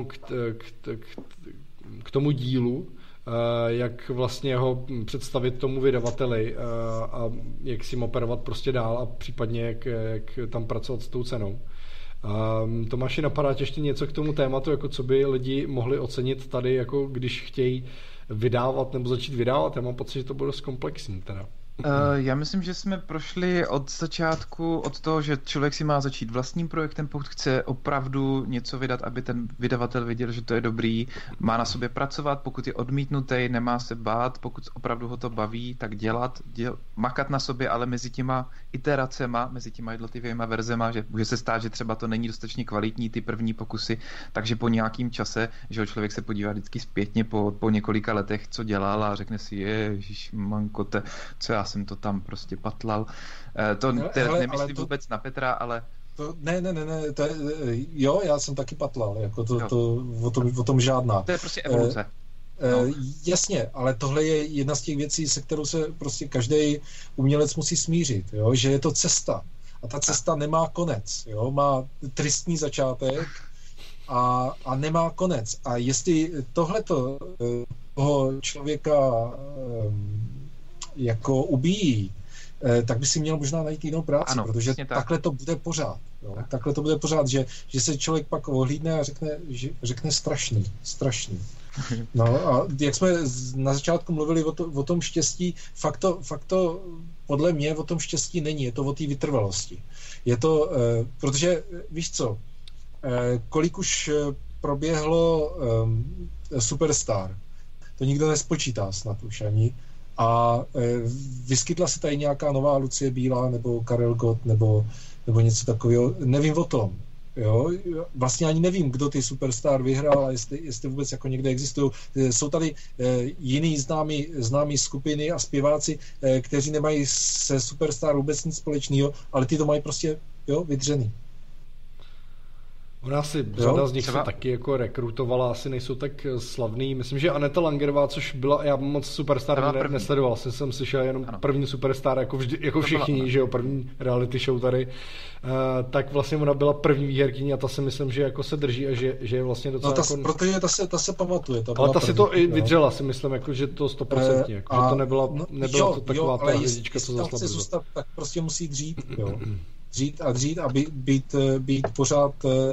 k tomu dílu, jak vlastně ho představit tomu vydavateli a jak si operovat prostě dál a případně jak tam pracovat s tou cenou. Tomáši, napadá tě ještě něco k tomu tématu, jako co by lidi mohli ocenit tady, jako když chtějí vydávat nebo začít vydávat? Já mám pocit, že to bude dost komplexní teda. Já myslím, že jsme prošli od začátku, od toho, že člověk si má začít vlastním projektem, pokud chce opravdu něco vydat, aby ten vydavatel viděl, že to je dobrý, má na sobě pracovat, pokud je odmítnutý, nemá se bát, pokud opravdu ho to baví, tak makat na sobě, ale mezi těma iteracema, mezi těma jednotlivými verzema, že může se stát, že třeba to není dostatečně kvalitní, ty první pokusy, takže po nějakým čase, že člověk se podívá vždycky zpětně po několika letech, co dělal a řekne si, ježišmankote, co já jsem to tam prostě patlal. Nemyslím vůbec na Petra, ale... Ne, to je, jo, já jsem taky patlal, jako o tom žádná. To je prostě evoluce. Jasně, ale tohle je jedna z těch věcí, se kterou se prostě každý umělec musí smířit, jo? Že je to cesta. A ta cesta nemá konec, jo? Má tristní začátek a nemá konec. A jestli tohleto toho člověka jako ubíjí, tak by si měl možná najít jinou práci, ano, protože takhle to bude pořád. Jo? Takhle to bude pořád, že se člověk pak ohlídne a řekne strašný. No a jak jsme na začátku mluvili o tom štěstí, fakt to podle mě o tom štěstí není, je to o té vytrvalosti. Je to, protože víš co, kolik už proběhlo Superstar, to nikdo nespočítá snad už ani, a vyskytla se tady nějaká nová Lucie Bílá nebo Karel Gott nebo něco takového, nevím o tom. Jo? Vlastně ani nevím, kdo ty Superstar vyhrál a jestli vůbec jako někde existují. Jsou tady jiný známý skupiny a zpěváci, kteří nemají se Superstar vůbec nic společného, ale ty to mají prostě vydřený. Ona si řada z nich se taky jako rekrutovala, asi nejsou tak slavný. Myslím, že Aneta Langerová, což byla, já moc Superstar nesledoval, jsem slyšel jenom první Superstar, jako všichni, že jo, první reality show tady. Tak vlastně ona byla první výherkyní a ta si myslím, že jako se drží a že je vlastně docela jako... Protože ta se pamatuje. Ale ta si to i vydřela, si myslím, jako, že to 100%, jako, že to nebyla to taková ta hvězdička, co zasla brzo. Zůstat, tak prostě musí dřít, jo. Dřít a být pořád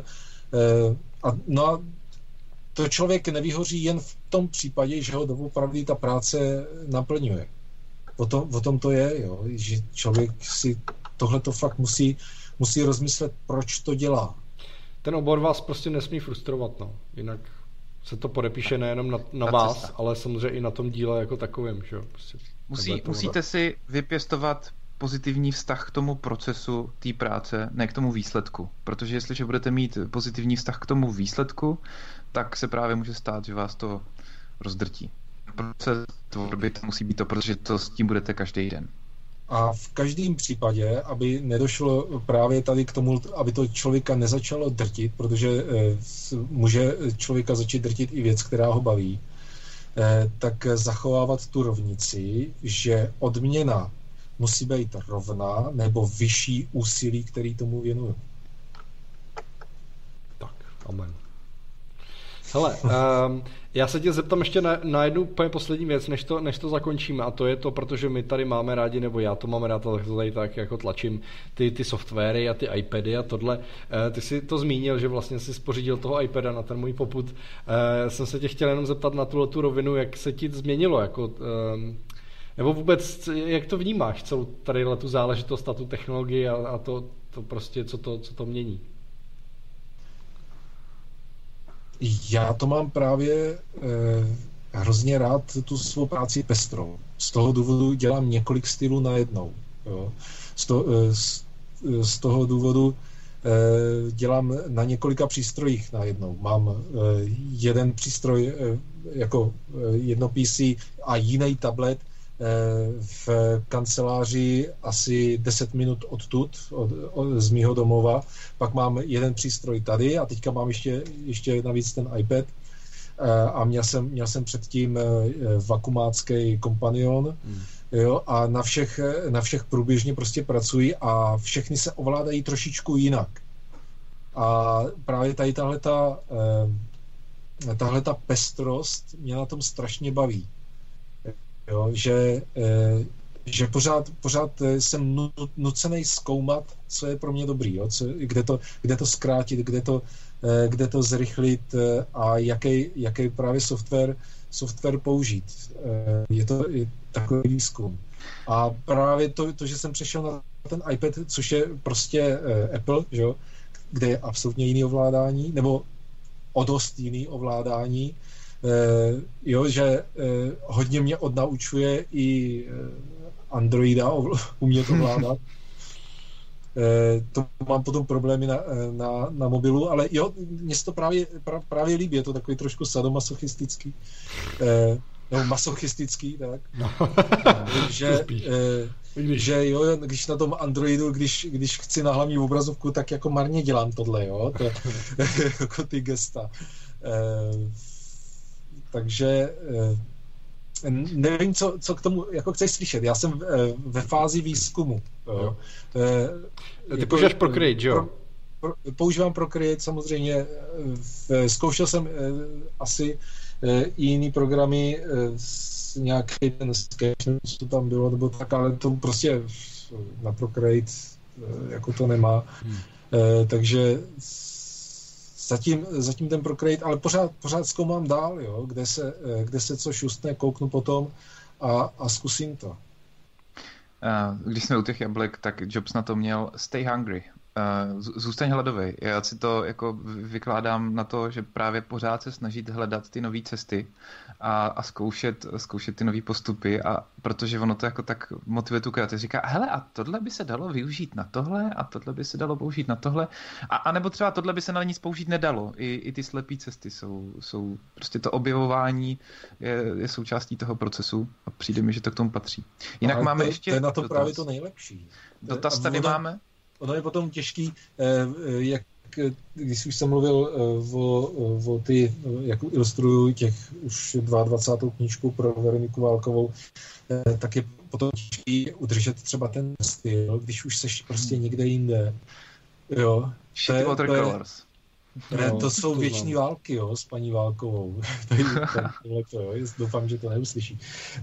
a to člověk nevyhoří jen v tom případě, že ho doopravdy ta práce naplňuje. O tom to je, jo, že člověk si tohleto fakt musí rozmyslet, proč to dělá. Ten obor vás prostě nesmí frustrovat, no. Jinak se to podepíše nejenom na vás, ale samozřejmě i na tom díle jako takovém, že jo. Prostě musíte si vypěstovat pozitivní vztah k tomu procesu té práce, ne k tomu výsledku. Protože jestliže budete mít pozitivní vztah k tomu výsledku, tak se právě může stát, že vás to rozdrtí. Proces tvorby to musí být to, protože to s tím budete každý den. A v každém případě, aby nedošlo právě tady k tomu, aby to člověka nezačalo drtit, protože může člověka začít drtit i věc, která ho baví, tak zachovávat tu rovnici, že odměna musí být rovná nebo vyšší úsilí, který tomu věnuju. Tak, amen. Hele, já se tě zeptám ještě na jednu úplně poslední věc, než to zakončíme, a to je to, protože my tady máme rádi, nebo já to mám rád, tak to tady tak jako tlačím, ty softwary a ty iPady a tohle. Ty jsi to zmínil, že vlastně jsi spořídil toho iPada na ten můj popud. Jsem se tě chtěl jenom zeptat na tu rovinu, jak se ti změnilo, jako, nebo vůbec, jak to vnímáš, celou tady tu záležitost a tu technologii a to prostě, co to mění? Já to mám právě hrozně rád, tu svou práci pestrou. Z toho důvodu dělám několik stylů najednou. Jo. Z toho důvodu dělám na několika přístrojích najednou. Mám jeden přístroj jako jedno PC a jiný tablet v kanceláři asi 10 minut odtud, z mýho domova. Pak mám jeden přístroj tady a teďka mám ještě navíc ten iPad. A měl jsem předtím vakumácký Companion. Jo, a na všech průběžně prostě pracuji a všechny se ovládají trošičku jinak. A právě tady tahleta pestrost mě na tom strašně baví. Jo, že pořád jsem nucený zkoumat, co je pro mě dobrý, jo, kde to zkrátit, kde to zrychlit a jaký právě software použít. Je to takový výzkum. A právě to, že jsem přešel na ten iPad, což je prostě Apple, že, kde je absolutně jiný ovládání, nebo o dost jiný ovládání, že hodně mě odnaučuje i Androida umět ovládat. To mám potom problémy na mobilu, ale jo, mně se to právě líbí, je to takový trošku sadomasochistický. Nebo masochistický, tak. No. Že jo, když na tom Androidu, když chci na hlavní obrazovku, tak jako marně dělám tohle, jo, jako ty gesta. Takže nevím, co k tomu jako chceš slyšet. Já jsem ve fázi výzkumu. Jo. Ty používáš Procreate, jo? Používám Procreate samozřejmě. Zkoušel jsem asi i jiný programy, nějaký ten sketch, co tam bylo, nebo tak, ale to prostě na Procreate jako to nemá. Takže zatím ten Procreate, ale pořád zkoumám dál, jo, kde se co šustne, kouknu potom a zkusím to. Když jsme u těch jablek, tak Jobs na to měl stay hungry. Zůstaň hladový. Já si to jako vykládám na to, že právě pořád se snažit hledat ty nové cesty a zkoušet ty nové postupy, a protože ono to jako tak motivuje tu kreativitu. Říká, hele, a tohle by se dalo využít na tohle a tohle by se dalo použít na tohle a nebo třeba tohle by se na nic použít nedalo. I ty slepé cesty jsou prostě to objevování je součástí toho procesu a přijde mi, že to k tomu patří. Jinak ale máme ještě... To je na to dotaz. Právě to nejlepší. Dotaz tady máme. Ono je potom těžký, když už jsem mluvil o ty, jak ilustruju těch už 22. knížku pro Veroniku Válkovou, tak je potom těžký udržet třeba ten styl, když už seš prostě někde jinde. Jo. To jsou věční války, jo, s paní Válkovou. Doufám, že to neuslyší.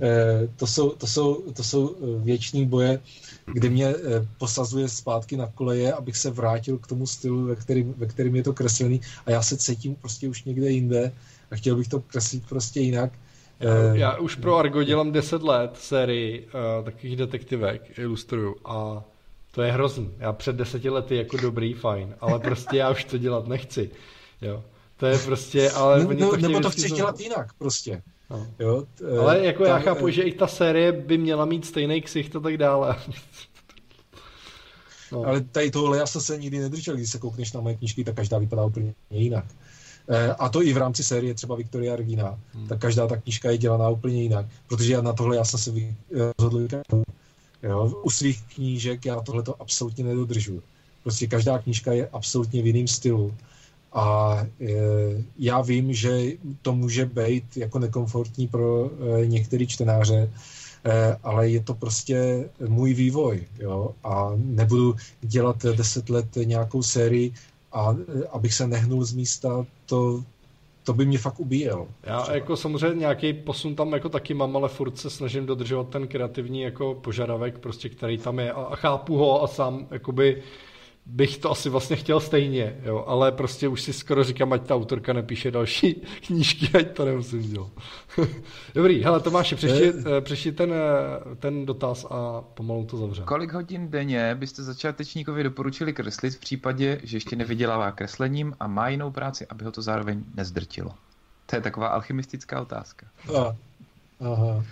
To jsou věční boje, kde mě posazuje zpátky na koleje, abych se vrátil k tomu stylu, ve kterým je to kreslený, a já se cítím prostě už někde jinde a chtěl bych to kreslit prostě jinak. Já už pro Argo dělám 10 let sérii takových detektivek, ilustruju, a to je hrozný. Já před 10 lety jako dobrý, fajn, ale prostě já už to dělat nechci. Jo. To je prostě, ale nebo to chceš dělat jinak prostě. No. Jo, ale jako já chápu, že i ta série by měla mít stejný ksicht a tak dále. No. Ale tady tohle já jsem se nikdy nedržel, když se koukneš na moje knížky, tak každá vypadá úplně jinak. A to i v rámci série třeba Victoria Regina, tak každá ta knížka je dělaná úplně jinak, protože na tohle já jsem se rozhodl. U svých knížek já tohleto absolutně nedodržuji. Prostě každá knížka je absolutně v jiném stylu. A já vím, že to může být jako nekomfortní pro některé čtenáře, ale je to prostě můj vývoj. Jo? A nebudu dělat 10 let nějakou sérii, a abych se nehnul z místa, to by mě fakt ubíjelo. Já jako samozřejmě nějaký posun tam jako taky mám, ale furt se snažím dodržovat ten kreativní jako požadavek, prostě, který tam je a chápu ho a sám jakoby bych to asi vlastně chtěl stejně, jo, ale prostě už si skoro říkám, ať ta autorka nepíše další knížky, ať to nemusím dělat. Dobrý, hele Tomáši, přešli ten dotaz a pomalu to zavřeme. Kolik hodin denně byste začátečníkovi doporučili kreslit v případě, že ještě nevydělává kreslením a má jinou práci, aby ho to zároveň nezdrtilo? To je taková alchymistická otázka. Aha.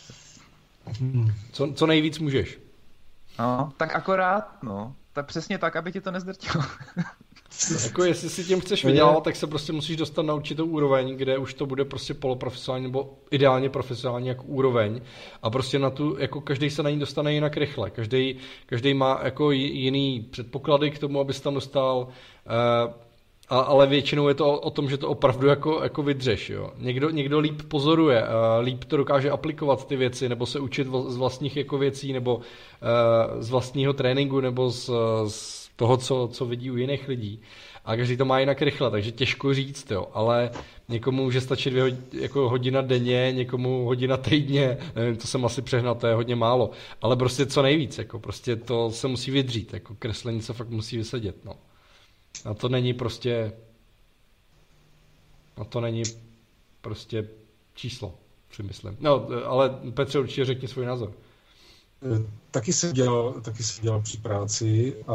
Co nejvíc můžeš? No, tak akorát, no. Tak přesně tak, aby ti to nezdrtilo. Jako jestli si tím chceš vydělávat, tak se prostě musíš dostat na určitou úroveň, kde už to bude prostě poloprofesionální nebo ideálně profesionální jako úroveň a prostě na tu, jako každý se na ní dostane jinak rychle. Každý má jako jiný předpoklady k tomu, aby se tam dostal, ale většinou je to o tom, že to opravdu jako vydřeš. Jo. Někdo líp pozoruje, líp to dokáže aplikovat ty věci, nebo se učit z vlastních jako věcí, nebo z vlastního tréninku, nebo z toho, co vidí u jiných lidí. A každý to má jinak rychle, takže těžko říct, jo. Ale někomu může stačit jako hodina denně, někomu hodina týdně, nevím, to jsem asi přehnal, to je hodně málo. Ale prostě co nejvíc, jako prostě to se musí vydřít, jako kreslení se fakt musí vysedět, no. A to není prostě číslo, si myslím. No, ale Petře, určitě řekni svůj názor. Taky jsem dělal při práci a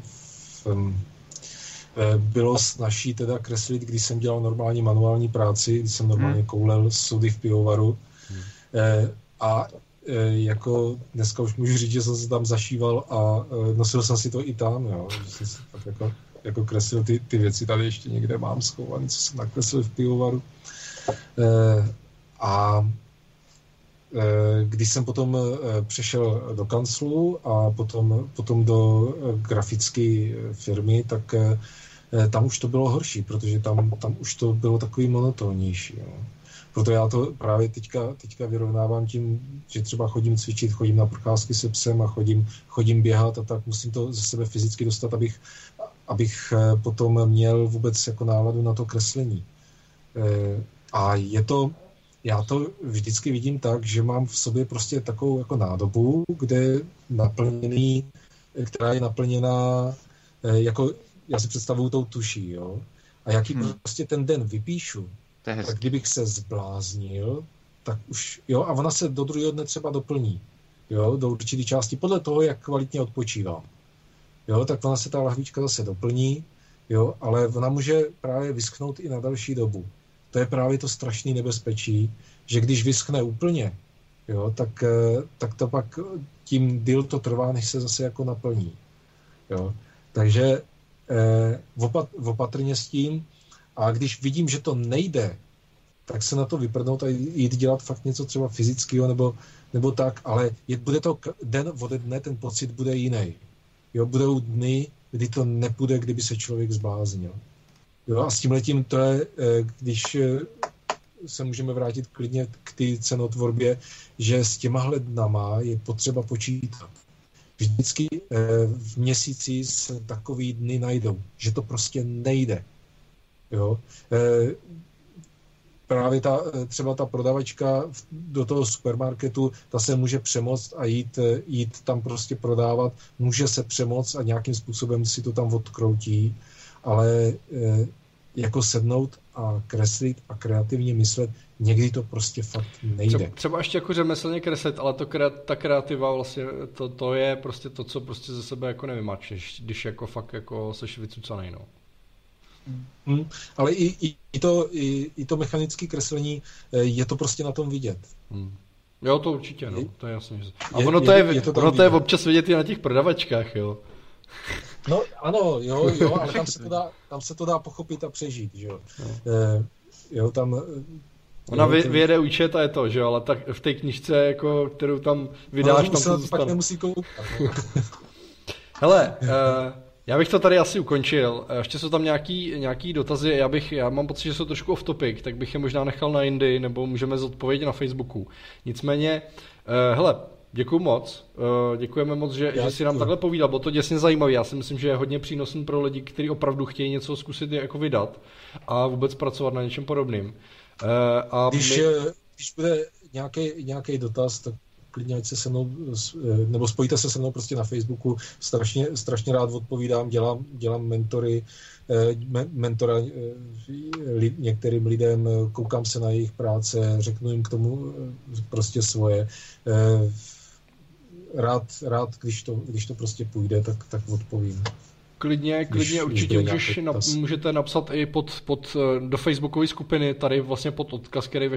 bylo snazší teda kreslit, když jsem dělal normální manuální práci, když jsem normálně koulel sudy v pivovaru. A jako dneska už můžu říct, že jsem se tam zašíval a nosil jsem si to i tam, jo. Že jsem si tak jako kreslil ty věci, tady ještě někde mám schované, co jsem nakreslil v pivovaru. Když jsem potom přešel do kanclu a potom do grafické firmy, tak tam už to bylo horší, protože tam už to bylo takový monotónnější. Jo. Proto já to právě teďka vyrovnávám tím, že třeba chodím cvičit, chodím na procházky se psem a chodím běhat a tak musím to ze sebe fyzicky dostat, abych potom měl vůbec jako náladu na to kreslení. A já to vždycky vidím tak, že mám v sobě prostě takovou jako nádobu, která je naplněná, jako já si představuju tou tuší, jo. A jaký prostě ten den vypíšu, tak kdybych se zbláznil, tak už, jo, a ona se do druhého dne třeba doplní, jo, do určité části, podle toho, jak kvalitně odpočívám. Jo, tak ona se ta lahvička zase doplní, jo, ale ona může právě vyschnout i na další dobu. To je právě to strašné nebezpečí, že když vyschne úplně, jo, tak to pak tím díl to trvá, než se zase jako naplní. Jo. Takže opatrně s tím, a když vidím, že to nejde, tak se na to vyprdnout a jít dělat fakt něco třeba fyzického nebo tak, ale bude to den ode dne, ten pocit bude jiný. Jo, budou dny, kdy to nepůjde, kdyby se člověk zbláznil. Jo, a s tímhletím to je, když se můžeme vrátit klidně k té cenotvorbě, že s těmahle dnama je potřeba počítat. Vždycky v měsíci se takový dny najdou, že to prostě nejde. Jo. Právě třeba ta prodavačka do toho supermarketu, ta se může přemoct a jít tam prostě prodávat, může se přemoct a nějakým způsobem si to tam odkroutí, ale jako sednout a kreslit a kreativně myslet, někdy to prostě fakt nejde. Třeba ještě jako řemeslně kreslit, ale ta kreativa vlastně, to je prostě to, co prostě ze sebe jako nevymačeš, když jako fakt jako seš vycucanej, no. Ale i to mechanické kreslení je to prostě na tom vidět. Jo, to určitě, no, to je jasně. A ono to je občas vidět i na těch prodavačkách, jo. No ano, jo, ale tam se to dá pochopit a přežít, že jo. Jo, tam... Ona vyjede účet a je to, že jo, ale tak v té knižce, jako, kterou tam vydáš, tam to zůstane. Pak nemusí koukat. Hele, já bych to tady asi ukončil. Ještě jsou tam nějaký dotazy, já mám pocit, že jsou trošku off topic, tak bych je možná nechal na jindy, nebo můžeme zodpovědět na Facebooku. Nicméně, hele, děkuju moc, děkujeme moc, že jsi nám takhle povídal, bylo to děsně zajímavé. Já si myslím, že je hodně přínosný pro lidi, kteří opravdu chtějí něco zkusit jako vydat a vůbec pracovat na něčem podobným. Když bude nějaký dotaz, tak klidně ať se se mnou, nebo spojíte se se mnou prostě na Facebooku, strašně rád odpovídám, dělám mentora některým lidem, koukám se na jejich práce, řeknu jim k tomu prostě svoje. Rád když to prostě půjde, tak odpovím. Klidně určitě můžete napsat i do facebookové skupiny, tady vlastně pod odkaz, který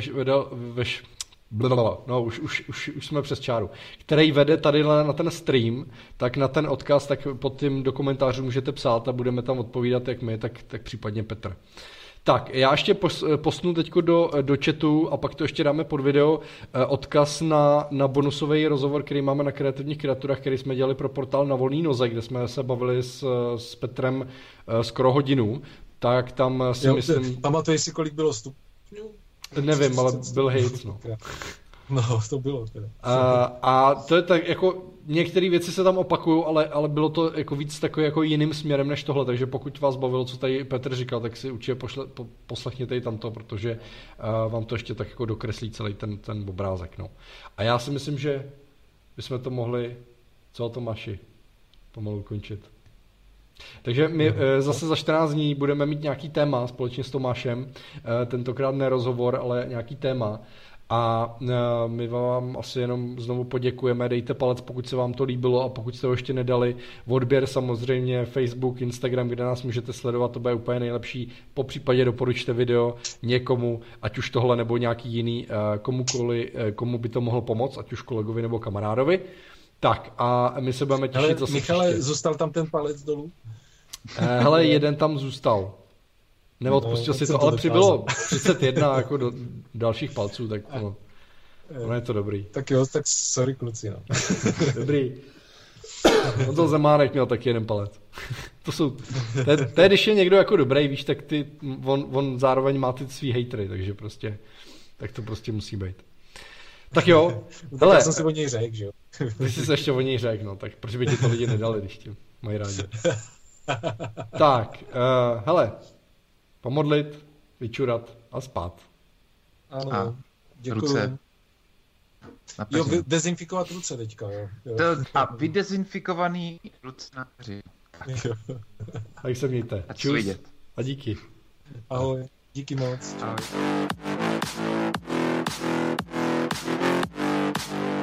už jsme přes čáru, který vede tady na ten stream, tak na ten odkaz, tak pod tím do komentářů můžete psát a budeme tam odpovídat jak my, tak případně Petr. Tak, já ještě posnu teďko do chatu a pak to ještě dáme pod video odkaz na bonusový rozhovor, který máme na Kreativních kreaturách, který jsme dělali pro portál Na volný noze, kde jsme se bavili s Petrem skoro hodinu, tak tam si myslím... Pamatuješ si, kolik bylo stupňů? Nevím, ale byl hejc, no. No, to bylo teda. A to je tak, jako některé věci se tam opakují, ale bylo to jako víc takový jako jiným směrem než tohle, takže pokud vás bavilo, co tady Petr říkal, tak si určitě poslechněte i tamto, protože vám to ještě tak jako dokreslí celý ten obrázek, no. A já si myslím, že bychom to mohli, co Tomáši, pomalu končit. Takže my zase za 14 dní budeme mít nějaký téma společně s Tomášem, tentokrát ne rozhovor, ale nějaký téma. A my vám asi jenom znovu poděkujeme, dejte palec, pokud se vám to líbilo a pokud jste ho ještě nedali, odběr samozřejmě, Facebook, Instagram, kde nás můžete sledovat, to bude úplně nejlepší, po případě doporučte video někomu, ať už tohle nebo nějaký jiný, komu by to mohlo pomoct, ať už kolegovi nebo kamarádovi. Tak a my se budeme těšit zase. Michale, zůstal tam ten palec dolů? Hele, jeden tam zůstal. Neodpustil si to, ale přibylo 31 jako do dalších palců, tak ono je to dobrý. Tak jo, tak sorry kluci, no. Dobrý. On to Zemánek měl taky jeden palec. To je, když je někdo jako dobrý, víš, tak on zároveň má ty svý hejtry, takže prostě, tak to prostě musí být. Tak jo. Hele, já jsem si o něj řekl, že jo. Ty jsi se ještě o něj řekl, no, tak proč by ti to lidi nedali, když tě mají rádi. Tak, hele, pomodlit, vyčurat a spát. Ano, děkuju. Ruce. Jo, dezinfikovat ruce teďka, jo. A vydezinfikovaný ruce na peři. Tak se mějte. Čus a díky. Ahoj, díky moc. Ahoj.